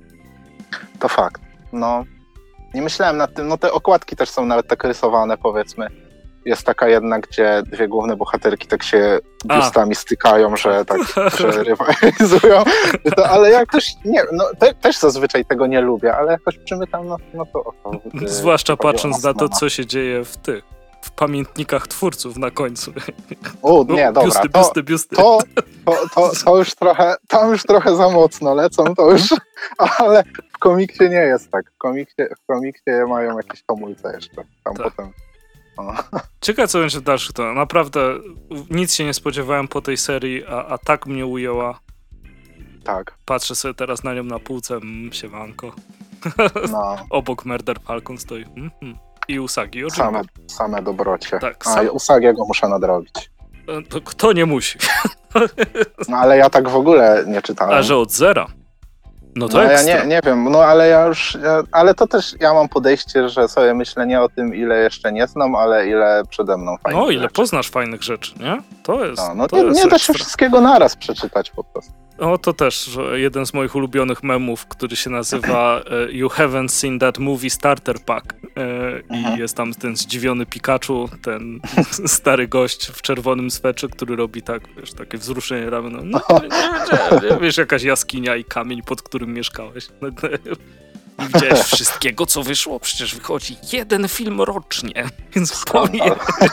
To fakt. No, nie myślałem nad tym. No te okładki też są nawet tak rysowane, powiedzmy. Jest taka jedna, gdzie dwie główne bohaterki tak się
A.
biustami stykają, że tak że rywalizują. To, ale jakoś, nie no te, też zazwyczaj tego nie lubię, ale jakoś przymykam na no to oko. gdy
Zwłaszcza
chodzi o
patrząc na to,
Osmana.
co się dzieje w tych, w pamiętnikach twórców na końcu.
O, nie, dobra,
biusty,
to,
biusty, biusty.
to, to, to, to już trochę, tam już trochę za mocno lecą, to już, ale w komiksie nie jest tak. W komiksie, w komiksie mają jakieś hamulce jeszcze. Tam
Tak.
potem. O.
Ciekawe, co będzie w dalszych to. Naprawdę nic się nie spodziewałem po tej serii, a, a tak mnie ujęła.
Tak,
Patrzę sobie teraz na nią na półce, mm, siemanko.
no,
Obok Murder Falcon stoi. Mm, mm. I Usagi. Ojima.
same, same dobrocie.
Tak,
A
sam-
Usagiego muszę nadrobić.
E, To kto nie musi?
No ale ja tak w ogóle nie czytałem.
A że od zera? No to
No ja
ekstra.
nie, nie wiem, no ale ja już, ja, ale to też ja mam podejście, że sobie myślę nie o tym, ile jeszcze nie znam, ale ile przede mną fajnych
No, ile
rzeczy.
poznasz fajnych rzeczy, nie? To jest.
No, no
to
nie,
jest
nie da się
ekstra.
wszystkiego naraz przeczytać po prostu.
O, to też że jeden z moich ulubionych memów, który się nazywa e, You haven't seen that movie starter pack. E,
Mhm.
I jest tam ten zdziwiony Pikachu, ten stary gość w czerwonym swetrze, który robi tak, wiesz, takie wzruszenie ramion. No, nie, nie, wiesz, jakaś jaskinia i kamień, pod którym mieszkałeś. No, to- Nie widziałeś wszystkiego, co wyszło? Przecież wychodzi jeden film rocznie, więc
Skandal.
powinien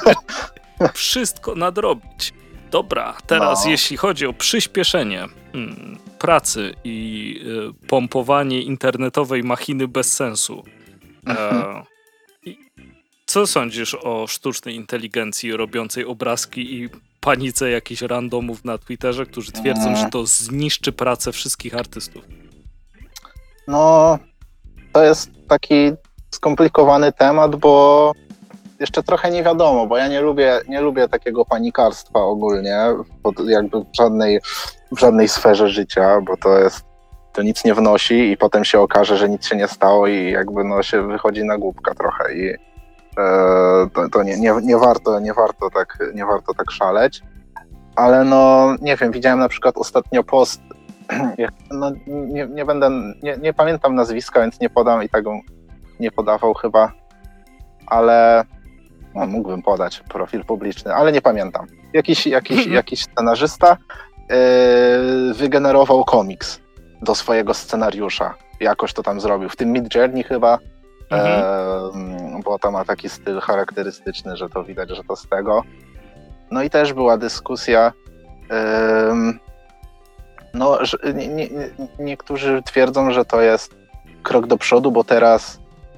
wszystko nadrobić. Dobra, teraz
No.
jeśli chodzi o przyspieszenie mm, pracy i y, pompowanie internetowej machiny bez sensu, e, i co sądzisz o sztucznej inteligencji robiącej obrazki i panice jakichś randomów na Twitterze, którzy twierdzą,
Mm.
że to zniszczy pracę wszystkich artystów?
No, to jest taki skomplikowany temat, bo jeszcze trochę nie wiadomo, bo ja nie lubię, nie lubię takiego panikarstwa ogólnie, pod, jakby w żadnej, w żadnej sferze życia, bo to jest, to nic nie wnosi i potem się okaże, że nic się nie stało i jakby no się wychodzi na głupka trochę i e, to, to nie, nie, nie warto, nie warto tak, nie warto tak szaleć. Ale no, nie wiem, widziałem na przykład ostatnio post, jak- no nie, nie będę, nie, nie pamiętam nazwiska, więc nie podam i tego nie podawał chyba, ale no, mógłbym podać profil publiczny, ale nie pamiętam. Jakiś, jakiś,
Mhm.
jakiś scenarzysta yy, wygenerował komiks do swojego scenariusza. Jakoś to tam zrobił. W tym Mid Journey chyba,
Mhm.
yy, bo to ma taki styl charakterystyczny, że to widać, że to z tego. No i też była dyskusja. Yy, no, że nie, nie, nie- niektórzy twierdzą, że to jest krok do przodu, bo teraz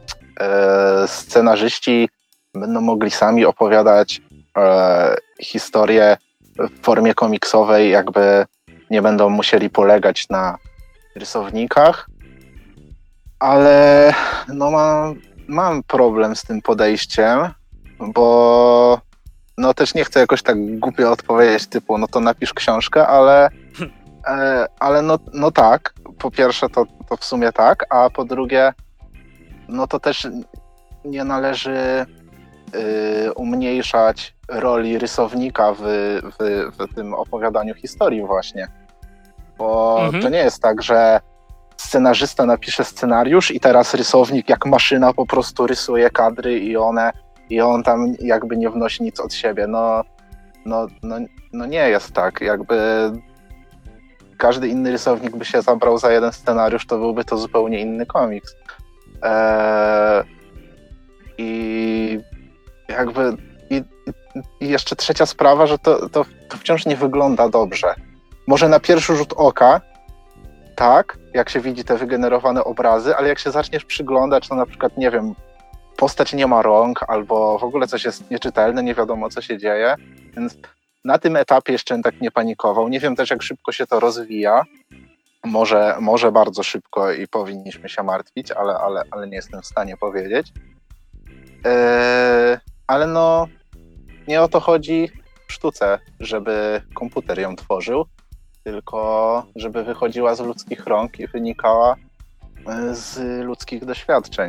e, scenarzyści będą mogli sami opowiadać e, historię w formie komiksowej, jakby nie będą musieli polegać na rysownikach. Ale no mam, mam problem z tym podejściem, bo no też nie chcę jakoś tak głupio odpowiedzieć typu, no to napisz książkę, ale, e, ale no, no tak, po pierwsze to, to w sumie tak, a po drugie no to też nie należy y, umniejszać roli rysownika w, w, w tym opowiadaniu historii właśnie. Bo
Mhm.
to nie jest tak, że scenarzysta napisze scenariusz i teraz rysownik jak maszyna po prostu rysuje kadry i one i on tam jakby nie wnosi nic od siebie. No, no, no, no nie jest tak. Jakby każdy inny rysownik by się zabrał za jeden scenariusz, to byłby to zupełnie inny komiks. Eee, I jakby i, i jeszcze trzecia sprawa, że to, to, to wciąż nie wygląda dobrze. Może na pierwszy rzut oka tak, jak się widzi te wygenerowane obrazy, ale jak się zaczniesz przyglądać, to na przykład, nie wiem, postać nie ma rąk, albo w ogóle coś jest nieczytelne, nie wiadomo co się dzieje, więc na tym etapie jeszcze tak nie panikował. Nie wiem też, jak szybko się to rozwija. Może, może bardzo szybko i powinniśmy się martwić, ale, ale, ale nie jestem w stanie powiedzieć. Eee, ale no, nie o to chodzi w sztuce, żeby komputer ją tworzył, tylko żeby wychodziła z ludzkich rąk i wynikała z ludzkich doświadczeń.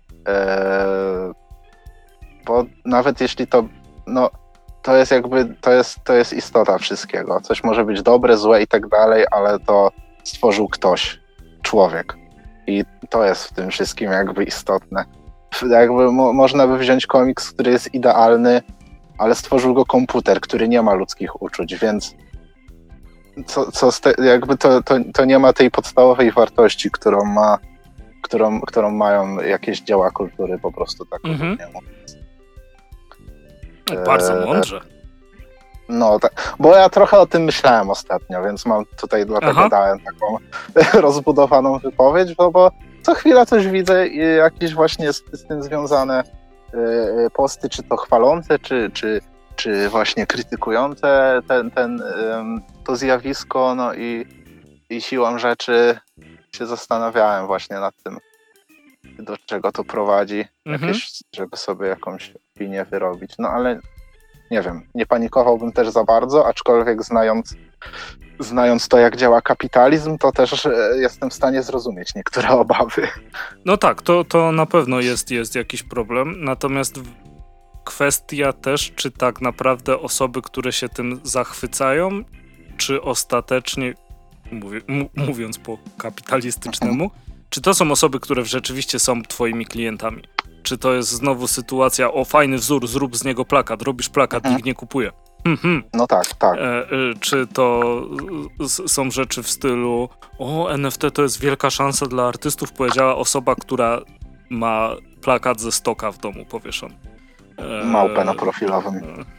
Eee, bo nawet jeśli to, no, to jest jakby, to jest, to jest istota wszystkiego. Coś może być dobre, złe i tak dalej, ale to stworzył ktoś, człowiek. I to jest w tym wszystkim jakby istotne. Jakby mo- można by wziąć komiks, który jest idealny, ale stworzył go komputer, który nie ma ludzkich uczuć, więc co, co te, jakby to, to, to nie ma tej podstawowej wartości, którą ma, którą, którą mają jakieś dzieła kultury po prostu tak
Mhm.
ogólnie mówiąc.
Bardzo
Eee,
mądrze.
No tak, bo ja trochę o tym myślałem ostatnio, więc mam tutaj dlatego
Aha.
dałem taką rozbudowaną wypowiedź, bo, bo co chwila coś widzę i jakieś właśnie z, z tym związane y, posty, czy to chwalące, czy, czy, czy właśnie krytykujące ten, ten, ym, to zjawisko, no i, i siłą rzeczy się zastanawiałem właśnie nad tym, do czego to prowadzi,
Mhm.
jakieś, żeby sobie jakąś opinię wyrobić, no ale nie wiem, nie panikowałbym też za bardzo, aczkolwiek znając, znając to, jak działa kapitalizm, to też e, jestem w stanie zrozumieć niektóre obawy.
No tak, to, to na pewno jest, jest jakiś problem, natomiast w- kwestia też, czy tak naprawdę osoby, które się tym zachwycają, czy ostatecznie, mówię, m- mówiąc po kapitalistycznemu, czy to są osoby, które rzeczywiście są twoimi klientami? Czy to jest znowu sytuacja, o fajny wzór, zrób z niego plakat, robisz plakat,
Mhm.
nikt nie kupuje. Mhm.
No tak, tak.
E, e, czy to s- są rzeczy w stylu o, N F T to jest wielka szansa dla artystów, powiedziała osoba, która ma plakat ze stoka w domu powieszony. E,
Małpę na profilowym.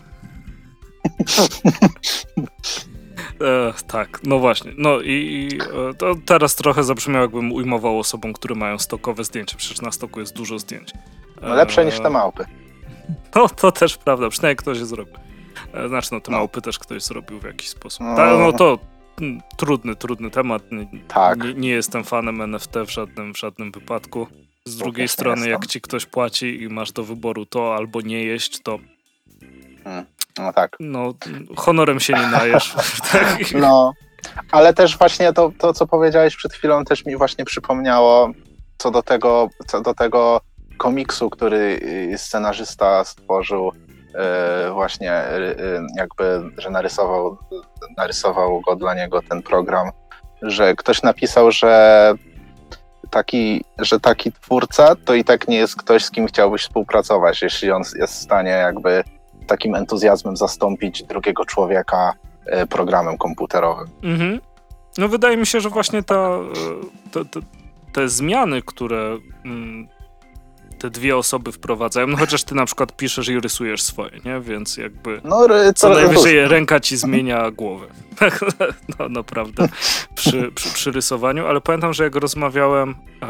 E, tak, no właśnie. No i, i e, to teraz trochę zabrzmiało, jakbym ujmował osobom, które mają stokowe zdjęcia. Przecież na stoku jest dużo zdjęć. E,
No lepsze niż te małpy.
No to też prawda, przynajmniej ktoś je zrobił. E, Znaczy, no te
No.
małpy też ktoś zrobił w jakiś sposób.
No.
Ta, no to mm, trudny, trudny temat. Nie,
Tak.
nie, nie jestem fanem N F T w żadnym, w żadnym wypadku. Z drugiej
Również nie
strony,
jestem.
jak ci ktoś płaci i masz do wyboru to albo nie jeść, to
No tak.
no honorem się nie najesz. Tak.
No, ale też właśnie to, to, co powiedziałeś przed chwilą, też mi właśnie przypomniało co do tego, co do tego komiksu, który y, scenarzysta stworzył, y, właśnie y, y, jakby, że narysował, narysował go dla niego ten program, że ktoś napisał, że taki, że taki twórca to i tak nie jest ktoś, z kim chciałbyś współpracować, jeśli on jest w stanie jakby takim entuzjazmem zastąpić drugiego człowieka y, programem komputerowym.
Mhm. No wydaje mi się, że właśnie ta, e, te, te, te zmiany, które mm, te dwie osoby wprowadzają, no chociaż ty na przykład piszesz i rysujesz swoje, nie? Więc jakby
No, ry-
co
to-
najwyżej ręka ci zmienia głowę. No naprawdę przy, przy, przy rysowaniu, ale pamiętam, że jak rozmawiałem e,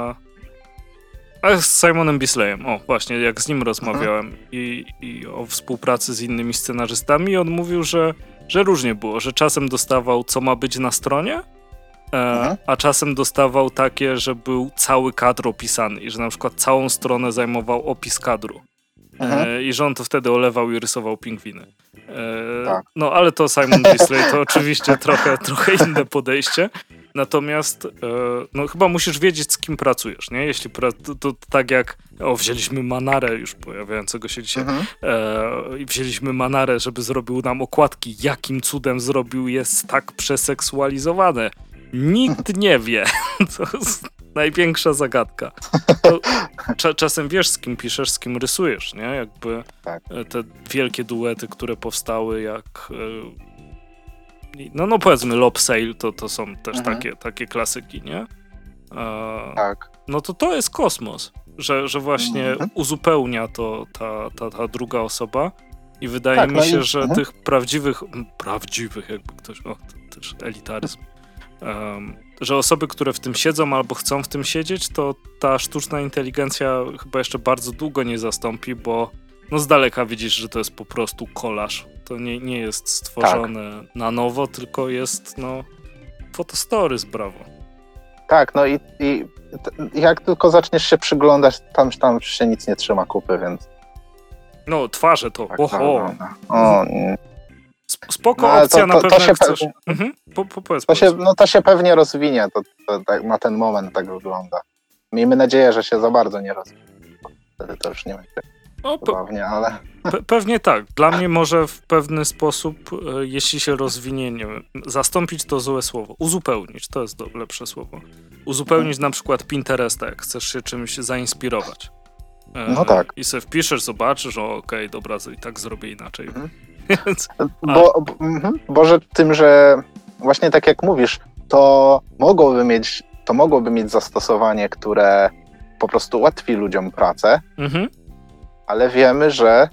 a z Simonem Bisleyem, o właśnie, jak z nim rozmawiałem i, i o współpracy z innymi scenarzystami, on mówił, że, że różnie było, że czasem dostawał, co ma być na stronie, e,
Mhm.
a czasem dostawał takie, że był cały kadr opisany i że na przykład całą stronę zajmował opis kadru.
Mhm.
E, I że on to wtedy olewał i rysował pingwiny. E,
Tak.
No ale to Simon Bisley to oczywiście trochę, trochę inne podejście. Natomiast e, no chyba musisz wiedzieć, z kim pracujesz, nie? Jeśli pra- to, to tak jak o, wzięliśmy Manarę, już pojawiającego się dzisiaj,
Mhm.
e, i wzięliśmy Manarę, żeby zrobił nam okładki. Jakim cudem zrobił jest tak przeseksualizowane? Nikt nie wie. To jest największa zagadka. To, cza- czasem wiesz, z kim piszesz, z kim rysujesz, nie? Jakby
Tak.
e, te wielkie duety, które powstały, jak e, no, no powiedzmy Lob Sale, to, to są też
Mhm.
takie, takie klasyki, nie? E,
Tak.
no to to jest kosmos, że, że właśnie
Mhm.
uzupełnia to ta, ta, ta druga osoba i wydaje
Tak,
mi
no
się,
i-
że
mhm.
tych prawdziwych, m, prawdziwych jakby ktoś, o, to też elitaryzm, em, że osoby, które w tym siedzą albo chcą w tym siedzieć, to ta sztuczna inteligencja chyba jeszcze bardzo długo nie zastąpi, bo no z daleka widzisz, że to jest po prostu kolaż To nie, nie jest stworzone tak. na nowo, tylko jest no Photostories, brawo.
Tak, no i, i jak tylko zaczniesz się przyglądać, tam, tam się nic nie trzyma kupy, więc...
No, twarze to,
tak,
oho.
No, no. nie.
Spoko
no,
opcja
to,
na
to,
pewno
to
jak
się
chcesz.
Pe...
Mhm. Po, po, powiedz,
to, się, no, to się pewnie rozwinie, to, to, tak, na ten moment tak wygląda. Miejmy nadzieję, że się za bardzo nie rozwinie. Wtedy to już nie będzie
no, pe...
zabawnie, ale...
Pe- pewnie tak. Dla mnie może w pewny sposób, e, jeśli się rozwinie, nie wiem, zastąpić to złe słowo. Uzupełnić, to jest do, lepsze słowo. Uzupełnić na przykład Pinteresta, jak chcesz się czymś zainspirować. E,
no tak.
I sobie wpiszesz, zobaczysz, o okej, okay, dobra, i tak zrobię inaczej.
Mhm.
Więc,
bo, bo, bo że tym, że właśnie tak jak mówisz, to mogłoby mieć, to mogłoby mieć zastosowanie, które po prostu ułatwi ludziom pracę,
mhm.
ale wiemy, że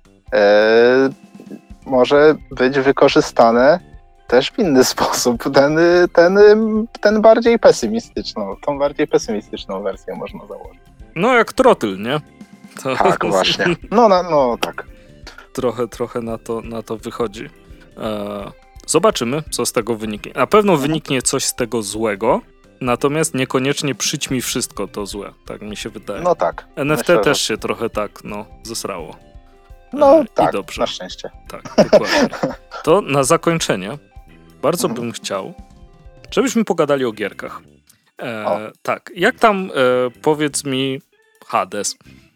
e, może być wykorzystane też w inny sposób. Ten, ten, ten bardziej pesymistyczną, tą bardziej pesymistyczną wersję można założyć.
No jak trotyl, nie? To...
Tak, właśnie. No, no, no tak.
Trochę, trochę na to, na to wychodzi. E, zobaczymy, co z tego wyniknie. Na pewno wyniknie coś z tego złego, natomiast niekoniecznie przyćmi wszystko to złe, tak mi się wydaje.
No tak.
N F T
myślę,
też
że...
się trochę tak, no, zesrało.
No
e,
tak,
i dobrze.
na szczęście.
Tak, dokładnie. To na zakończenie bardzo
mhm.
bym chciał, żebyśmy pogadali o gierkach. E,
o.
Tak, jak tam, e, powiedz mi, Hades?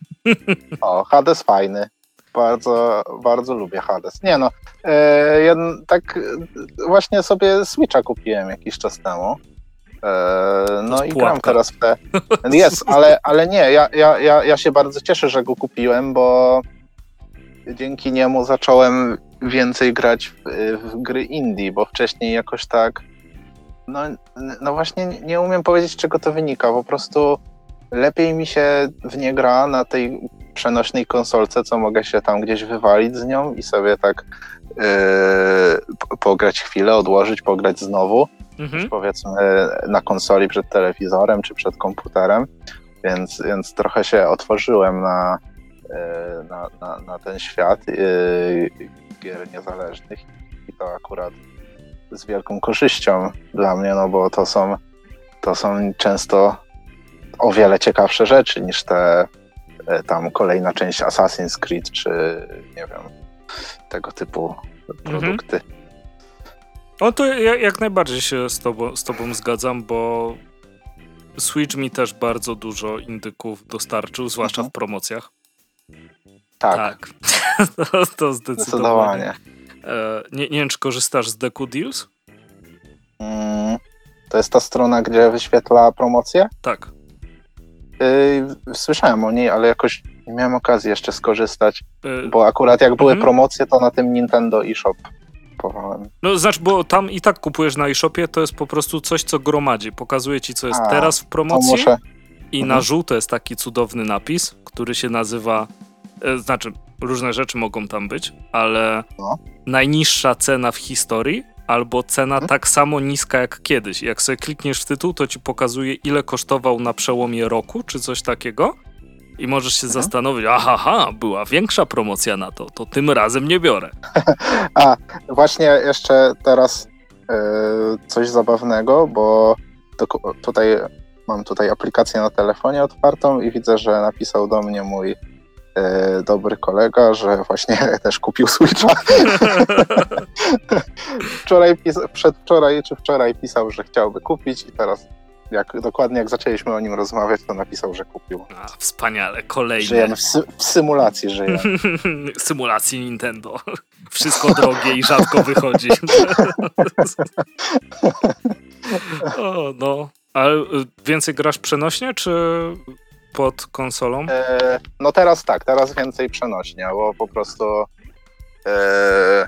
O, Hades fajny. Bardzo, bardzo lubię Hades. Nie no, e, ja tak właśnie sobie Switcha kupiłem jakiś czas temu. E, no i
pułapka.
gram teraz w te... Jest, ale, ale nie, ja, ja, ja, ja się bardzo cieszę, że go kupiłem, bo dzięki niemu zacząłem więcej grać w, w gry indie, bo wcześniej jakoś tak no, no właśnie nie umiem powiedzieć, z czego to wynika. Po prostu lepiej mi się w nie gra na tej przenośnej konsolce, co mogę się tam gdzieś wywalić z nią i sobie tak yy, pograć chwilę, odłożyć, pograć znowu. Mhm. Już powiedzmy na konsoli przed telewizorem czy przed komputerem, więc, więc trochę się otworzyłem na, yy, na, na, na ten świat yy, gier niezależnych i to akurat z wielką korzyścią dla mnie, no bo to są, to są często o wiele ciekawsze rzeczy niż te tam kolejna część Assassin's Creed, czy nie wiem, tego typu produkty. Mhm.
O, to ja, jak najbardziej się z tobą, z tobą zgadzam, bo Switch mi też bardzo dużo indyków dostarczył, zwłaszcza mhm. w promocjach.
Tak.
Tak. to, to zdecydowanie.
zdecydowanie.
E, nie, nie wiem, czy korzystasz z Deku Deals?
Mm, to jest ta strona, gdzie wyświetla promocje?
Tak.
Yy, słyszałem o niej, ale jakoś nie miałem okazji jeszcze skorzystać, yy, bo akurat jak były yy. promocje, to na tym Nintendo eShop kupowałem.
No znaczy, bo tam i tak kupujesz na eShopie, to jest po prostu coś, co gromadzi. Pokazuje ci, co jest A, teraz w promocji muszę... i mhm. na żółto jest taki cudowny napis, który się nazywa, e, znaczy różne rzeczy mogą tam być, ale no. najniższa cena w historii albo cena hmm? tak samo niska jak kiedyś. Jak sobie klikniesz w tytuł, to ci pokazuje, ile kosztował na przełomie roku, czy coś takiego. I możesz się hmm? zastanowić, aha, była większa promocja na to, to tym razem nie biorę.
A, właśnie jeszcze teraz yy, coś zabawnego, bo to, tutaj mam tutaj aplikację na telefonie otwartą i widzę, że napisał do mnie mój Yy, dobry kolega, że właśnie też kupił Switcha. Wczoraj, pis- przedwczoraj czy wczoraj pisał, że chciałby kupić i teraz jak, dokładnie jak zaczęliśmy o nim rozmawiać, to napisał, że kupił.
A, wspaniale, kolejny.
Żyjemy w, sy- w symulacji, żyjemy.
Symulacji Nintendo. Wszystko drogie i rzadko wychodzi. o, no. Ale więcej grasz przenośnie, czy pod konsolą?
E, no teraz tak, teraz więcej przenośnie, bo po prostu e,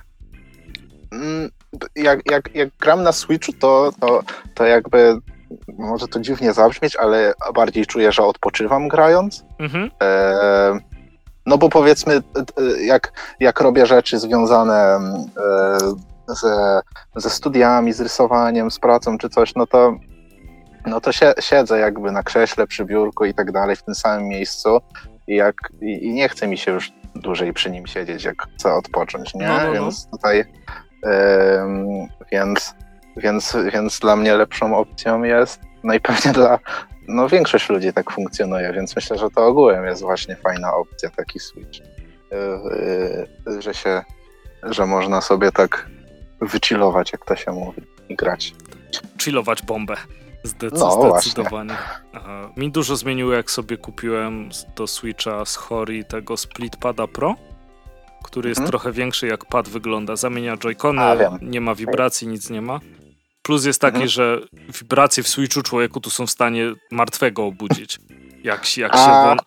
jak, jak, jak gram na Switchu, to, to, to jakby może to dziwnie zabrzmieć, ale bardziej czuję, że odpoczywam grając. Mhm. E, no bo powiedzmy, jak, jak robię rzeczy związane e, ze, ze studiami, z rysowaniem, z pracą czy coś, no to no to się, siedzę jakby na krześle, przy biurku i tak dalej, w tym samym miejscu i, jak, i, i nie chce mi się już dłużej przy nim siedzieć, jak chcę odpocząć, nie?
No, no, no.
Więc tutaj ym, więc, więc, więc dla mnie lepszą opcją jest, no i pewnie dla no większość ludzi tak funkcjonuje, więc myślę, że to ogółem jest właśnie fajna opcja, taki Switch, yy, yy, że się, że można sobie tak wychillować, jak to się mówi, i grać.
Chillować bombę. Zdecy-
No,
zdecydowanie. Aha. Mi dużo zmieniło, jak sobie kupiłem do Switcha z Hori tego Split Pada Pro, który jest
Mhm.
trochę większy, jak pad wygląda. Zamienia joycony,
A, wiem.
nie ma wibracji, nic nie ma. Plus jest taki,
Mhm.
że wibracje w Switchu człowieku tu są w stanie martwego obudzić. Jak, się- jak
A-
się wol...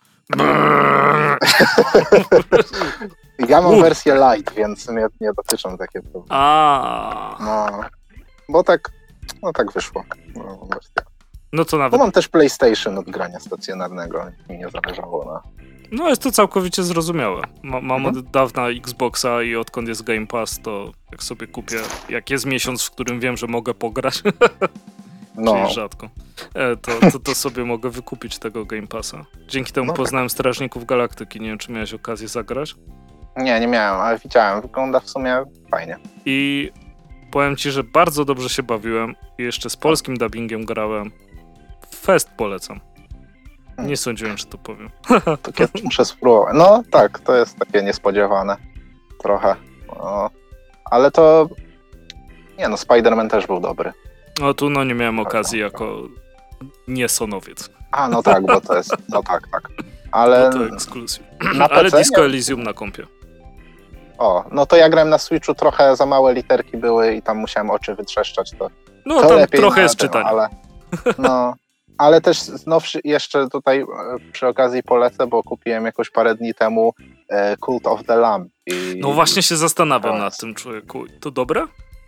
Ja mam
Uf.
wersję light, więc mnie nie dotyczą takie problemy.
A,
No, bo tak, no tak wyszło. No, wersja.
no to
Bo
nawet...
mam też PlayStation od grania stacjonarnego, mi nie zależało na...
No jest to całkowicie zrozumiałe. Ma, mam
Mhm.
od dawna Xboxa i odkąd jest Game Pass, to jak sobie kupię, jak jest miesiąc, w którym wiem, że mogę pograć,
No,
czyli rzadko, e, to, to, to sobie mogę wykupić tego Game Passa. Dzięki temu
No tak.
poznałem Strażników Galaktyki, nie wiem, czy miałeś okazję zagrać.
nie, nie miałem, ale widziałem, wygląda w sumie fajnie.
I powiem ci, że bardzo dobrze się bawiłem i jeszcze z polskim dubbingiem grałem. Fest polecam. Nie sądziłem, że to powiem.
To kiedyś muszę spróbować. No tak, to jest takie niespodziewane trochę. No, ale to... Nie no, Spider-Man też był dobry.
No tu no nie miałem okazji jako niesonowiec.
A, no tak, bo to jest... No tak, tak. Ale...
Bo to ekskluzyw.
na
Ale
P C
Disco
nie?
Elysium na kompie.
O, no to ja grałem na Switchu, trochę za małe literki były i tam musiałem oczy wytrzeszczać, to,
No
to
tam
lepiej
trochę
na
jest
tym,
czytania.
Ale, no, ale też znowszy jeszcze tutaj e, przy okazji polecę, bo kupiłem jakoś parę dni temu e, Cult of the Lamb. I,
No właśnie się zastanawiam
to
nad
jest-
tym, człowieku. To dobre?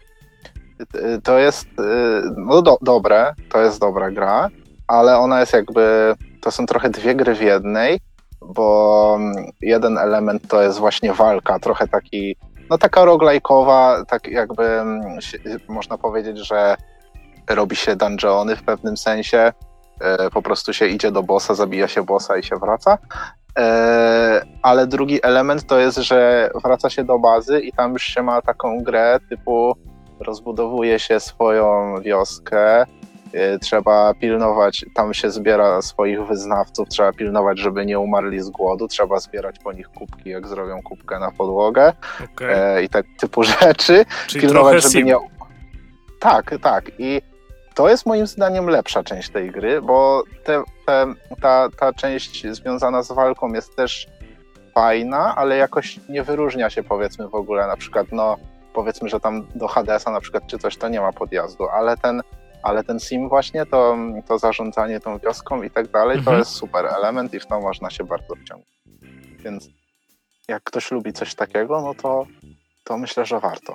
e, To jest e, no do, dobre, to jest dobra gra, ale ona jest jakby, to są trochę dwie gry w jednej, bo mm, jeden element to jest właśnie walka, trochę taki, no taka roguelike'owa, tak jakby mm, się, można powiedzieć, że robi się dungeony w pewnym sensie, e, po prostu się idzie do bossa, zabija się bossa i się wraca, e, ale drugi element to jest, że wraca się do bazy i tam już się ma taką grę typu rozbudowuje się swoją wioskę, e, trzeba pilnować, tam się zbiera swoich wyznawców, trzeba pilnować, żeby nie umarli z głodu, trzeba zbierać po nich kubki, jak zrobią kubkę na podłogę
Okej.
e, i tak typu rzeczy.
Czyli
Pilnować,
trochę
żeby
sim.
nie... Tak, tak. I to jest moim zdaniem lepsza część tej gry, bo te, te, ta, ta część związana z walką jest też fajna, ale jakoś nie wyróżnia się powiedzmy w ogóle, na przykład no powiedzmy, że tam do Hadesa na przykład czy coś to nie ma podjazdu, ale ten, ale ten sim właśnie, to, to zarządzanie tą wioską i tak dalej,
Mhm.
to jest super element i w to można się bardzo wciągnąć. Więc jak ktoś lubi coś takiego, no to, to myślę, że warto.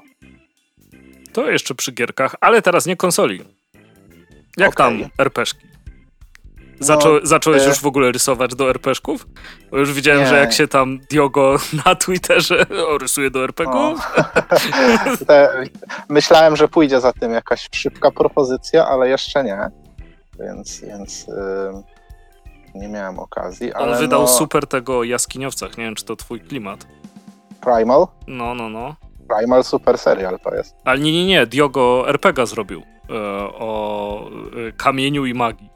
To jeszcze przy gierkach, ale teraz nie konsoli. Jak
Okej.
tam er pe szki? Zaczą,
No,
zacząłeś
e-
już w ogóle rysować do er pe szków? Bo już widziałem,
Nie.
że jak się tam Diogo na Twitterze o, rysuje do er pe ków.
O. Te, myślałem, że pójdzie za tym jakaś szybka propozycja, ale jeszcze nie. Więc, więc ym, nie miałem okazji.
On
ale
wydał
no,
super tego o jaskiniowcach, nie wiem, czy to twój klimat.
Primal?
No, no, no.
Primal super serial to jest.
Ale nie, nie, nie, Diogo er pe ga zrobił e, o e, kamieniu i magii.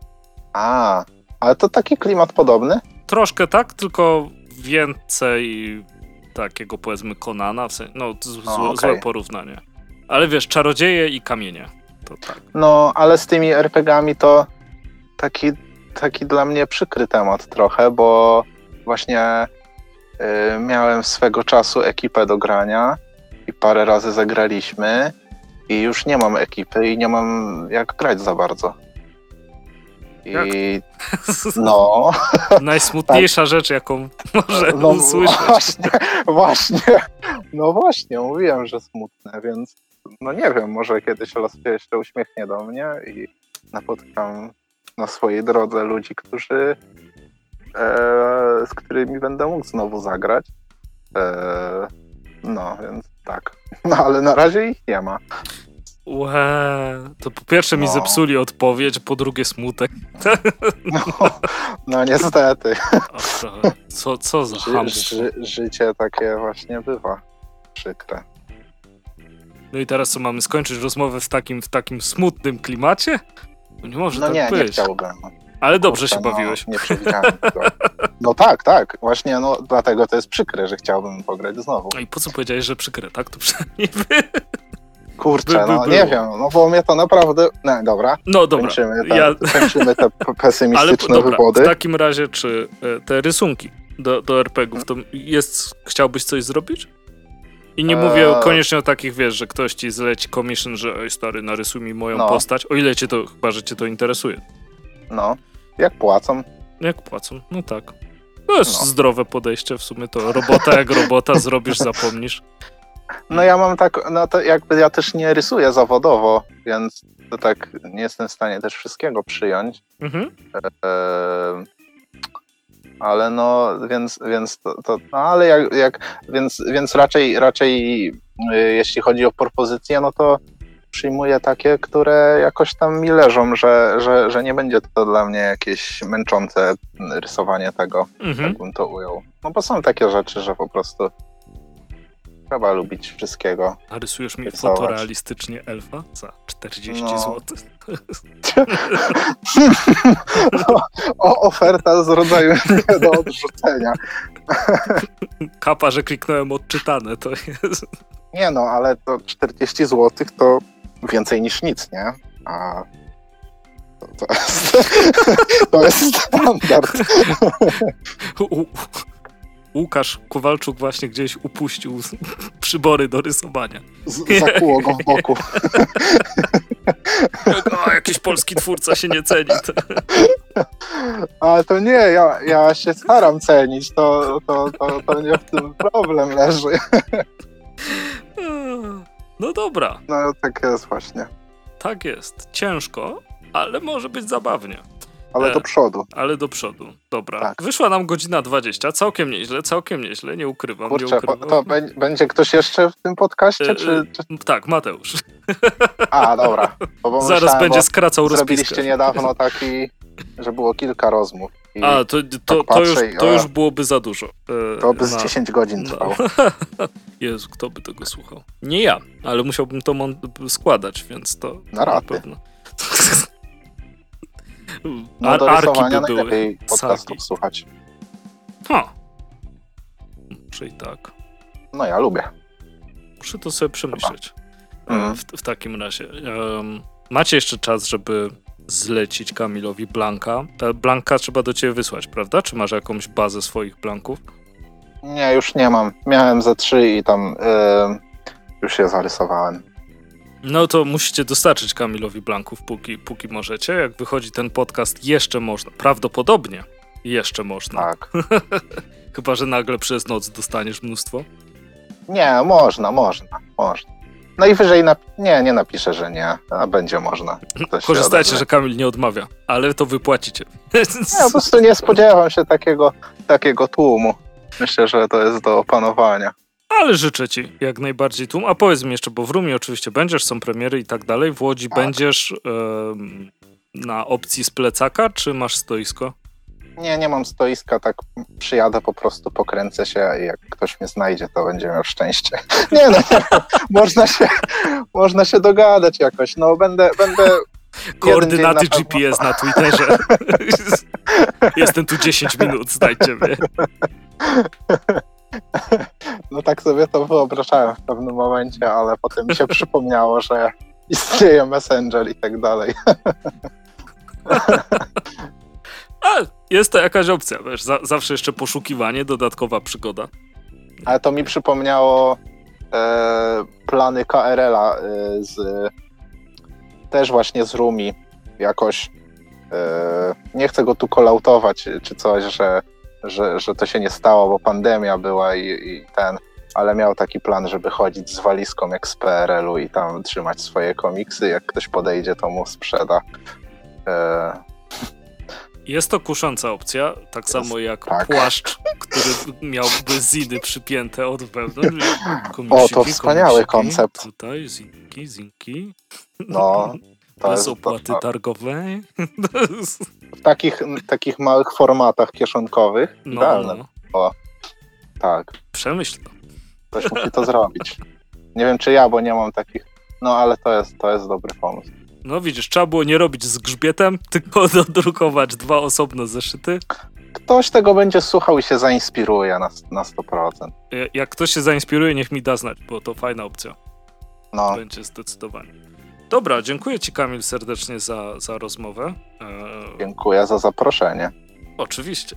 A, ale to taki klimat podobny?
Troszkę tak, tylko więcej takiego powiedzmy Conana, w sensie, no z, z,
O,
złe
okej.
porównanie. Ale wiesz, czarodzieje i kamienie, to tak.
No, ale z tymi er pe gami to taki, taki dla mnie przykry temat trochę, bo właśnie y, miałem swego czasu ekipę do grania i parę razy zagraliśmy i już nie mam ekipy i nie mam jak grać za bardzo. I no,
Najsmutniejsza rzecz, jaką może
no
usłyszeć.
właśnie, właśnie, no właśnie, mówiłem, że smutne, więc no nie wiem, może kiedyś los się jeszcze uśmiechnie do mnie i napotkam na swojej drodze ludzi, którzy e, z którymi będę mógł znowu zagrać. E, no, więc tak. No ale na razie ich nie ma.
Łe, to po pierwsze mi
No.
zepsuli odpowiedź, po drugie smutek.
No, no niestety.
O, trochę. Co, co za
Ży,
chamstwo.
ży, życie takie właśnie bywa. Przykre.
No i teraz co, mamy skończyć rozmowę w takim, w takim smutnym klimacie? No nie może
No
tak
nie,
być.
nie chciałbym.
Ale dobrze
Kurczę,
się bawiłeś.
No, nie przewidziałem tego. No tak, tak. Właśnie no dlatego to jest przykre, że chciałbym pograć znowu.
No i po co powiedziałeś, że przykre, tak? To przynajmniej by...
Kurczę,
By- by
no
było.
nie wiem, no bo mnie to naprawdę... No dobra,
No dobra.
kończymy te,
Ja...
kończymy te p-
Ale
pesymistyczne
dobra,
wywody.
w takim razie, czy e, te rysunki do, do er pe gie ów, to jest... Chciałbyś coś zrobić? I nie mówię
Eee.
koniecznie o takich, wiesz, że ktoś ci zleci commission, że ej stary, narysuj mi moją
No.
postać, o ile cię to, chyba, że cię to interesuje.
No, jak płacą.
Jak płacą? No tak. To jest
No.
zdrowe podejście w sumie, to robota jak robota, zrobisz, zapomnisz.
No ja mam tak, no to jakby ja też nie rysuję zawodowo, więc to tak nie jestem w stanie też wszystkiego przyjąć.
Mhm.
Eee, ale no, więc, więc to, to no ale jak, jak więc, więc raczej, raczej y, jeśli chodzi o propozycje, no to przyjmuję takie, które jakoś tam mi leżą, że, że, że nie będzie to dla mnie jakieś męczące rysowanie tego,
Mhm.
jak bym to ujął. No bo są takie rzeczy, że po prostu trzeba lubić wszystkiego.
A rysujesz mi
Rysować.
fotorealistycznie elfa za czterdzieści
No.
złotych.
O, oferta z rodzaju nie do odrzucenia.
Kapa, że kliknąłem odczytane, to jest...
Nie no, ale to czterdzieści złotych to więcej niż nic, nie? A to, to, jest, to jest standard.
U, Łukasz Kowalczuk właśnie gdzieś upuścił przybory do rysowania.
Z, zakłuło go w boku.
O, jakiś polski twórca się nie ceni. To...
Ale to nie, ja, ja się staram cenić, to, to, to, to nie w tym problem leży.
No dobra,
No tak jest właśnie.
tak jest. Ciężko, ale może być zabawnie.
Ale
E,
do przodu.
Ale do przodu. Dobra.
Tak.
Wyszła nam godzina dwadzieścia. Całkiem nieźle, całkiem nieźle. Nie ukrywam, nie
Kurczę,
ukrywam.
po- to bę- będzie ktoś jeszcze w tym podcaście,
E,
czy... czy...
Tak, Mateusz.
A, dobra. Bo, bo
Zaraz
myślałem,
będzie
bo
skracał
zrobiliście
rozpiskę.
niedawno taki, że było kilka rozmów. I
A, to, to,
tak
to, już,
patrzę i-
to
o,
już byłoby za dużo. E,
to by z
na-
dziesięć godzin
no.
trwało.
Jezu, kto by tego słuchał? Nie ja, ale musiałbym to mon- składać, więc to
Na raty.
pewno.
No
Ar-
do
arki
rysowania
by były.
najlepiej podcastów
Sagi.
słuchać.
Ha. Muszę i tak.
No ja lubię.
Muszę to sobie przemyśleć.
Mhm.
W, w takim razie. Um, macie jeszcze czas, żeby zlecić Kamilowi Blanka. E, Blanka trzeba do ciebie wysłać, prawda? Czy masz jakąś bazę swoich blanków?
Nie, już nie mam. Miałem ze trzy i tam yy, już je zarysowałem.
No to musicie dostarczyć Kamilowi Blanków, póki, póki możecie. Jak wychodzi ten podcast, jeszcze można. Prawdopodobnie jeszcze można.
Tak.
Chyba że nagle przez noc dostaniesz mnóstwo.
Nie, można, można, można. Najwyżej nap- nie, nie napiszę, że nie, a będzie można. Ktoś się
Korzystajcie,
odezwie.
że Kamil nie odmawia, ale to wypłacicie.
Nie, po prostu nie spodziewam się takiego, takiego tłumu. Myślę, że to jest do opanowania.
Ale życzę ci jak najbardziej tłum. A powiedz mi jeszcze, bo w Rumie oczywiście będziesz, są premiery i tak dalej. W Łodzi
Tak.
będziesz em, na opcji z plecaka, czy masz stoisko?
Nie, nie mam stoiska, tak przyjadę po prostu, pokręcę się i jak ktoś mnie znajdzie, to będzie miał szczęście. Nie no, można się, można się dogadać jakoś, no będę, będę...
Koordynaty
jeden dzień
G
na
P S na Twitterze. Jestem tu dziesięć minut, znajdźcie mnie.
No tak sobie to wyobrażałem w pewnym momencie, ale potem mi się przypomniało, że istnieje Messenger i tak dalej.
A, jest to jakaś opcja, wiesz, za, zawsze jeszcze poszukiwanie, dodatkowa przygoda.
Ale to mi przypomniało e, plany K R L-a e, z też właśnie z Rumi. Jakoś e, nie chcę go tu kolautować czy coś, że, że, że to się nie stało, bo pandemia była i, i ten, ale miał taki plan, żeby chodzić z walizką jak z P R L-u i tam trzymać swoje komiksy. Jak ktoś podejdzie, to mu sprzeda. E,
Jest to kusząca opcja, tak samo jak
tak.
płaszcz, który miałby zidy przypięte od wewnątrz.
O, to wspaniały koncept.
Tutaj zinki, zinki.
No, to
Bez
jest
opłaty
to, to.
targowej.
W takich, takich małych formatach kieszonkowych.
No,
Idealne.
no.
O, tak.
Przemyśl to.
Ktoś musi to zrobić. Nie wiem, czy ja, bo nie mam takich. No, ale to jest, to jest dobry pomysł.
No widzisz, trzeba było nie robić z grzbietem, tylko dodrukować dwa osobne zeszyty.
Ktoś tego będzie słuchał i się zainspiruje na, na sto procent.
Jak ktoś się zainspiruje, niech mi da znać, bo to fajna opcja.
No.
Będzie zdecydowanie. Dobra, dziękuję ci, Kamil, serdecznie za, za rozmowę. Eee,
Dziękuję za zaproszenie.
oczywiście.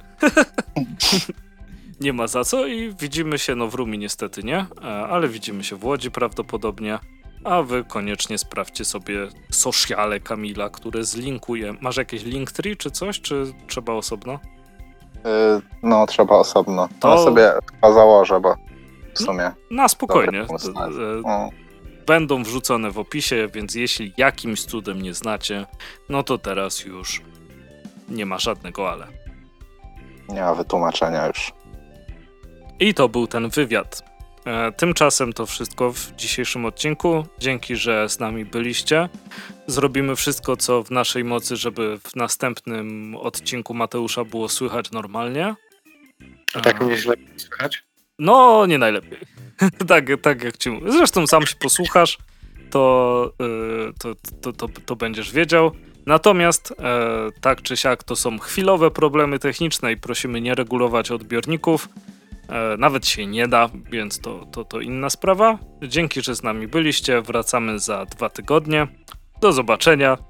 Nie ma za co i widzimy się, no w Rumi niestety nie, eee, ale widzimy się w Łodzi prawdopodobnie, a wy koniecznie sprawdźcie sobie sociale Kamila, które zlinkuję. Masz jakieś Linktree czy coś, czy trzeba osobno?
Yy, no, trzeba osobno. To
To-
ja sobie chyba założę, bo w sumie...
Na spokojnie.
dobry pomysł.
Eee,
No.
Będą wrzucone w opisie, więc jeśli jakimś cudem nie znacie, no to teraz już nie ma żadnego ale.
Nie ma wytłumaczenia już.
I to był ten wywiad. E, tymczasem to wszystko w dzisiejszym odcinku. Dzięki, że z nami byliście. Zrobimy wszystko, co w naszej mocy, żeby w następnym odcinku Mateusza było słychać normalnie.
A tak mnie źle słychać?
No, nie najlepiej. tak, tak jak ci mówię. Zresztą sam się posłuchasz, to, yy, to, to, to, to będziesz wiedział. Natomiast e, tak czy siak to są chwilowe problemy techniczne i prosimy nie regulować odbiorników. E, nawet się nie da, więc to, to, to inna sprawa. Dzięki, że z nami byliście. Wracamy za dwa tygodnie. Do zobaczenia.